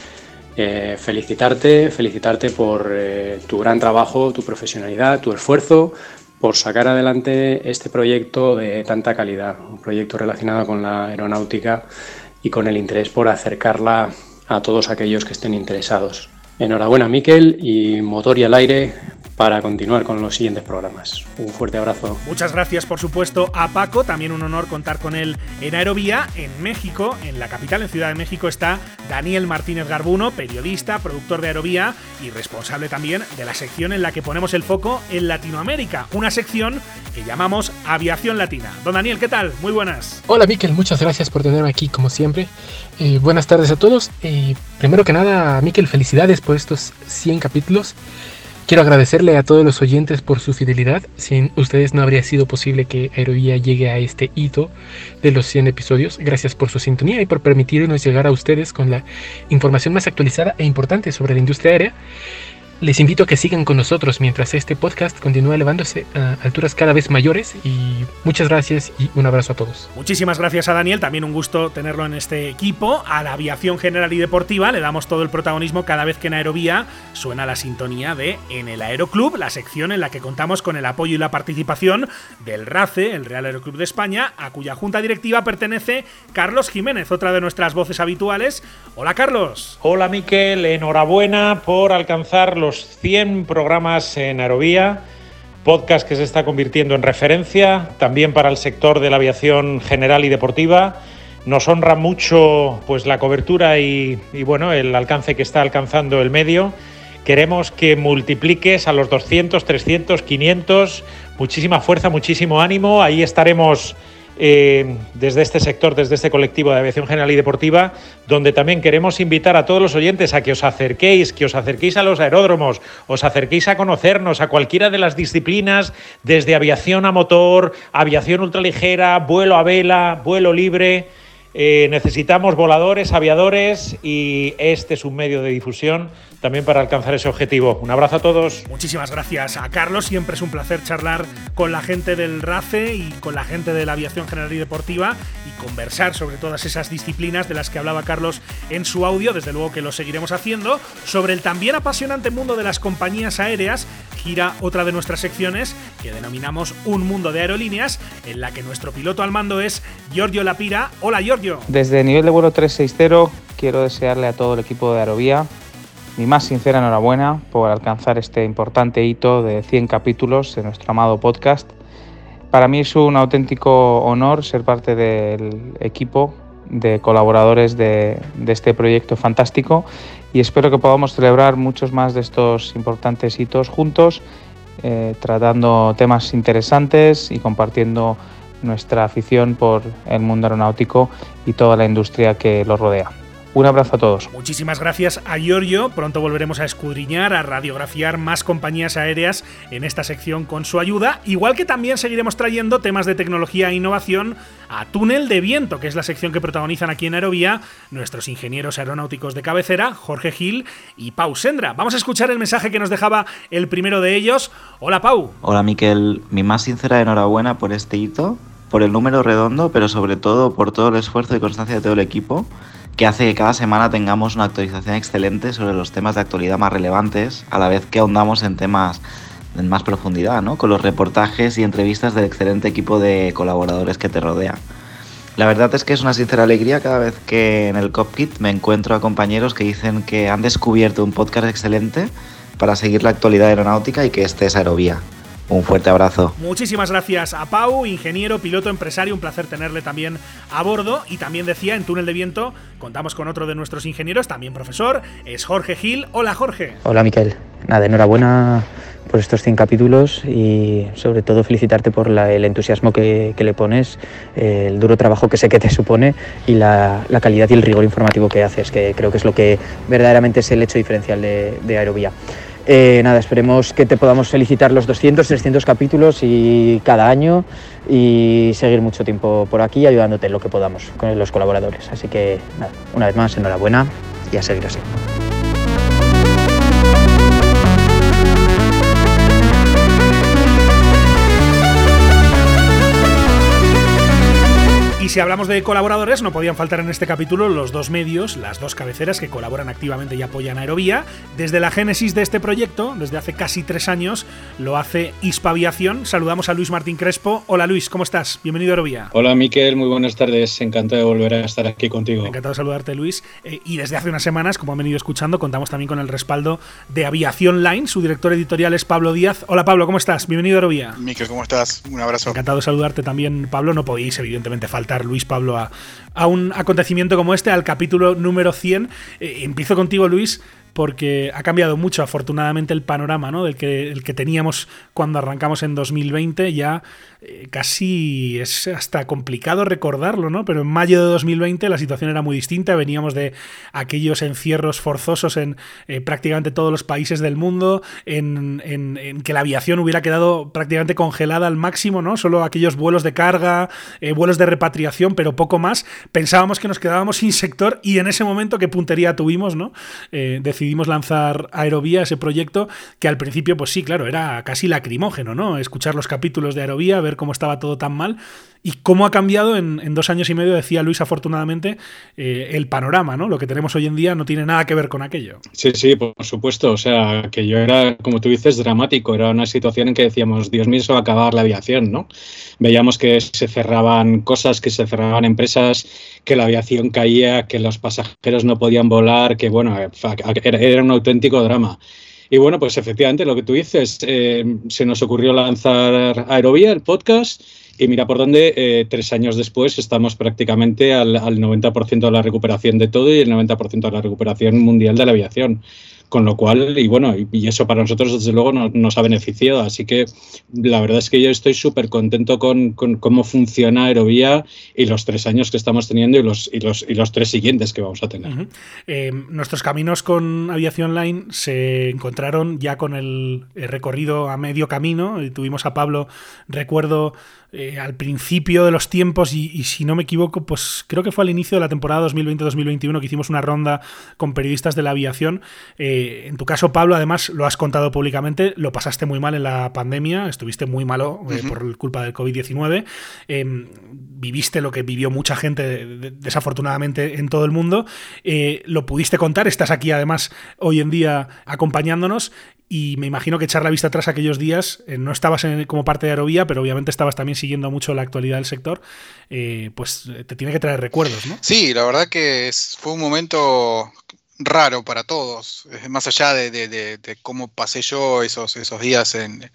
Felicitarte por tu gran trabajo, tu profesionalidad, tu esfuerzo, por sacar adelante este proyecto de tanta calidad, un proyecto relacionado con la aeronáutica y con el interés por acercarla a todos aquellos que estén interesados. Enhorabuena, Miquel, y motor y al aire para continuar con los siguientes programas. Un fuerte abrazo. Muchas gracias, por supuesto, a Paco. También un honor contar con él en Aerovía. En México, en la capital, en Ciudad de México, está Daniel Martínez Garbuno, periodista, productor de Aerovía y responsable también de la sección en la que ponemos el foco en Latinoamérica, una sección que llamamos Aviación Latina. Don Daniel, ¿qué tal? Muy buenas. Hola, Miquel, muchas gracias por tenerme aquí, como siempre. Buenas tardes a todos. Primero que nada, Miquel, felicidades por estos 100 capítulos. Quiero agradecerle a todos los oyentes por su fidelidad. Sin ustedes no habría sido posible que Aerovía llegue a este hito de los 100 episodios. Gracias por su sintonía y por permitirnos llegar a ustedes con la información más actualizada e importante sobre la industria aérea. Les invito a que sigan con nosotros mientras este podcast continúa elevándose a alturas cada vez mayores, y muchas gracias y un abrazo a todos. Muchísimas gracias a Daniel, también un gusto tenerlo en este equipo. A la aviación general y deportiva le damos todo el protagonismo cada vez que en Aerovía suena la sintonía de En el Aeroclub, la sección en la que contamos con el apoyo y la participación del RACE, el Real Aeroclub de España, a cuya junta directiva pertenece Carlos Jiménez, otra de nuestras voces habituales. Hola, Carlos. Hola, Miquel, enhorabuena por alcanzar los 100 programas en Aerovía, podcast que se está convirtiendo en referencia también para el sector de la aviación general y deportiva. Nos honra mucho pues la cobertura y bueno, el alcance que está alcanzando el medio. Queremos que multipliques a los 200, 300, 500, muchísima fuerza, muchísimo ánimo. Ahí estaremos desde este sector, desde este colectivo de aviación general y deportiva, donde también queremos invitar a todos los oyentes a que os acerquéis a los aeródromos, os acerquéis a conocernos a cualquiera de las disciplinas, desde aviación a motor, aviación ultraligera, vuelo a vela, vuelo libre. Necesitamos voladores, aviadores, y este es un medio de difusión también para alcanzar ese objetivo. Un abrazo a todos. Muchísimas gracias a Carlos, siempre es un placer charlar con la gente del RACE y con la gente de la aviación general y deportiva y conversar sobre todas esas disciplinas de las que hablaba Carlos en su audio. Desde luego que lo seguiremos haciendo. Sobre el también apasionante mundo de las compañías aéreas gira otra de nuestras secciones que denominamos Un Mundo de Aerolíneas, en la que nuestro piloto al mando es Giorgio Lapira. Hola, Giorgio. Desde nivel de vuelo 360 quiero desearle a todo el equipo de Aerovía mi más sincera enhorabuena por alcanzar este importante hito de 100 capítulos de nuestro amado podcast. Para mí es un auténtico honor ser parte del equipo de colaboradores de este proyecto fantástico, y espero que podamos celebrar muchos más de estos importantes hitos juntos, tratando temas interesantes y compartiendo nuestra afición por el mundo aeronáutico y toda la industria que lo rodea. Un abrazo a todos. Muchísimas gracias a Giorgio. Pronto volveremos a escudriñar, a radiografiar más compañías aéreas en esta sección con su ayuda, igual que también seguiremos trayendo temas de tecnología e innovación a Túnel de Viento, que es la sección que protagonizan aquí en Aerovía nuestros ingenieros aeronáuticos de cabecera, Jorge Gil y Pau Sendra. Vamos a escuchar el mensaje que nos dejaba el primero de ellos. Hola, Pau. Hola, Miquel. Mi más sincera enhorabuena por este hito, por el número redondo, pero sobre todo por todo el esfuerzo y constancia de todo el equipo, que hace que cada semana tengamos una actualización excelente sobre los temas de actualidad más relevantes, a la vez que ahondamos en temas en más profundidad, ¿no? Con los reportajes y entrevistas del excelente equipo de colaboradores que te rodea. La verdad es que es una sincera alegría cada vez que en el cockpit me encuentro a compañeros que dicen que han descubierto un podcast excelente para seguir la actualidad aeronáutica y que este es Aerovía. Un fuerte abrazo. Muchísimas gracias a Pau, ingeniero, piloto, empresario, un placer tenerle también a bordo. Y también decía, en Túnel de Viento contamos con otro de nuestros ingenieros, también profesor, es Jorge Gil. Hola, Jorge. Hola, Miquel. Nada, enhorabuena por estos 100 capítulos y sobre todo felicitarte por el entusiasmo que le pones, el duro trabajo que sé que te supone y la calidad y el rigor informativo que haces, que creo que es lo que verdaderamente es el hecho diferencial de Aerovía. Nada, esperemos que te podamos felicitar los 200, 300 capítulos y cada año, y seguir mucho tiempo por aquí ayudándote en lo que podamos con los colaboradores. Así que nada, una vez más, enhorabuena y a seguir así. si hablamos de colaboradores, no podían faltar en este capítulo los dos medios, las dos cabeceras que colaboran activamente y apoyan a Aerovía. Desde la génesis de este proyecto, desde hace casi 3 años, lo hace Hispaviación. Saludamos a Luis Martín Crespo. Hola Luis, ¿cómo estás? Bienvenido a Aerovía. Hola Miquel, muy buenas tardes. Encantado de volver a estar aquí contigo. Encantado de saludarte, Luis. Y desde hace unas semanas, como han venido escuchando, contamos también con el respaldo de Aviación Line. Su director editorial es Pablo Díaz. Hola Pablo, ¿cómo estás? Bienvenido a Aerovía. Miquel, ¿cómo estás? Un abrazo. Encantado de saludarte también, Pablo. No podéis, evidentemente, faltar, Luis, Pablo, a un acontecimiento como este, al capítulo número 100. Empiezo contigo, Luis, porque ha cambiado mucho, afortunadamente, el panorama, ¿no? el que teníamos cuando arrancamos en 2020. Ya casi es hasta complicado recordarlo, ¿no? Pero en mayo de 2020 la situación era muy distinta. Veníamos de aquellos encierros forzosos en prácticamente todos los países del mundo, en que la aviación hubiera quedado prácticamente congelada al máximo, ¿no? Solo aquellos vuelos de carga, vuelos de repatriación, pero poco más. Pensábamos que nos quedábamos sin sector y en ese momento, ¿qué puntería tuvimos, ¿no? Decidimos lanzar Aerovía, ese proyecto que al principio, pues sí, claro, era casi lacrimógeno, ¿no? Escuchar los capítulos de Aerovía, ver cómo estaba todo tan mal y cómo ha cambiado en 2 años y medio, decía Luis, afortunadamente, el panorama, ¿no? Lo que tenemos hoy en día no tiene nada que ver con aquello. Sí, por supuesto. O sea, que yo era, como tú dices, dramático. Era una situación en que decíamos, Dios mío, eso va a acabar la aviación, ¿no? Veíamos que se cerraban cosas, que se cerraban empresas, que la aviación caía, que los pasajeros no podían volar, que, bueno, era un auténtico drama. Y bueno, pues efectivamente, lo que tú dices, se nos ocurrió lanzar Aerovía, el podcast, y mira por dónde, 3 años después estamos prácticamente al 90% de la recuperación de todo y el 90% de la recuperación mundial de la aviación. Con lo cual, y bueno, y eso para nosotros desde luego nos ha beneficiado. Así que la verdad es que yo estoy súper contento con cómo funciona Aerovía y los 3 años que estamos teniendo y los 3 siguientes que vamos a tener. Uh-huh. Nuestros caminos con Aviación Line se encontraron ya con el recorrido a medio camino. Tuvimos a Pablo, recuerdo, al principio de los tiempos y si no me equivoco, pues creo que fue al inicio de la temporada 2020-2021 que hicimos una ronda con periodistas de la aviación. En tu caso, Pablo, además lo has contado públicamente, lo pasaste muy mal en la pandemia, estuviste muy malo por culpa del COVID-19, viviste lo que vivió mucha gente desafortunadamente en todo el mundo, lo pudiste contar, estás aquí además hoy en día acompañándonos. Y me imagino que echar la vista atrás aquellos días, no estabas como parte de Aerovía, pero obviamente estabas también siguiendo mucho la actualidad del sector, pues te tiene que traer recuerdos, ¿no? Sí, la verdad que fue un momento raro para todos, más allá de cómo pasé yo esos días en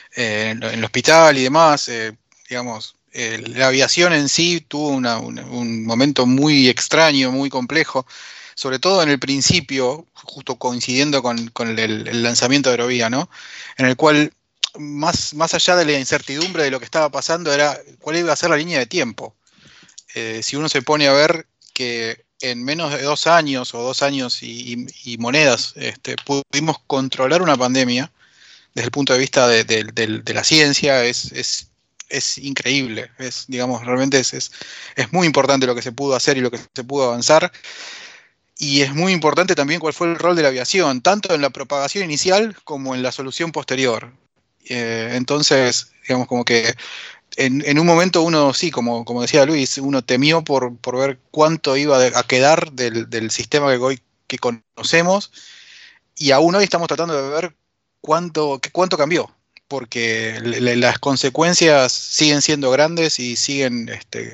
el hospital y demás, digamos, la aviación en sí tuvo un momento muy extraño, muy complejo. Sobre todo en el principio, justo coincidiendo con el lanzamiento de Aerovía, ¿no? En el cual, más allá de la incertidumbre de lo que estaba pasando, era cuál iba a ser la línea de tiempo. Si uno se pone a ver que en menos de 2 años o 2 años y monedas pudimos controlar una pandemia, desde el punto de vista de la ciencia, es increíble. Digamos, realmente es muy importante lo que se pudo hacer y lo que se pudo avanzar. Y es muy importante también cuál fue el rol de la aviación, tanto en la propagación inicial como en la solución posterior. Entonces, digamos, como que en un momento uno, sí, como decía Luis, uno temió por ver cuánto iba a quedar del sistema que conocemos, y aún hoy estamos tratando de ver cuánto cambió, porque las consecuencias siguen siendo grandes y siguen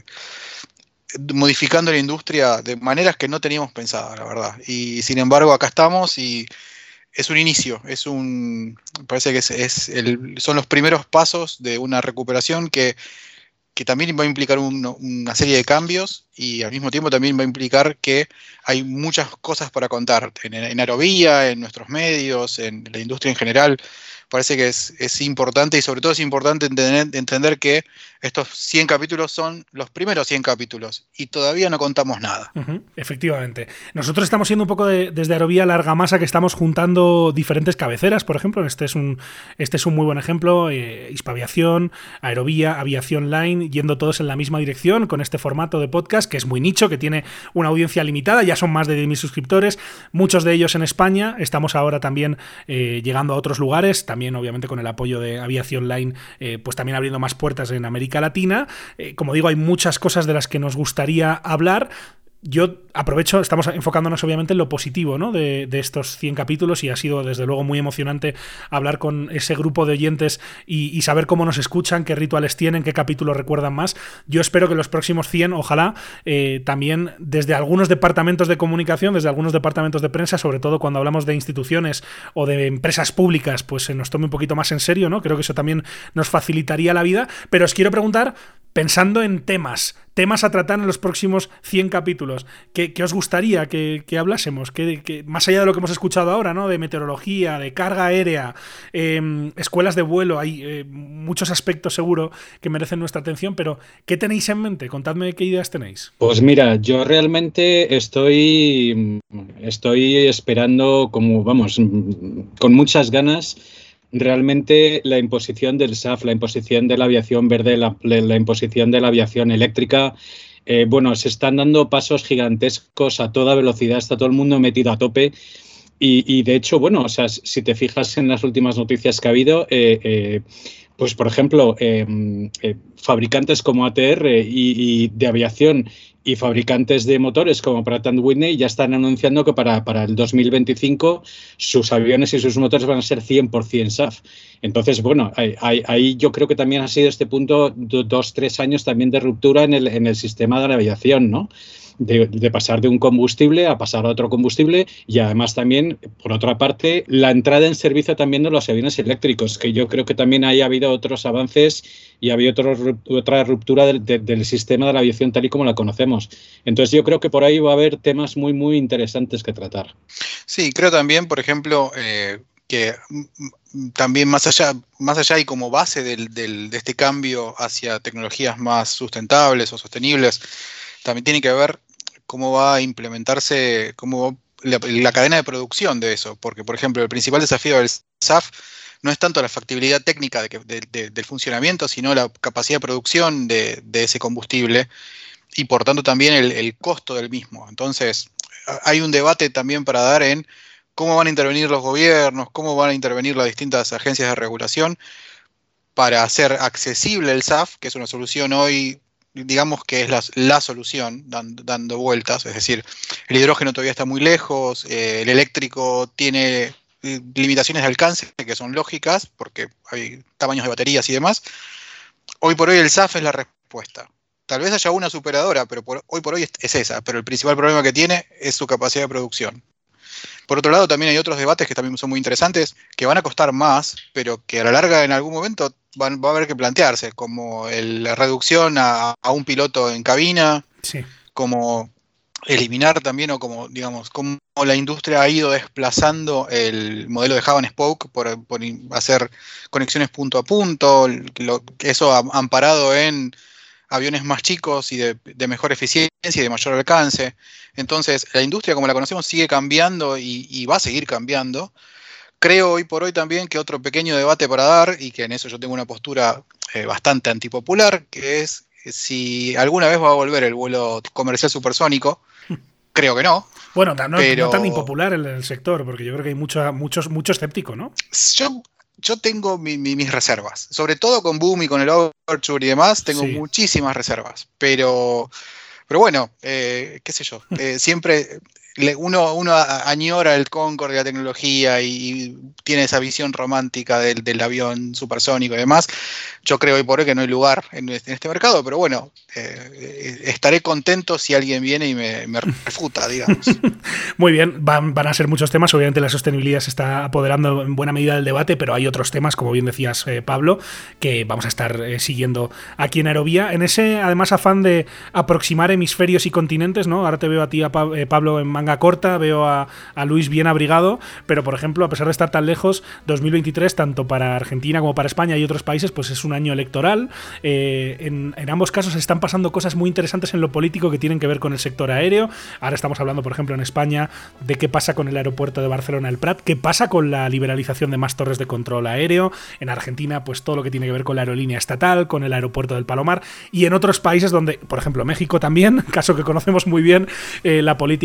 modificando la industria de maneras que no teníamos pensado, la verdad. Y sin embargo, acá estamos y es un inicio, parece que son los primeros pasos de una recuperación que también va a implicar una serie de cambios y al mismo tiempo también va a implicar que hay muchas cosas para contar en Aerovía, en nuestros medios, en la industria en general. Parece que es importante y sobre todo es importante entender que estos 100 capítulos son los primeros 100 capítulos y todavía no contamos nada. Uh-huh, efectivamente. Nosotros estamos siendo un poco desde Aerovía larga masa que estamos juntando diferentes cabeceras, por ejemplo. Este es un muy buen ejemplo. Hispaviación, Aerovía, Aviación Line, yendo todos en la misma dirección con este formato de podcast que es muy nicho, que tiene una audiencia limitada. Ya son más de 10.000 suscriptores, muchos de ellos en España. Estamos ahora también llegando a otros lugares, también también obviamente con el apoyo de Aviación Line, pues también abriendo más puertas en América Latina. Como digo, hay muchas cosas de las que nos gustaría hablar. Yo aprovecho, estamos enfocándonos obviamente en lo positivo, ¿no? de estos 100 capítulos, y ha sido desde luego muy emocionante hablar con ese grupo de oyentes y saber cómo nos escuchan, qué rituales tienen, qué capítulos recuerdan más. Yo espero que los próximos 100, ojalá, también desde algunos departamentos de comunicación, desde algunos departamentos de prensa, sobre todo cuando hablamos de instituciones o de empresas públicas, pues se nos tome un poquito más en serio, ¿no? Creo que eso también nos facilitaría la vida. Pero os quiero preguntar, pensando en temas a tratar en los próximos 100 capítulos, ¿qué os gustaría que hablásemos? Que más allá de lo que hemos escuchado ahora, ¿no? De meteorología, de carga aérea, escuelas de vuelo, hay muchos aspectos seguro que merecen nuestra atención, pero ¿qué tenéis en mente? Contadme qué ideas tenéis. Pues mira, yo realmente estoy esperando, con muchas ganas, realmente la imposición del SAF, la imposición de la aviación verde, la imposición de la aviación eléctrica. Se están dando pasos gigantescos a toda velocidad, está todo el mundo metido a tope y de hecho, si te fijas en las últimas noticias que ha habido, pues por ejemplo, fabricantes como ATR y de aviación y fabricantes de motores como Pratt & Whitney ya están anunciando que para el 2025 sus aviones y sus motores van a ser 100% SAF. Entonces, ahí yo creo que también ha sido este punto 2-3 años también de ruptura en el sistema de la aviación, ¿no? De pasar de un combustible a pasar a otro combustible, y además también, por otra parte, la entrada en servicio también de los aviones eléctricos, que yo creo que también ahí ha habido otros avances y había otra ruptura del sistema de la aviación tal y como la conocemos. Entonces yo creo que por ahí va a haber temas muy, muy interesantes que tratar. Sí, creo también, por ejemplo, que también más allá y como base de este cambio hacia tecnologías más sustentables o sostenibles, también tiene que ver cómo va a implementarse, la cadena de producción de eso. Porque, por ejemplo, el principal desafío del SAF no es tanto la factibilidad técnica del funcionamiento, sino la capacidad de producción de ese combustible y, por tanto, también el costo del mismo. Entonces, hay un debate también para dar en cómo van a intervenir los gobiernos, cómo van a intervenir las distintas agencias de regulación para hacer accesible el SAF, que es una solución hoy, digamos que es la solución dando vueltas. Es decir, el hidrógeno todavía está muy lejos, el eléctrico tiene limitaciones de alcance que son lógicas porque hay tamaños de baterías y demás. Hoy por hoy el SAF es la respuesta. Tal vez haya una superadora, pero hoy por hoy es esa. Pero el principal problema que tiene es su capacidad de producción. Por otro lado, también hay otros debates que también son muy interesantes, que van a costar más, pero que a la larga en algún momento va a haber que plantearse, como la reducción a un piloto en cabina, sí, como eliminar también, o como, digamos, como la industria ha ido desplazando el modelo de hub and spoke por hacer conexiones punto a punto, eso amparado en aviones más chicos y de mejor eficiencia y de mayor alcance. Entonces, la industria como la conocemos sigue cambiando y va a seguir cambiando. Creo hoy por hoy también que otro pequeño debate para dar, y que en eso yo tengo una postura bastante antipopular, que es si alguna vez va a volver el vuelo comercial supersónico. Creo que no. Bueno, no tan impopular en el sector, porque yo creo que hay mucho escéptico, ¿no? Yo tengo mis reservas, sobre todo con Boom y con el Overture y demás, tengo muchísimas reservas, pero bueno, qué sé yo, siempre uno añora el Concorde y la tecnología y tiene esa visión romántica del avión supersónico y demás. Yo creo hoy por hoy que no hay lugar en este mercado, pero bueno, estaré contento si alguien viene y me refuta, digamos. Muy bien, van a ser muchos temas. Obviamente la sostenibilidad se está apoderando en buena medida del debate, pero hay otros temas, como bien decías, Pablo, que vamos a estar siguiendo aquí en Aerovía. En ese, además, afán de aproximar hemisferios y continentes, ¿no? Ahora te veo a ti, Pablo, en manga corta, veo a Luis bien abrigado, pero, por ejemplo, a pesar de estar tan lejos, 2023, tanto para Argentina como para España y otros países, pues es un año electoral. En ambos casos están pasando cosas muy interesantes en lo político que tienen que ver con el sector aéreo. Ahora estamos hablando, por ejemplo, en España de qué pasa con el aeropuerto de Barcelona, el Prat, qué pasa con la liberalización de más torres de control aéreo. En Argentina, pues todo lo que tiene que ver con la aerolínea estatal, con el aeropuerto del Palomar, y en otros países donde, por ejemplo, México también, caso que conocemos muy bien, la política ha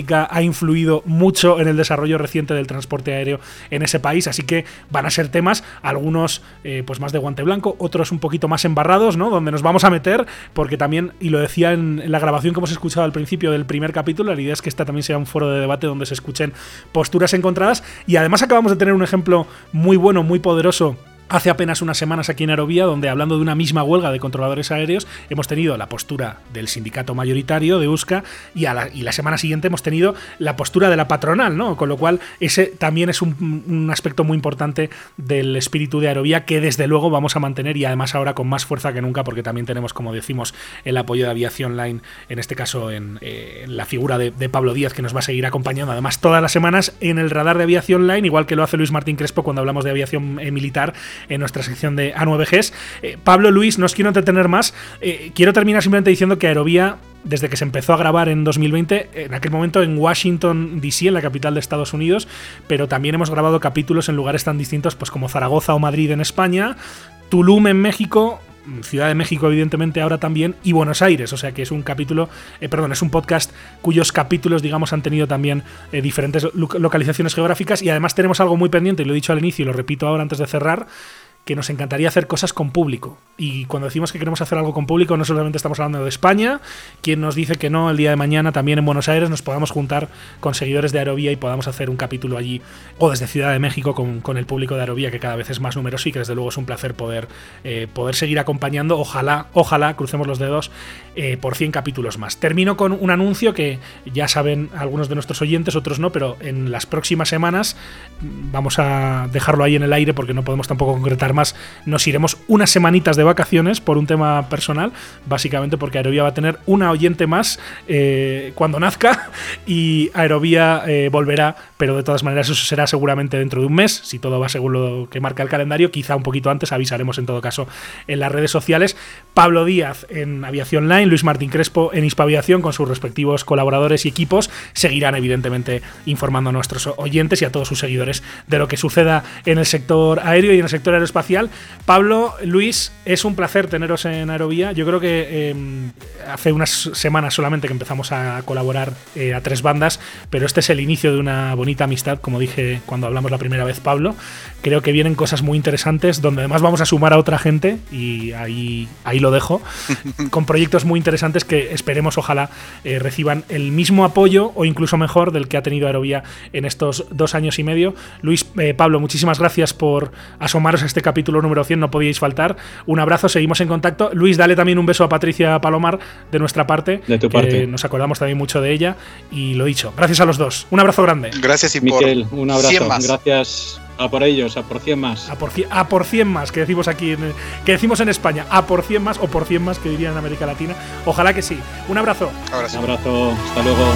influido mucho en el desarrollo reciente del transporte aéreo en ese país, así que van a ser temas, algunos pues más de guante blanco, otros un poquito más embarrados, ¿no? Donde nos vamos a meter, porque también, y lo decía en la grabación que hemos escuchado al principio del primer capítulo, la idea es que esta también sea un foro de debate donde se escuchen posturas encontradas, y además acabamos de tener un ejemplo muy bueno, muy poderoso hace apenas unas semanas aquí en Aerovía, donde hablando de una misma huelga de controladores aéreos, hemos tenido la postura del sindicato mayoritario de USCA y la semana siguiente hemos tenido la postura de la patronal, ¿no? Con lo cual ese también es un aspecto muy importante del espíritu de Aerovía que desde luego vamos a mantener, y además ahora con más fuerza que nunca, porque también tenemos, como decimos, el apoyo de Aviación Line, en este caso en la figura de Pablo Díaz, que nos va a seguir acompañando además todas las semanas en el radar de Aviación Line, igual que lo hace Luis Martín Crespo cuando hablamos de aviación militar en nuestra sección de A9Gs. Pablo, Luis, no os quiero entretener más. Quiero terminar simplemente diciendo que Aerovía, desde que se empezó a grabar en 2020, en aquel momento en Washington DC, en la capital de Estados Unidos, pero también hemos grabado capítulos en lugares tan distintos pues como Zaragoza o Madrid en España, Tulum en México, Ciudad de México evidentemente ahora también, y Buenos Aires, o sea que es un capítulo, es un podcast cuyos capítulos, digamos, han tenido también diferentes localizaciones geográficas, y además tenemos algo muy pendiente, y lo he dicho al inicio y lo repito ahora antes de cerrar, que nos encantaría hacer cosas con público. Y cuando decimos que queremos hacer algo con público, no solamente estamos hablando de España. Quien nos dice que no, el día de mañana también en Buenos Aires nos podamos juntar con seguidores de Aerovía y podamos hacer un capítulo allí, o desde Ciudad de México con el público de Aerovía, que cada vez es más numeroso y que desde luego es un placer poder seguir acompañando. Ojalá, crucemos los dedos, por 100 capítulos más. Termino con un anuncio que ya saben algunos de nuestros oyentes, otros no, pero en las próximas semanas, vamos a dejarlo ahí en el aire porque no podemos tampoco concretar más, nos iremos unas semanitas de vacaciones por un tema personal, básicamente porque Aerovía va a tener una oyente más cuando nazca, y Aerovía volverá, pero de todas maneras eso será seguramente dentro de un mes, si todo va según lo que marca el calendario, quizá un poquito antes, avisaremos en todo caso en las redes sociales. Pablo Díaz en Aviación Line, Luis Martín Crespo en Hispaviación, con sus respectivos colaboradores y equipos, seguirán evidentemente informando a nuestros oyentes y a todos sus seguidores de lo que suceda en el sector aéreo y en el sector aeroespacial. Pablo, Luis, es un placer teneros en Aerovía. Yo creo que hace unas semanas solamente que empezamos a colaborar a tres bandas, pero este es el inicio de una bonita amistad, como dije cuando hablamos la primera vez, Pablo. Creo que vienen cosas muy interesantes, donde además vamos a sumar a otra gente, y ahí lo dejo, con proyectos muy interesantes que esperemos, ojalá, reciban el mismo apoyo o incluso mejor del que ha tenido Aerovía en estos 2 años y medio. Luis, Pablo, muchísimas gracias por asomaros a este capítulo número 100, no podíais faltar. Un abrazo, seguimos en contacto. Luis, dale también un beso a Patricia Palomar de nuestra parte. De tu parte. Nos acordamos también mucho de ella, y lo dicho, gracias a los dos. Un abrazo grande. Gracias, y Miquel, un abrazo. 100 más. Gracias. A por ellos, a por 100 más. A por 100 más, que decimos aquí, que decimos en España. A por 100 más, o por 100 más, que dirían en América Latina. Ojalá que sí. Un abrazo. Abrazo. Un abrazo. Hasta luego.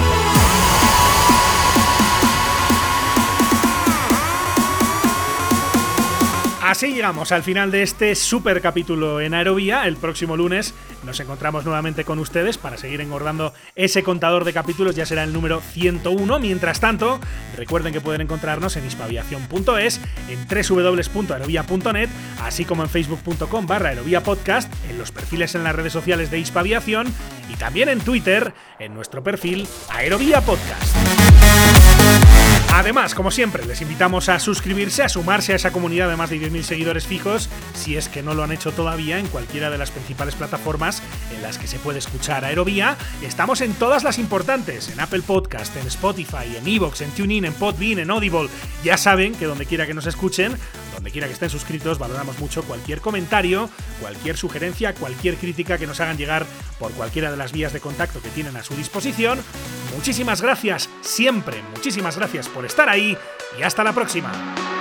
Así llegamos al final de este super capítulo en Aerovía. El próximo lunes nos encontramos nuevamente con ustedes para seguir engordando ese contador de capítulos. Ya será el número 101. Mientras tanto, recuerden que pueden encontrarnos en hispaviación.es, en www.aerovia.net, así como en facebook.com/aeroviapodcast, en los perfiles en las redes sociales de Hispaviación y también en Twitter, en nuestro perfil Aerovía Podcast. Además, como siempre, les invitamos a suscribirse, a sumarse a esa comunidad de más de 10.000 seguidores fijos, si es que no lo han hecho todavía, en cualquiera de las principales plataformas en las que se puede escuchar Aerovía. Estamos en todas las importantes, en Apple Podcast, en Spotify, en Evox, en TuneIn, en Podbean, en Audible. Ya saben que donde quiera que nos escuchen, donde quiera que estén suscritos, valoramos mucho cualquier comentario, cualquier sugerencia, cualquier crítica que nos hagan llegar por cualquiera de las vías de contacto que tienen a su disposición. Muchísimas gracias, siempre, muchísimas gracias por estar ahí, y hasta la próxima.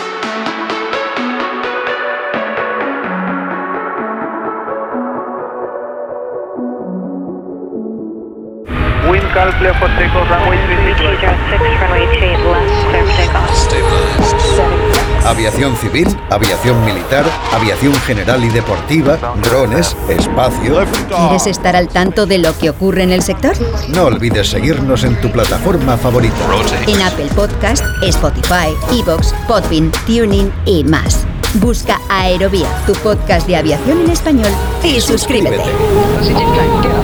Wind calm, clear for takeoff, runway 36. Aviación civil, aviación militar, aviación general y deportiva, drones, espacio. ¿Quieres estar al tanto de lo que ocurre en el sector? No olvides seguirnos en tu plataforma favorita. En Apple Podcast, Spotify, Evox, Podbean, TuneIn y más. Busca Aerovía, tu podcast de aviación en español, y suscríbete.